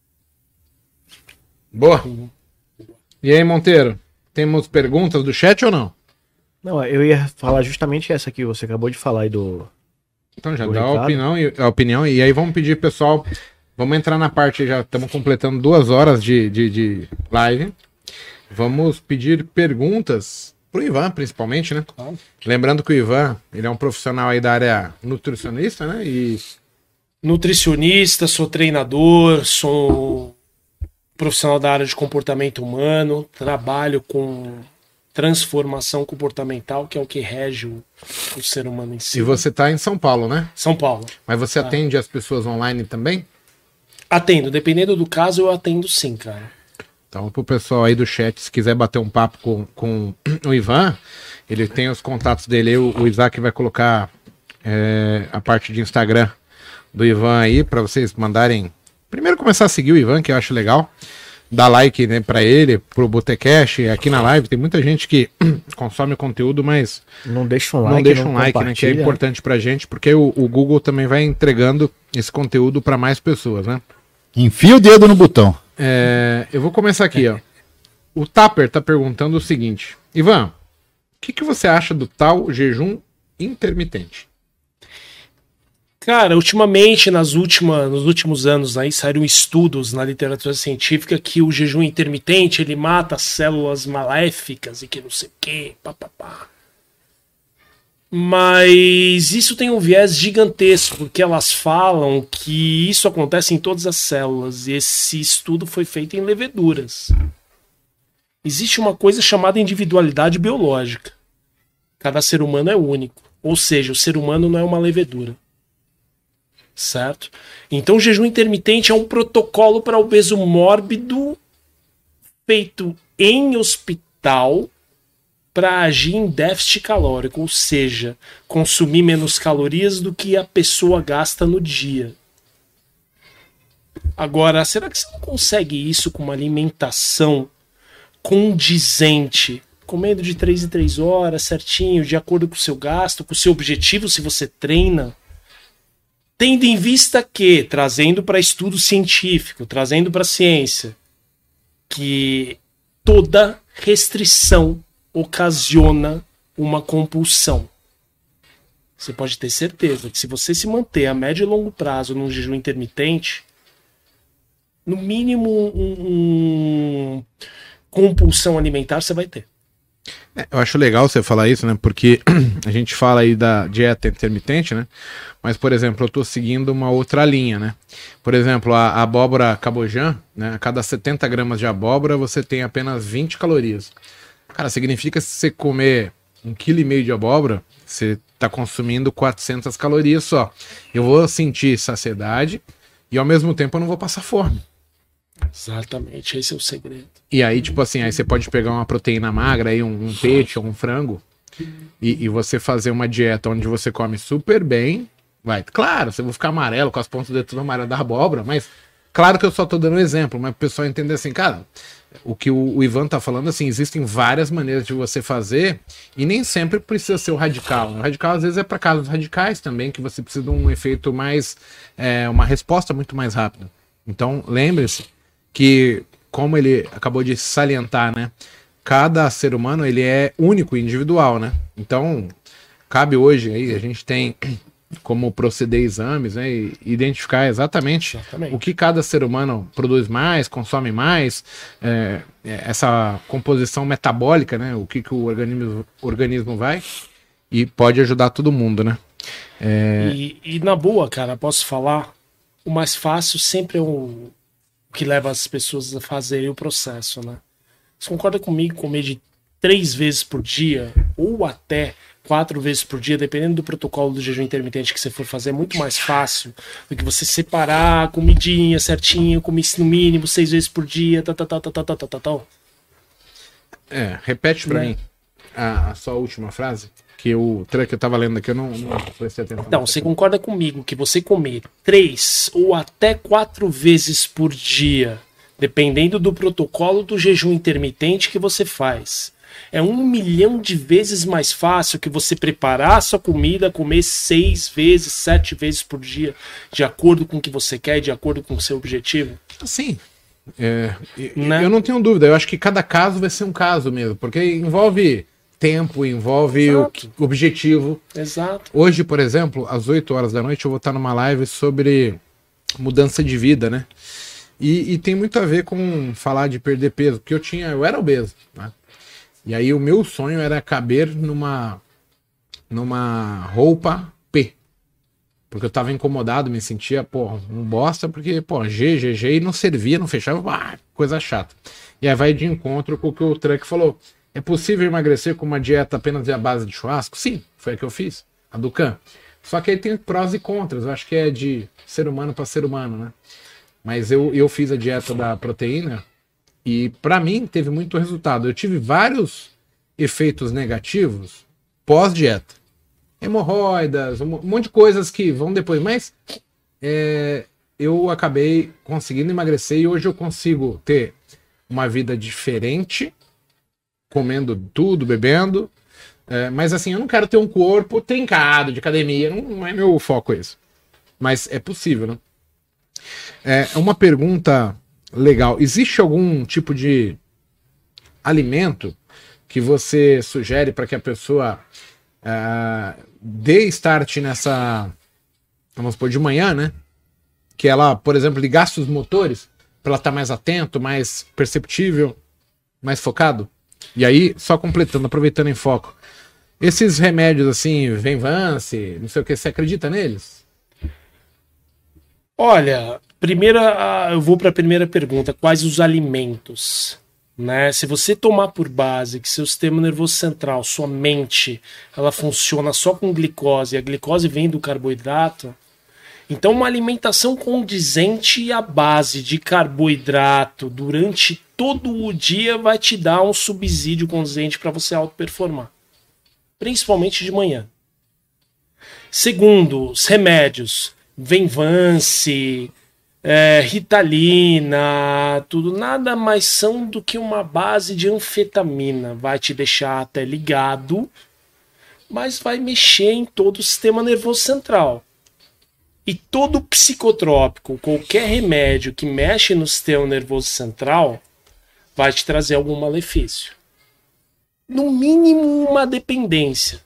Boa. E aí, Monteiro? Temos perguntas do chat ou não? Não, eu ia falar justamente essa que você acabou de falar aí do... Então já do dá Ricardo. a opinião. E aí vamos pedir, pessoal, vamos entrar na parte, já estamos completando 2 horas de live. Vamos pedir perguntas pro Ivan, principalmente, né? Claro. Lembrando que o Ivan, ele é um profissional aí da área nutricionista, né? E Nutricionista, sou treinador, sou profissional da área de comportamento humano, trabalho com transformação comportamental, que é o que rege o ser humano em si. E você tá em São Paulo, né? São Paulo. Mas você atende as pessoas online também? Atendo, dependendo do caso, eu atendo sim, cara. Então, pro pessoal aí do chat, se quiser bater um papo com o Ivan, ele tem os contatos dele. O Isaac vai colocar a parte de Instagram do Ivan aí, para vocês mandarem. Primeiro começar a seguir o Ivan, que eu acho legal. Dar like, né, para ele, pro Botecast. Aqui na live tem muita gente que consome conteúdo, mas Não deixa um like, não deixa um like, né, que é compartilha. importante pra gente, porque o Google também vai entregando esse conteúdo para mais pessoas, né? Enfia o dedo no botão. Eu vou começar aqui, ó. O Tapper tá perguntando o seguinte: Ivan, o que você acha do tal jejum intermitente? Cara, ultimamente, nos últimos anos, aí saíram estudos na literatura científica que o jejum intermitente ele mata células maléficas e que não sei o que, papapá. Mas isso tem um viés gigantesco, porque elas falam que isso acontece em todas as células, e esse estudo foi feito em leveduras. Existe uma coisa chamada individualidade biológica. Cada ser humano é único, ou seja, o ser humano não é uma levedura. Certo? Então o jejum intermitente é um protocolo para obeso mórbido feito em hospital para agir em déficit calórico, ou seja, consumir menos calorias do que a pessoa gasta no dia. Agora, será que você não consegue isso com uma alimentação condizente, comendo de 3 em 3 horas, certinho, de acordo com o seu gasto, com o seu objetivo, se você treina? Tendo em vista que, trazendo para estudo científico, trazendo para a ciência, que toda restrição ocasiona uma compulsão. Você pode ter certeza que se você se manter a médio e longo prazo num jejum intermitente, no mínimo compulsão alimentar você vai ter. Eu acho legal você falar isso, né? Porque a gente fala aí da dieta intermitente, né? Mas, por exemplo, eu tô seguindo uma outra linha, né? Por exemplo, a abóbora cabojan, né? A cada 70 gramas de abóbora você tem apenas 20 calorias. Cara, significa que se você comer 1,5 kg de abóbora, você tá consumindo 400 calorias só. Eu vou sentir saciedade e ao mesmo tempo eu não vou passar fome. Exatamente, esse é o segredo. E aí, tipo assim, aí você pode pegar uma proteína magra, aí um peixe ou um frango, e você fazer uma dieta onde você come super bem. Vai, claro, você vai ficar amarelo com as pontas do dedo tudo amarelo da abóbora, mas claro que eu só tô dando um exemplo, mas o pessoal entender assim, cara, o que o Ivan tá falando, assim, existem várias maneiras de você fazer e nem sempre precisa ser o radical. O radical às vezes é para casos radicais também, que você precisa de um efeito mais, uma resposta muito mais rápida. Então, lembre-se que, como ele acabou de salientar, né? Cada ser humano, ele é único e individual, né? Então, cabe hoje aí, a gente tem como proceder exames, né? E identificar exatamente o que cada ser humano produz mais, consome mais, essa composição metabólica, né? O que o organismo vai, e pode ajudar todo mundo, né? E na boa, cara, posso falar, o mais fácil sempre é o que leva as pessoas a fazerem o processo, né? Você concorda comigo comer de 3 vezes por dia ou até 4 vezes por dia, dependendo do protocolo do jejum intermitente que você for fazer, é muito mais fácil do que você separar a comidinha certinho, comer no mínimo 6 vezes por dia, tal. Repete pra mim a sua última frase, que o trecho que eu tava lendo aqui eu não prestei atenção. Então, você concorda comigo que você comer 3 ou até 4 vezes por dia, dependendo do protocolo do jejum intermitente que você faz, é 1 milhão de vezes mais fácil que você preparar a sua comida, comer 6 vezes, 7 vezes por dia, de acordo com o que você quer e de acordo com o seu objetivo? Sim. Né? Eu não tenho dúvida. Eu acho que cada caso vai ser um caso mesmo, porque envolve tempo, envolve o objetivo. Exato. Hoje, por exemplo, às 8 horas da noite, eu vou estar numa live sobre mudança de vida, né? E tem muito a ver com falar de perder peso, porque eu era obeso, né? E aí o meu sonho era caber numa roupa P. Porque eu tava incomodado, me sentia, um bosta, porque, GG, e não servia, não fechava, coisa chata. E aí vai de encontro com o que o Truck falou. É possível emagrecer com uma dieta apenas à base de churrasco? Sim, foi a que eu fiz, a do Can. Só que aí tem prós e contras, eu acho que é de ser humano para ser humano, né? Mas eu fiz a dieta da proteína e para mim teve muito resultado. Eu tive vários efeitos negativos pós-dieta. Hemorroidas, um monte de coisas que vão depois, mas eu acabei conseguindo emagrecer e hoje eu consigo ter uma vida diferente, comendo tudo, bebendo, mas assim, eu não quero ter um corpo trincado de academia, não é meu foco isso. Mas é possível, né? Uma pergunta legal. Existe algum tipo de alimento que você sugere para que a pessoa dê start nessa, vamos supor, de manhã, né? Que ela, por exemplo, ligasse os motores para ela estar mais atento, mais perceptível, mais focado? E aí, só completando, aproveitando em foco, esses remédios assim, Venvance, não sei o que, você acredita neles? Olha, eu vou para a primeira pergunta, quais os alimentos? Né? Se você tomar por base que seu sistema nervoso central, sua mente, ela funciona só com glicose, e a glicose vem do carboidrato, então uma alimentação condizente à base de carboidrato durante todo o dia vai te dar um subsídio condizente para você autoperformar, principalmente de manhã. Segundo, os remédios, Venvance, Ritalina, tudo nada mais são do que uma base de anfetamina. Vai te deixar até ligado, mas vai mexer em todo o sistema nervoso central. E todo psicotrópico, qualquer remédio que mexe no sistema nervoso central, vai te trazer algum malefício. No mínimo, uma dependência.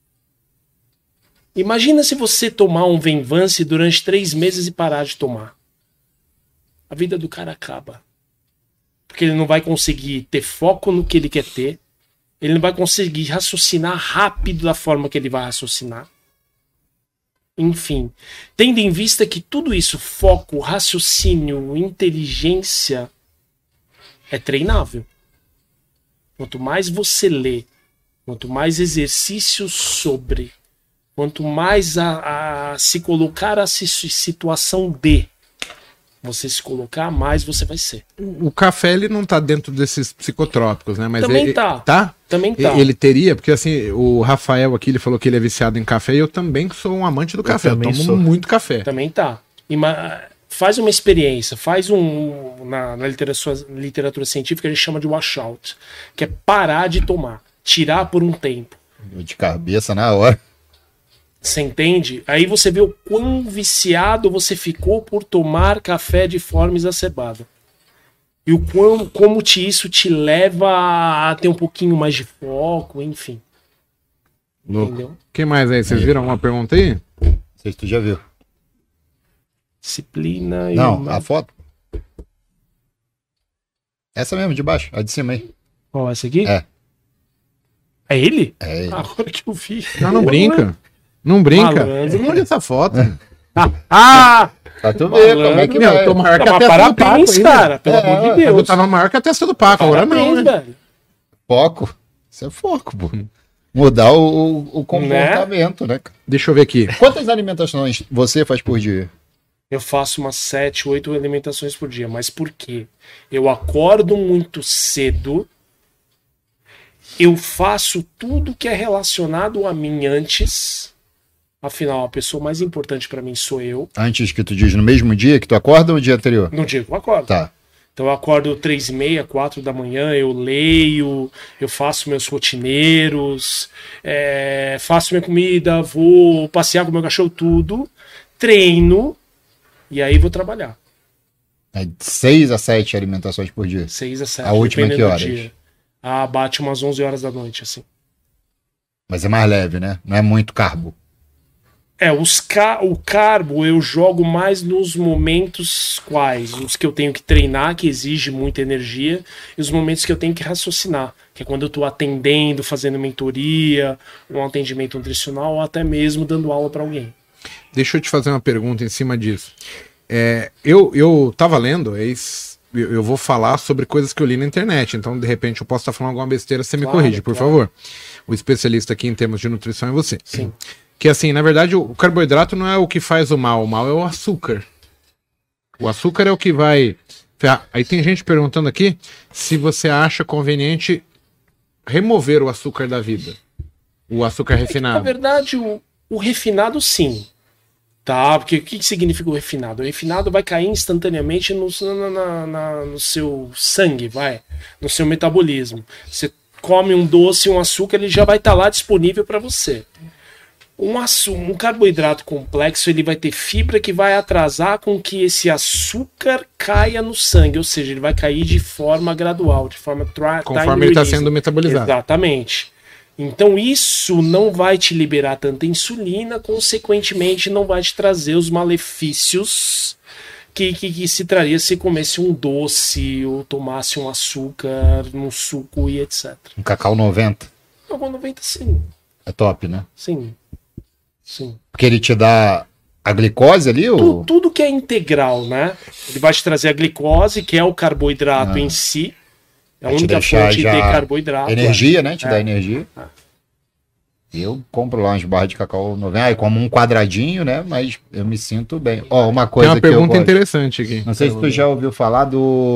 Imagina se você tomar um Venvance durante 3 meses e parar de tomar. A vida do cara acaba. Porque ele não vai conseguir ter foco no que ele quer ter, Ele não vai conseguir raciocinar rápido da forma que ele vai raciocinar. Enfim, tendo em vista que tudo isso, foco, raciocínio, inteligência, é treinável. Quanto mais você lê, quanto mais exercícios sobre, quanto mais a se colocar a situação de você se colocar, mais você vai ser. O café, ele não tá dentro desses psicotrópicos, né? Mas Também ele, tá. Tá? Também tá. Ele teria, porque assim, o Rafael aqui, ele falou que ele é viciado em café e eu também sou um amante do café. Eu tomo muito café. Também tá. Faz uma experiência, faz na literatura científica a gente chama de washout, que é parar de tomar, tirar por um tempo. De cabeça na hora. Você entende? Aí você vê o quão viciado você ficou por tomar café de forma exacerbada. E como isso te leva a ter um pouquinho mais de foco, enfim. Louco. Entendeu? O que mais aí? Vocês viram alguma pergunta aí? Não sei se tu já viu. Disciplina e... Não, a foto. Essa mesmo, de baixo, a de cima aí. Qual, essa aqui? É. É ele? É ele. Agora que eu vi. Não brinca. Não brinca. Malandro. Olha essa foto. Pra tu ver como é que Meu, vai. tô maior que a Mas testa do Paco parabéns, ainda. cara. Pelo amor de Deus. Eu tava maior que a testa do Paco, agora não, Parabéns, né? velho. Foco. Isso é foco, pô. Mudar o comportamento, né? Deixa eu ver aqui. Quantas alimentações você faz por dia? Eu faço umas 7, 8 alimentações por dia. Mas por quê? Eu acordo muito cedo. Eu faço tudo que é relacionado a mim antes. Afinal, a pessoa mais importante pra mim sou eu. Antes que tu diz no mesmo dia que tu acorda ou no dia anterior? No dia que eu acordo. Tá. Então eu acordo 3h30, 4 da manhã, eu leio, eu faço meus rotineiros, faço minha comida, vou passear com meu cachorro, tudo, treino e aí vou trabalhar. É 6 a 7 alimentações por dia. 6 a 7, A última dependendo que do horas? dia. Bate umas 11 horas da noite, assim. Mas é mais leve, né? Não é muito carbo. O carbo eu jogo mais nos momentos quais? Os que eu tenho que treinar, que exige muita energia, e os momentos que eu tenho que raciocinar, que é quando eu estou atendendo, fazendo mentoria, um atendimento nutricional, ou até mesmo dando aula para alguém. Deixa eu te fazer uma pergunta em cima disso. Eu tava lendo, eu vou falar sobre coisas que eu li na internet, então de repente eu posso estar falando alguma besteira, você me corrige, por favor. O especialista aqui em termos de nutrição é você. Sim. Que assim, na verdade, o carboidrato não é o que faz o mal é o açúcar. O açúcar é o que vai ferrar. Aí tem gente perguntando aqui se você acha conveniente remover o açúcar da vida. O açúcar refinado. Na verdade, o refinado sim. Tá? Porque o que significa o refinado? O refinado vai cair instantaneamente no seu sangue, no seu metabolismo. Você come um doce, um açúcar, ele já vai estar lá disponível para você. Um carboidrato complexo, ele vai ter fibra que vai atrasar com que esse açúcar caia no sangue, ou seja, ele vai cair de forma gradual, de forma conforme ele está sendo metabolizado. Exatamente. Então isso não vai te liberar tanta insulina, consequentemente não vai te trazer os malefícios que se traria se comesse um doce ou tomasse um açúcar, um suco e etc. Um cacau 90. Cacau 90 sim. É top, né? Sim. Sim. Porque ele te dá a glicose ali? Tudo que é integral, né? Ele vai te trazer a glicose, que é o carboidrato em si. É a única fonte de carboidrato. Energia, né? Te dá energia. Eu compro lá umas barras de cacau 90, como um quadradinho, né? Mas eu me sinto bem. Ó, uma coisa tem uma pergunta interessante aqui. Não sei se tu já ouviu falar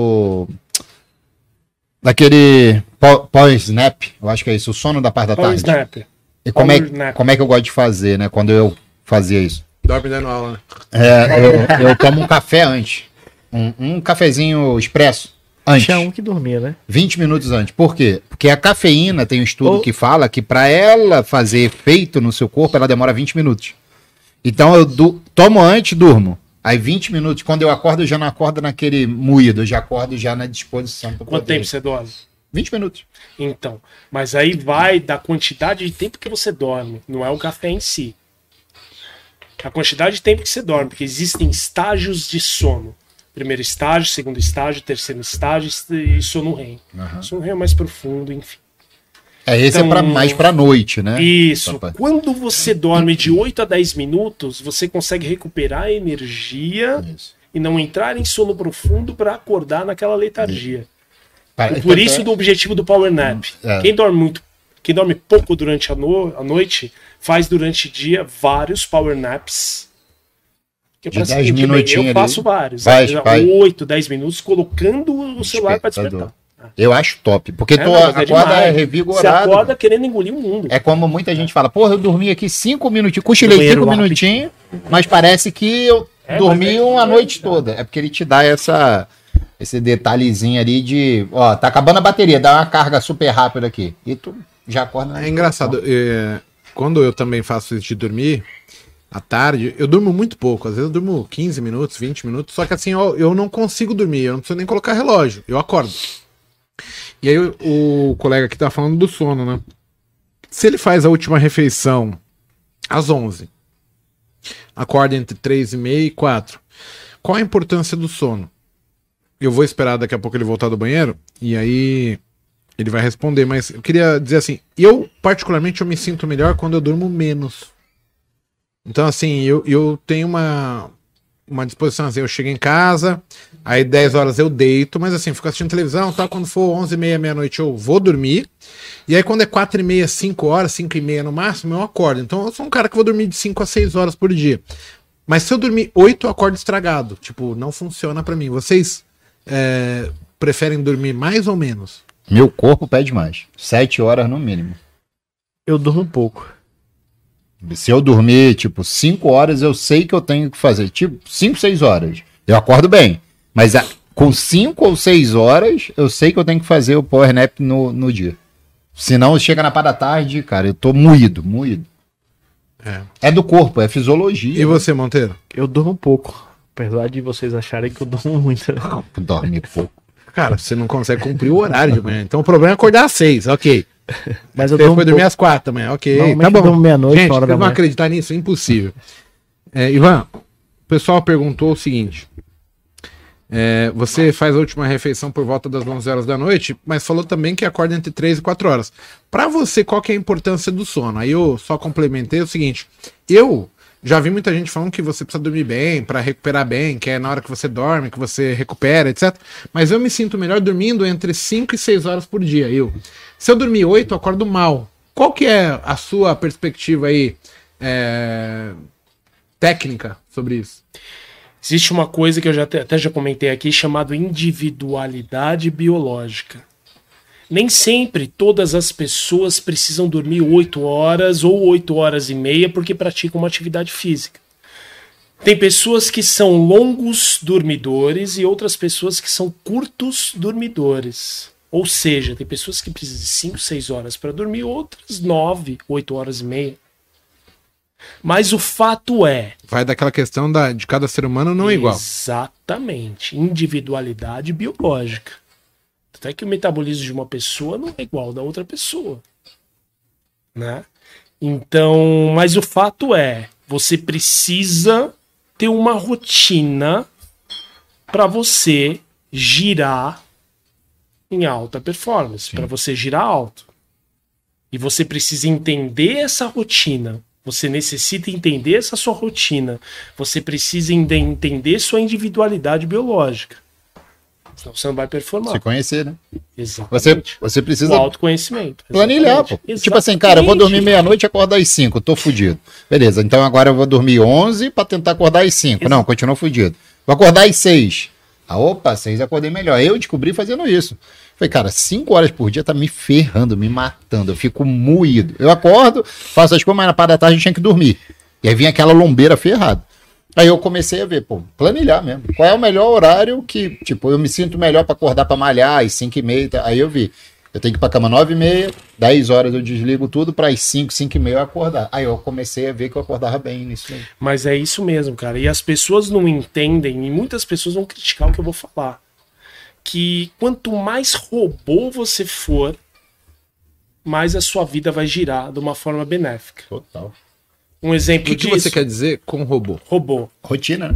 daquele Power Snap. Eu acho que é isso, o sono da parte da tarde. Power Snap. E como é que eu gosto de fazer, né? Quando eu fazia isso. Dorme dando aula, né? Eu tomo um café antes. Um cafezinho expresso. Antes. Tinha um que dormia, né? 20 minutos antes. Por quê? Porque a cafeína tem um estudo que fala que para ela fazer efeito no seu corpo, ela demora 20 minutos. Então eu tomo antes e durmo. Aí 20 minutos, quando eu acordo, eu já não acordo naquele moído, eu já acordo já na disposição. Quanto tempo você dorme? 20 minutos. Então, mas aí vai da quantidade de tempo que você dorme, não é o café em si. A quantidade de tempo que você dorme, porque existem estágios de sono. Primeiro estágio, segundo estágio, terceiro estágio e sono REM. Sono REM é mais profundo, enfim. Esse Então, é mais pra noite, né? Isso. Quando você dorme de 8 a 10 minutos, você consegue recuperar a energia e não entrar em sono profundo para acordar naquela letargia. E por isso do objetivo do Power Nap. Quem dorme pouco durante a noite, faz durante o dia vários Power Naps. Que de 10 minutinhos eu faço vários. 8, 10 minutos colocando o celular para despertar. Eu acho top, porque tu acorda revigorado. Você acorda querendo engolir o mundo. É como muita gente fala, porra, eu dormi aqui 5 minutinhos, cochilei 5 minutinhos, mas parece que eu dormi uma noite toda. É porque ele te dá esse detalhezinho ali de, ó, tá acabando a bateria, dá uma carga super rápida aqui. E tu já acorda. É engraçado, quando eu também faço isso de dormir, à tarde, eu durmo muito pouco. Às vezes eu durmo 15 minutos, 20 minutos, só que assim, eu não consigo dormir, eu não preciso nem colocar relógio, eu acordo. E aí o colega que tá falando do sono, né? Se ele faz a última refeição às 11, acorda entre 3h30 e 4, qual a importância do sono? Eu vou esperar daqui a pouco ele voltar do banheiro, e aí ele vai responder, mas eu queria dizer assim, particularmente eu me sinto melhor quando eu durmo menos. Então assim, eu tenho uma disposição assim, eu chego em casa, aí 10 horas eu deito, mas assim, fico assistindo televisão, tá? Quando for 11h30, meia-noite eu vou dormir, e aí quando é 4h30, 5 horas, 5h30 no máximo, eu acordo. Então eu sou um cara que vou dormir de 5 a 6 horas por dia. Mas se eu dormir 8, eu acordo estragado. Tipo, não funciona pra mim. Vocês preferem dormir mais ou menos? Meu corpo pede mais. 7 horas no mínimo. Eu durmo pouco. Se eu dormir, tipo, 5 horas, eu sei que eu tenho que fazer. Tipo, 5, 6 horas. Eu acordo bem. Mas com 5 ou 6 horas, eu sei que eu tenho que fazer o Power Nap no dia. Senão, chega na parte da tarde, cara, eu tô moído. É do corpo, é fisiologia. E você, Monteiro? Eu durmo pouco. Apesar de vocês acharem que eu durmo muito. Dorme pouco. Cara, você não consegue cumprir o horário de manhã. Então o problema é acordar às 6, ok. Mas eu Você foi dormir às 4 da manhã, ok. Tá bom. Eu meia-noite, gente, hora vocês da vão manhã. acreditar nisso? É impossível. Ivan, o pessoal perguntou o seguinte. Você faz a última refeição por volta das 11 horas da noite, mas falou também que acorda entre 3 e 4 horas. Pra você, qual que é a importância do sono? Aí eu só complementei o seguinte. Eu já vi muita gente falando que você precisa dormir bem, pra recuperar bem, que é na hora que você dorme, que você recupera, etc. Mas eu me sinto melhor dormindo entre 5 e 6 horas por dia. Se eu dormir 8, eu acordo mal. Qual que é a sua perspectiva aí técnica sobre isso? Existe uma coisa que eu até já comentei aqui, chamado individualidade biológica. Nem sempre todas as pessoas precisam dormir 8 horas ou 8 horas e meia porque praticam uma atividade física. Tem pessoas que são longos dormidores e outras pessoas que são curtos dormidores. Ou seja, tem pessoas que precisam de 5, 6 horas para dormir, outras 9, 8 horas e meia. Mas o fato é... Vai daquela questão de cada ser humano não é igual. Exatamente. Individualidade biológica. Até que o metabolismo de uma pessoa não é igual ao da outra pessoa. Né? Então, mas o fato é, você precisa ter uma rotina para você girar em alta performance, para você girar alto. E você precisa entender essa rotina. Você necessita entender essa sua rotina. Você precisa entender sua individualidade biológica. Senão você não vai performar. Se conhecer, né? Exatamente. Você precisa... O autoconhecimento. Planilhar, pô. Exatamente. Tipo assim, cara, eu vou dormir meia-noite e acordar às 5, tô fudido. Beleza, então agora eu vou dormir 11 pra tentar acordar às 5. Não, continua fudido. Vou acordar às 6. Opa, 6 acordei melhor. Eu descobri fazendo isso. Falei, cara, 5 horas por dia tá me ferrando, me matando. Eu fico moído. Eu acordo, faço as coisas, mas na parte da tarde eu tinha que dormir. E aí vinha aquela lombeira ferrada. Aí eu comecei a ver, planilhar mesmo. Qual é o melhor horário que, tipo, eu me sinto melhor pra acordar pra malhar às 5h30. Aí eu vi, eu tenho que ir pra cama 9h30, 10 horas eu desligo tudo pra às 5, 5h30 eu acordar. Aí eu comecei a ver que eu acordava bem nisso mesmo. Mas é isso mesmo, cara. E as pessoas não entendem, e muitas pessoas vão criticar o que eu vou falar. Que quanto mais robô você for, mais a sua vida vai girar de uma forma benéfica. Total. Um exemplo O que você quer dizer com robô? Robô. Rotina, né?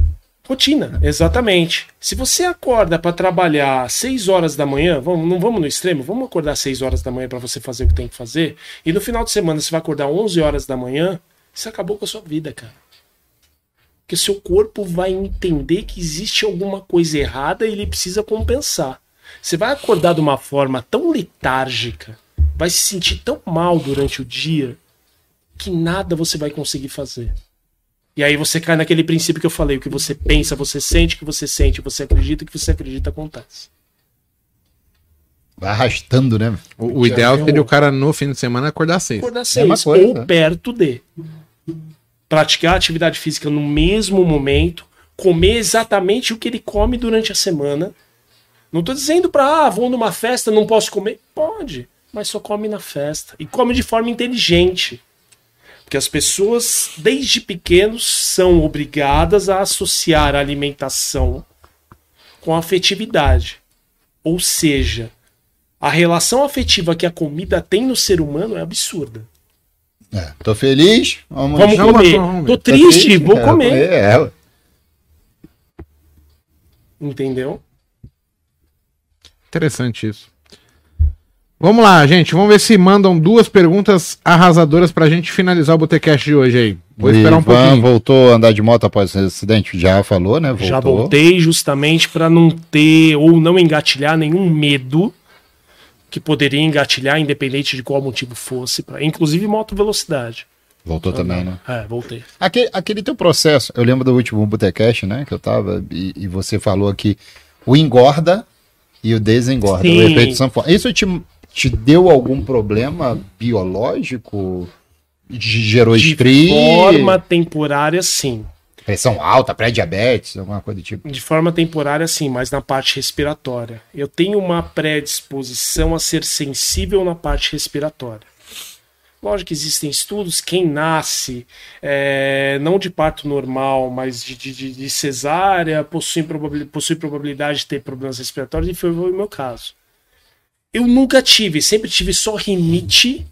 Rotina, exatamente. Se você acorda para trabalhar 6 horas da manhã, não vamos no extremo, vamos acordar 6 horas da manhã para você fazer o que tem que fazer, e no final de semana você vai acordar 11 horas da manhã, você acabou com a sua vida, cara. Porque o seu corpo vai entender que existe alguma coisa errada e ele precisa compensar. Você vai acordar de uma forma tão letárgica, vai se sentir tão mal durante o dia, que nada você vai conseguir fazer. E aí você cai naquele princípio que eu falei, o que você pensa, você sente, o que você sente, você acredita, o que você acredita acontece. Vai arrastando, né? O ideal seria o cara no fim de semana acordar 6. Acordar 6, ou perto de. Praticar atividade física no mesmo momento, comer exatamente o que ele come durante a semana. Não tô dizendo pra, vou numa festa, não posso comer. Pode, mas só come na festa. E come de forma inteligente. Porque as pessoas, desde pequenos, são obrigadas a associar a alimentação com a afetividade. Ou seja, a relação afetiva que a comida tem no ser humano é absurda. Tô feliz, vamos comer. Tô triste, vou comer. Entendeu? Interessante isso. Vamos lá, gente. Vamos ver se mandam 2 perguntas arrasadoras pra gente finalizar o Botecast de hoje aí. Vou esperar um pouquinho. Voltou a andar de moto após esse acidente? Já falou, né? Voltou. Já voltei justamente pra não ter ou não engatilhar nenhum medo que poderia engatilhar, independente de qual motivo fosse. Inclusive moto velocidade. Voltou também, né? Voltei. Aquele teu processo, eu lembro do último Botecast, né? Que eu tava, e você falou aqui, o engorda e o desengorda. Sim. O efeito sanfona. Isso te deu algum problema biológico? Gerou estria? De forma temporária, sim. Pressão alta, pré-diabetes, alguma coisa do tipo? De forma temporária, sim, mas na parte respiratória. Eu tenho uma predisposição a ser sensível na parte respiratória. Lógico que existem estudos, quem nasce, não de parto normal, mas de cesárea, possui probabilidade de ter problemas respiratórios, e foi o meu caso. Eu nunca tive, sempre tive só rinite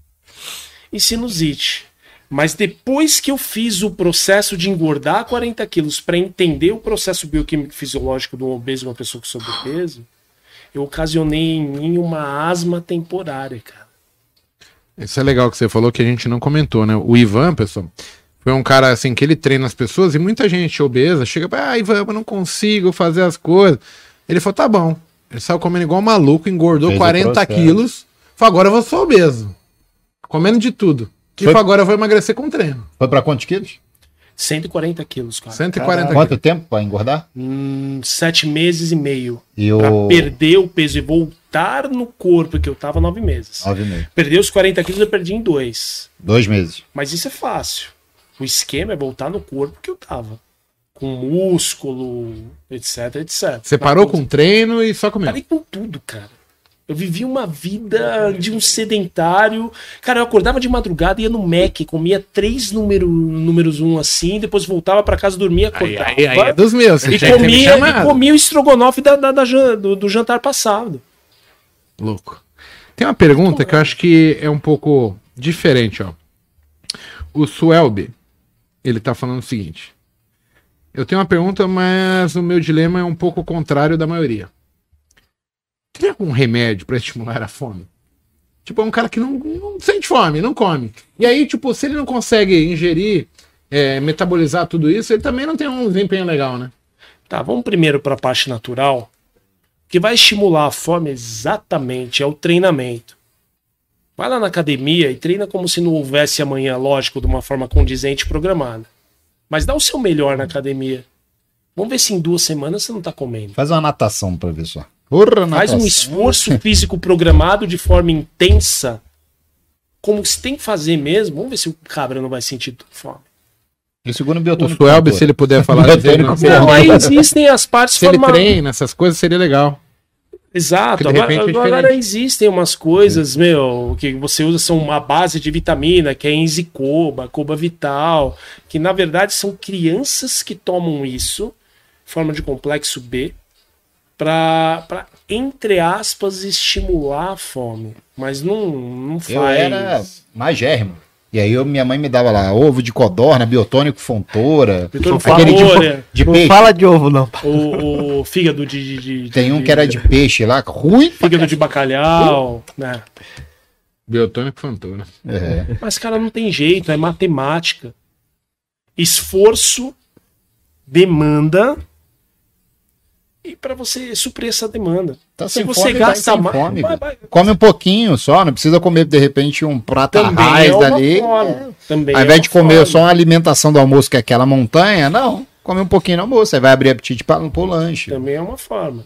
e sinusite. Mas depois que eu fiz o processo de engordar 40 quilos para entender o processo bioquímico e fisiológico de um obeso e uma pessoa com sobrepeso, eu ocasionei em mim uma asma temporária, cara. Isso é legal que você falou, que a gente não comentou, né? O Ivan, pessoal, foi um cara assim que ele treina as pessoas e muita gente obesa chega para, Ivan, eu não consigo fazer as coisas. Ele falou, tá bom. Ele saiu comendo igual maluco, engordou 40 quilos. Falou, agora eu vou ser obeso. Comendo de tudo. E falou, agora eu vou emagrecer com treino. Foi pra quantos quilos? 140 quilos, cara. 140 quilos. Quanto tempo pra engordar? 7 meses e meio. E pra perder o peso e voltar no corpo que eu tava 9 meses. 9 meses. Perder os 40 quilos eu perdi em 2. 2 meses. Mas isso é fácil. O esquema é voltar no corpo que eu tava. Com músculo, etc, etc. Você parou com treino e só comeu? Parei com tudo, cara. Eu vivi uma vida de um sedentário. Cara, eu acordava de madrugada, ia no Mac, comia 3 números 1 assim, depois voltava pra casa, dormia, acordava. Aí é dos meus. E comia o estrogonofe do jantar passado. Louco. Tem uma pergunta que eu acho que é um pouco diferente, ó. O Suelbe, ele tá falando o seguinte. Eu tenho uma pergunta, mas o meu dilema é um pouco contrário da maioria. Tem algum remédio pra estimular a fome? Tipo, é um cara que não sente fome, não come. E aí, tipo, se ele não consegue ingerir, metabolizar tudo isso, ele também não tem um desempenho legal, né? Tá, vamos primeiro pra parte natural. O que vai estimular a fome exatamente é o treinamento. Vai lá na academia e treina como se não houvesse amanhã, lógico, de uma forma condizente e programada. Mas dá o seu melhor na academia. Vamos ver se em 2 semanas você não tá comendo. Faz uma natação pra ver só. Faz um esforço físico programado de forma intensa, como se tem que fazer mesmo. Vamos ver se o cabra não vai sentir fome. E segundo o biotônico. O Suelbe, se ele puder falar. Não, aí existem as partes se ele treina essas coisas, seria legal. Exato, agora existem umas coisas, que você usa, são uma base de vitamina, que é Enzicoba, Coba Vital, que na verdade são crianças que tomam isso, forma de complexo B, para entre aspas, estimular a fome. Mas não faz... Eu era magérrimo. E aí minha mãe me dava lá ovo de codorna, biotônico, fontoura. Aquele de não peixe. fala de ovo, não. O fígado Tem um que era de peixe lá, ruim. Fígado de bacalhau, né? Biotônico fontoura. É. Mas, cara, não tem jeito, é matemática. Esforço, demanda, e para você suprir essa demanda. Tá Se sem você fome, gasta vai sem fome, vai. come um pouquinho só, não precisa comer de repente um prato a Também raiz é uma dali. forma. Também Ao é invés uma de comer forma. só uma alimentação do almoço, que é aquela montanha, não. Come um pouquinho no almoço, aí vai abrir apetite para o lanche. Também é uma forma.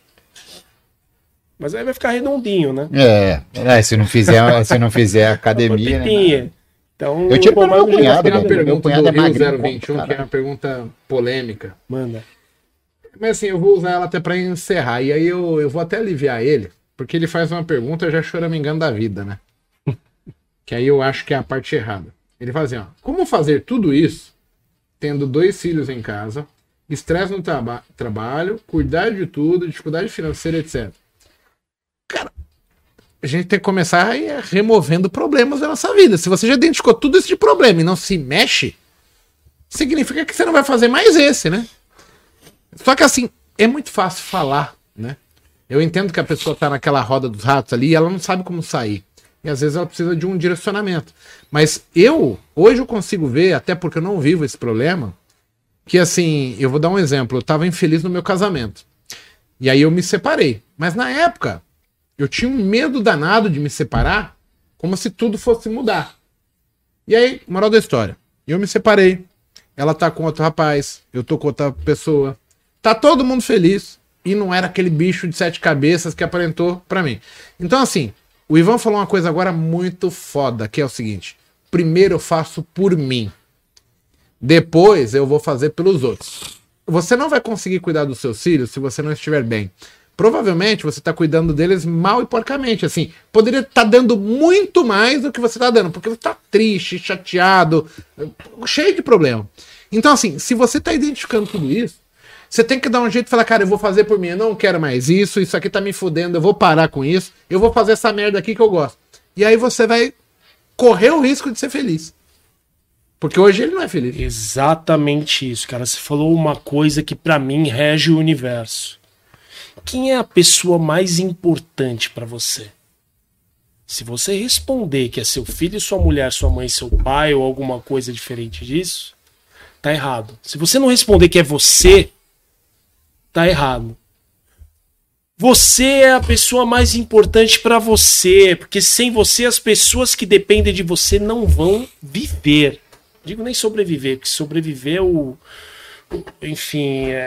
Mas aí vai ficar redondinho, né? Se não fizer academia, né? Pequenininha. Então, Eu tiro pelo meu mais cunhado, Tem uma velho. pergunta Meu cunhado do é Rio magrinho, 021, cara. que é uma pergunta polêmica. Manda. Mas assim, eu vou usar ela até pra encerrar. E aí eu vou até aliviar ele, porque ele faz uma pergunta já choramingando da vida, né? Que aí eu acho que é a parte errada. Ele fala assim, ó. Como fazer tudo isso, tendo 2 filhos em casa, estresse no trabalho, cuidar de tudo, dificuldade financeira, etc. Cara, a gente tem que começar aí removendo problemas da nossa vida. Se você já identificou tudo isso de problema e não se mexe, significa que você não vai fazer mais esse, né? Só que assim, é muito fácil falar, né? Eu entendo que a pessoa tá naquela roda dos ratos ali e ela não sabe como sair. E às vezes ela precisa de um direcionamento. Mas hoje eu consigo ver, até porque eu não vivo esse problema, que assim, eu vou dar um exemplo. Eu tava infeliz no meu casamento. E aí eu me separei. Mas na época, eu tinha um medo danado de me separar, como se tudo fosse mudar. E aí, moral da história, eu me separei. Ela tá com outro rapaz, eu tô com outra pessoa. Tá todo mundo feliz. E não era aquele bicho de 7 cabeças que aparentou pra mim. Então assim, o Ivan falou uma coisa agora muito foda, que é o seguinte. Primeiro eu faço por mim. Depois eu vou fazer pelos outros. Você não vai conseguir cuidar dos seus filhos se você não estiver bem. Provavelmente você está cuidando deles mal e porcamente. Assim, poderia estar dando muito mais do que você está dando, porque você está triste, chateado, cheio de problema. Então, assim, se você está identificando tudo isso, você tem que dar um jeito e falar, cara, eu vou fazer por mim, eu não quero mais isso aqui tá me fudendo, eu vou parar com isso, eu vou fazer essa merda aqui que eu gosto. E aí você vai correr o risco de ser feliz. Porque hoje ele não é feliz. Exatamente isso, cara. Você falou uma coisa que pra mim rege o universo. Quem é a pessoa mais importante pra você? Se você responder que é seu filho, sua mulher, sua mãe, seu pai ou alguma coisa diferente disso, tá errado. Se você não responder que é você, tá errado. Você é a pessoa mais importante pra você, porque sem você as pessoas que dependem de você não vão viver. Digo nem sobreviver, porque sobreviver enfim,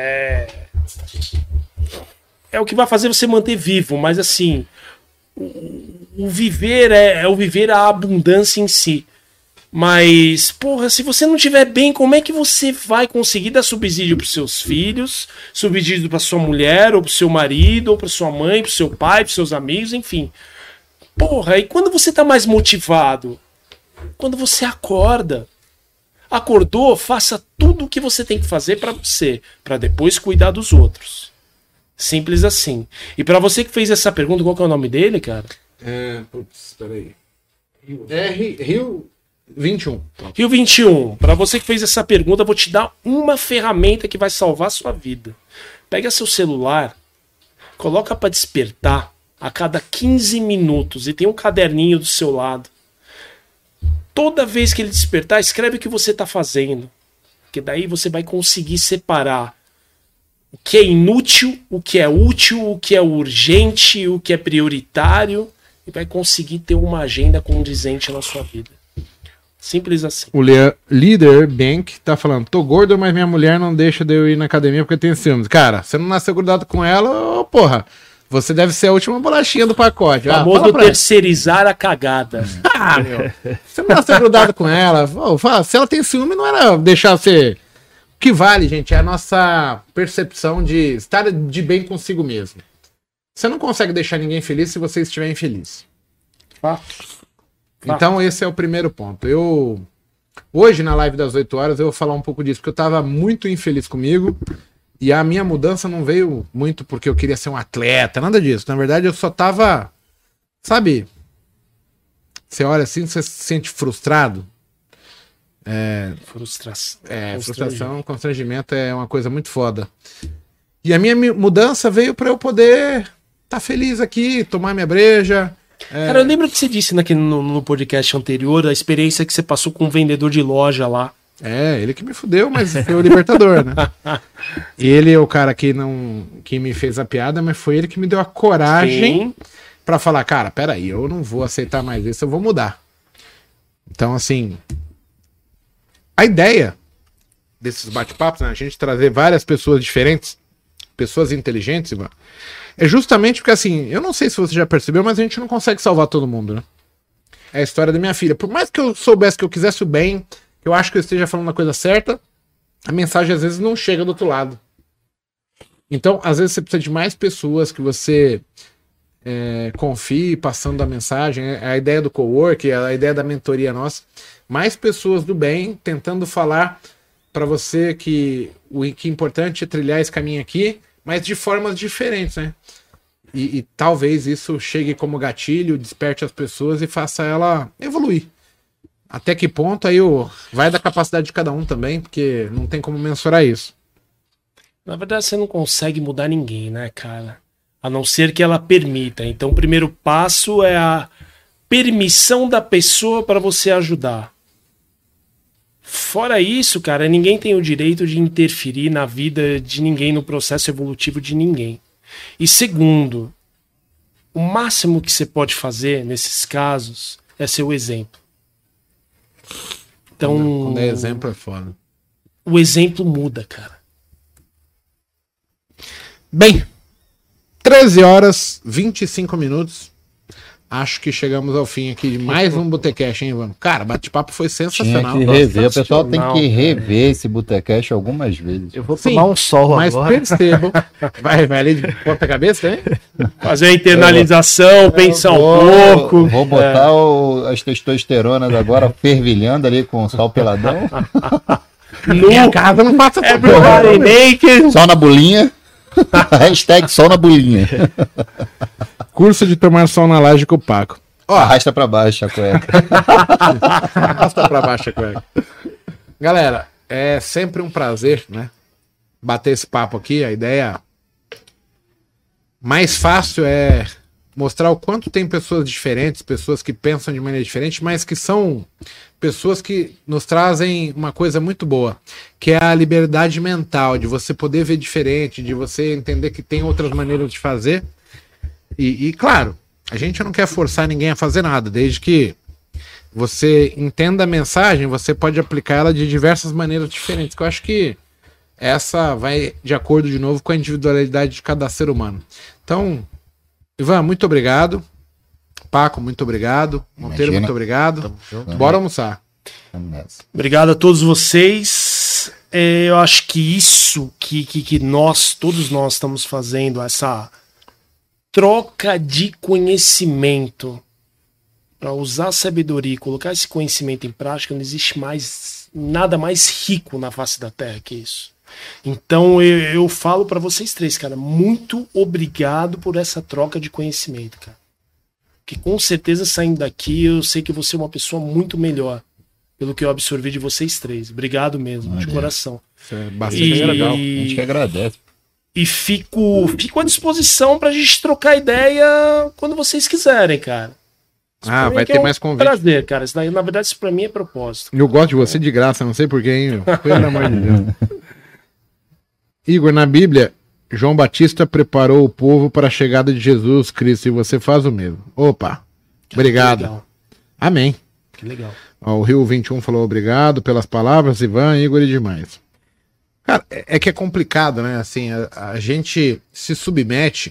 é o que vai fazer você manter vivo, mas assim, o viver é o viver a abundância em si. Mas, porra, se você não estiver bem, como é que você vai conseguir dar subsídio pros seus filhos, subsídio pra sua mulher, ou pro seu marido, ou pra sua mãe, pro seu pai, pros seus amigos, enfim. Porra, e quando você tá mais motivado? Quando você acorda. Acordou, faça tudo o que você tem que fazer pra você, pra depois cuidar dos outros. Simples assim. E pra você que fez essa pergunta, qual que é o nome dele, cara? Putz, peraí. Rio 21. Rio 21. Pra você que fez essa pergunta, eu vou te dar uma ferramenta que vai salvar a sua vida. Pega seu celular, coloca pra despertar a cada 15 minutos e tem um caderninho do seu lado. Toda vez que ele despertar, escreve o que você está fazendo. Porque daí você vai conseguir separar o que é inútil, o que é útil, o que é urgente, o que é prioritário. E vai conseguir ter uma agenda condizente na sua vida. Simples assim. O líder Bank tá falando, tô gordo, mas minha mulher não deixa de eu ir na academia porque tem ciúmes. Cara, você não nasceu grudado com ela, porra. Você deve ser a última bolachinha do pacote. O famoso terceirizar a cagada. Você não nasceu grudado com ela. Se ela tem ciúme, não era deixar você... O que vale, gente, é a nossa percepção de estar de bem consigo mesmo. Você não consegue deixar ninguém feliz se você estiver infeliz. Então esse é o primeiro ponto. Hoje, na live das 8 horas, eu vou falar um pouco disso, porque eu tava muito infeliz comigo. E a minha mudança não veio muito porque eu queria ser um atleta, nada disso. Na verdade, eu só tava, sabe, Você olha assim, você se sente frustrado? Frustração. Constrangimento é uma coisa muito foda. E a minha mudança veio para eu poder estar feliz aqui, tomar minha breja. Cara, eu lembro que você disse no podcast anterior a experiência que você passou com um vendedor de loja lá. Ele que me fudeu, mas foi o libertador, né? Ele é o cara que me fez a piada, mas foi ele que me deu a coragem para falar, cara, peraí, eu não vou aceitar mais isso, eu vou mudar. Então, assim, a ideia desses bate-papos, né, a gente trazer várias pessoas diferentes, pessoas inteligentes, Ivan, é justamente porque, assim, eu não sei se você já percebeu, mas a gente não consegue salvar todo mundo, né? É a história da minha filha. Por mais que eu soubesse que eu quisesse o bem, que eu acho que eu esteja falando a coisa certa, a mensagem às vezes não chega do outro lado. Então, às vezes você precisa de mais pessoas que você confie passando a mensagem. A ideia do cowork, a ideia da mentoria nossa. Mais pessoas do bem tentando falar para você que o que é importante é trilhar esse caminho aqui, mas de formas diferentes, né? E talvez isso chegue como gatilho, desperte as pessoas e faça ela evoluir. Até que ponto aí vai da capacidade de cada um também, porque não tem como mensurar isso. Na verdade, você não consegue mudar ninguém, né, cara? A não ser que ela permita. Então, o primeiro passo é a permissão da pessoa para você ajudar. Fora isso, cara, ninguém tem o direito de interferir na vida de ninguém, no processo evolutivo de ninguém. E segundo, o máximo que você pode fazer nesses casos é ser o exemplo. Então, quando é exemplo é foda. O exemplo muda, cara. Bem, 13 horas, 25 minutos. Acho que chegamos ao fim aqui de mais um Botecast, hein, Ivan? Cara, bate-papo foi sensacional. Tinha que rever, o pessoal tem que rever esse Botecast algumas vezes. Eu vou tomar um sol mas agora. Percebam. Vai ali de ponta-cabeça, hein? Fazer a internalização, pensar um pouco. Vou botar as testosteronas agora fervilhando ali com o sol peladão. Minha casa não passa Everybody naked. Sol na bolinha. Hashtag sol na bolinha. Curso de tomar sol na laje com o Paco. Arrasta pra baixo a cueca. Arrasta pra baixo a cueca. Galera, é sempre um prazer, né? Bater esse papo aqui. A ideia mais fácil é mostrar o quanto tem pessoas diferentes, pessoas que pensam de maneira diferente, mas que são pessoas que nos trazem uma coisa muito boa, que é a liberdade mental, de você poder ver diferente, de você entender que tem outras maneiras de fazer. E claro, a gente não quer forçar ninguém a fazer nada, desde que você entenda a mensagem, você pode aplicar ela de diversas maneiras diferentes, que eu acho que essa vai de acordo de novo com a individualidade de cada ser humano. Então, Ivan, muito obrigado. Paco, muito obrigado. Monteiro, muito obrigado. Bora almoçar. Obrigado a todos vocês. Eu acho que isso que todos nós estamos fazendo, essa troca de conhecimento para usar a sabedoria e colocar esse conhecimento em prática, não existe nada mais rico na face da Terra que isso. Então eu falo para vocês três, cara, muito obrigado por essa troca de conhecimento, cara. Que com certeza saindo daqui eu sei que você é uma pessoa muito melhor pelo que eu absorvi de vocês três. Obrigado mesmo, de coração. É bastante legal. A gente que agradece. E fico à disposição pra gente trocar ideia quando vocês quiserem, cara. Vai ter mais convite. Prazer, cara. Isso daí, na verdade, isso pra mim é propósito. Eu gosto de você de graça, não sei porquê, hein? Pelo amor de Deus. Igor, na Bíblia, João Batista preparou o povo para a chegada de Jesus Cristo e você faz o mesmo. Opa, obrigado. Legal. Amém. Que legal. O Rio 21 falou obrigado pelas palavras, Ivan, Igor e demais. Cara, é que é complicado, né? Assim, a gente se submete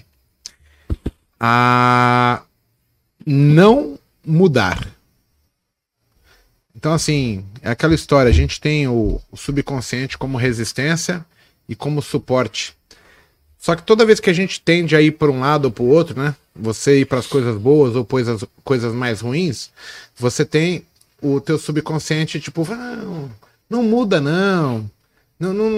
a não mudar. Então, assim, é aquela história, a gente tem o subconsciente como resistência e como suporte. Só que toda vez que a gente tende a ir para um lado ou para o outro, né? Você ir para as coisas boas ou para as coisas mais ruins, você tem o teu subconsciente, tipo, não muda não.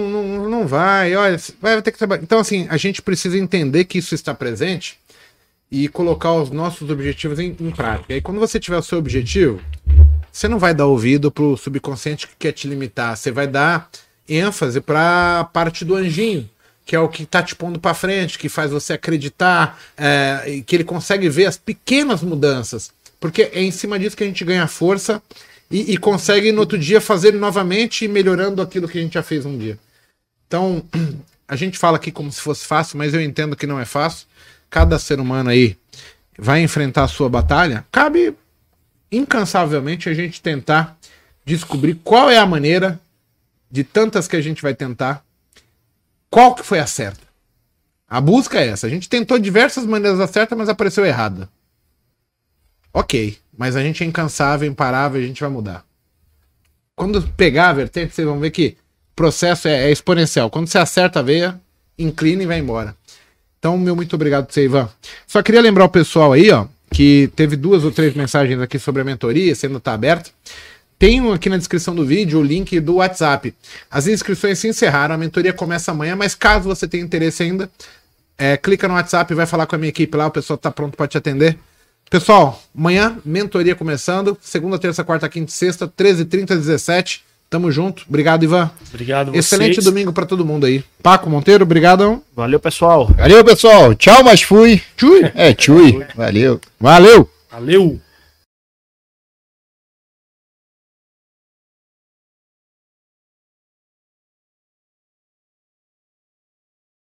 Não vai, olha, vai ter que trabalhar. Então, assim, a gente precisa entender que isso está presente e colocar os nossos objetivos em prática. E quando você tiver o seu objetivo, você não vai dar ouvido pro subconsciente que quer te limitar, você vai dar ênfase para a parte do anjinho, que é o que tá te pondo para frente, que faz você acreditar, que ele consegue ver as pequenas mudanças, porque é em cima disso que a gente ganha força e consegue no outro dia fazer novamente, melhorando aquilo que a gente já fez um dia. Então, a gente fala aqui como se fosse fácil, mas eu entendo que não é fácil. Cada ser humano aí vai enfrentar a sua batalha. Cabe incansavelmente a gente tentar descobrir qual é a maneira, de tantas que a gente vai tentar, qual que foi a certa. A busca é essa. A gente tentou diversas maneiras a certa, mas apareceu errada. Ok, mas a gente é incansável, imparável, a gente vai mudar. Quando pegar a vertente, vocês vão ver que o processo é exponencial. Quando você acerta a veia, inclina e vai embora. Então, meu muito obrigado por você, Ivan. Só queria lembrar o pessoal aí, ó, que teve 2 ou 3 mensagens aqui sobre a mentoria, sendo tá aberto. Tem aqui na descrição do vídeo o link do WhatsApp. As inscrições se encerraram, a mentoria começa amanhã, mas caso você tenha interesse ainda, clica no WhatsApp e vai falar com a minha equipe lá, o pessoal tá pronto para te atender. Pessoal, amanhã, mentoria começando, segunda, terça, quarta, quinta e sexta, 13h30, 17h. Tamo junto. Obrigado, Ivan. Obrigado a vocês. Excelente domingo para todo mundo aí. Paco Monteiro, obrigado. Valeu, pessoal. Valeu, pessoal. Tchau, mas fui. Tchui. Tchui. Valeu. Valeu. Valeu.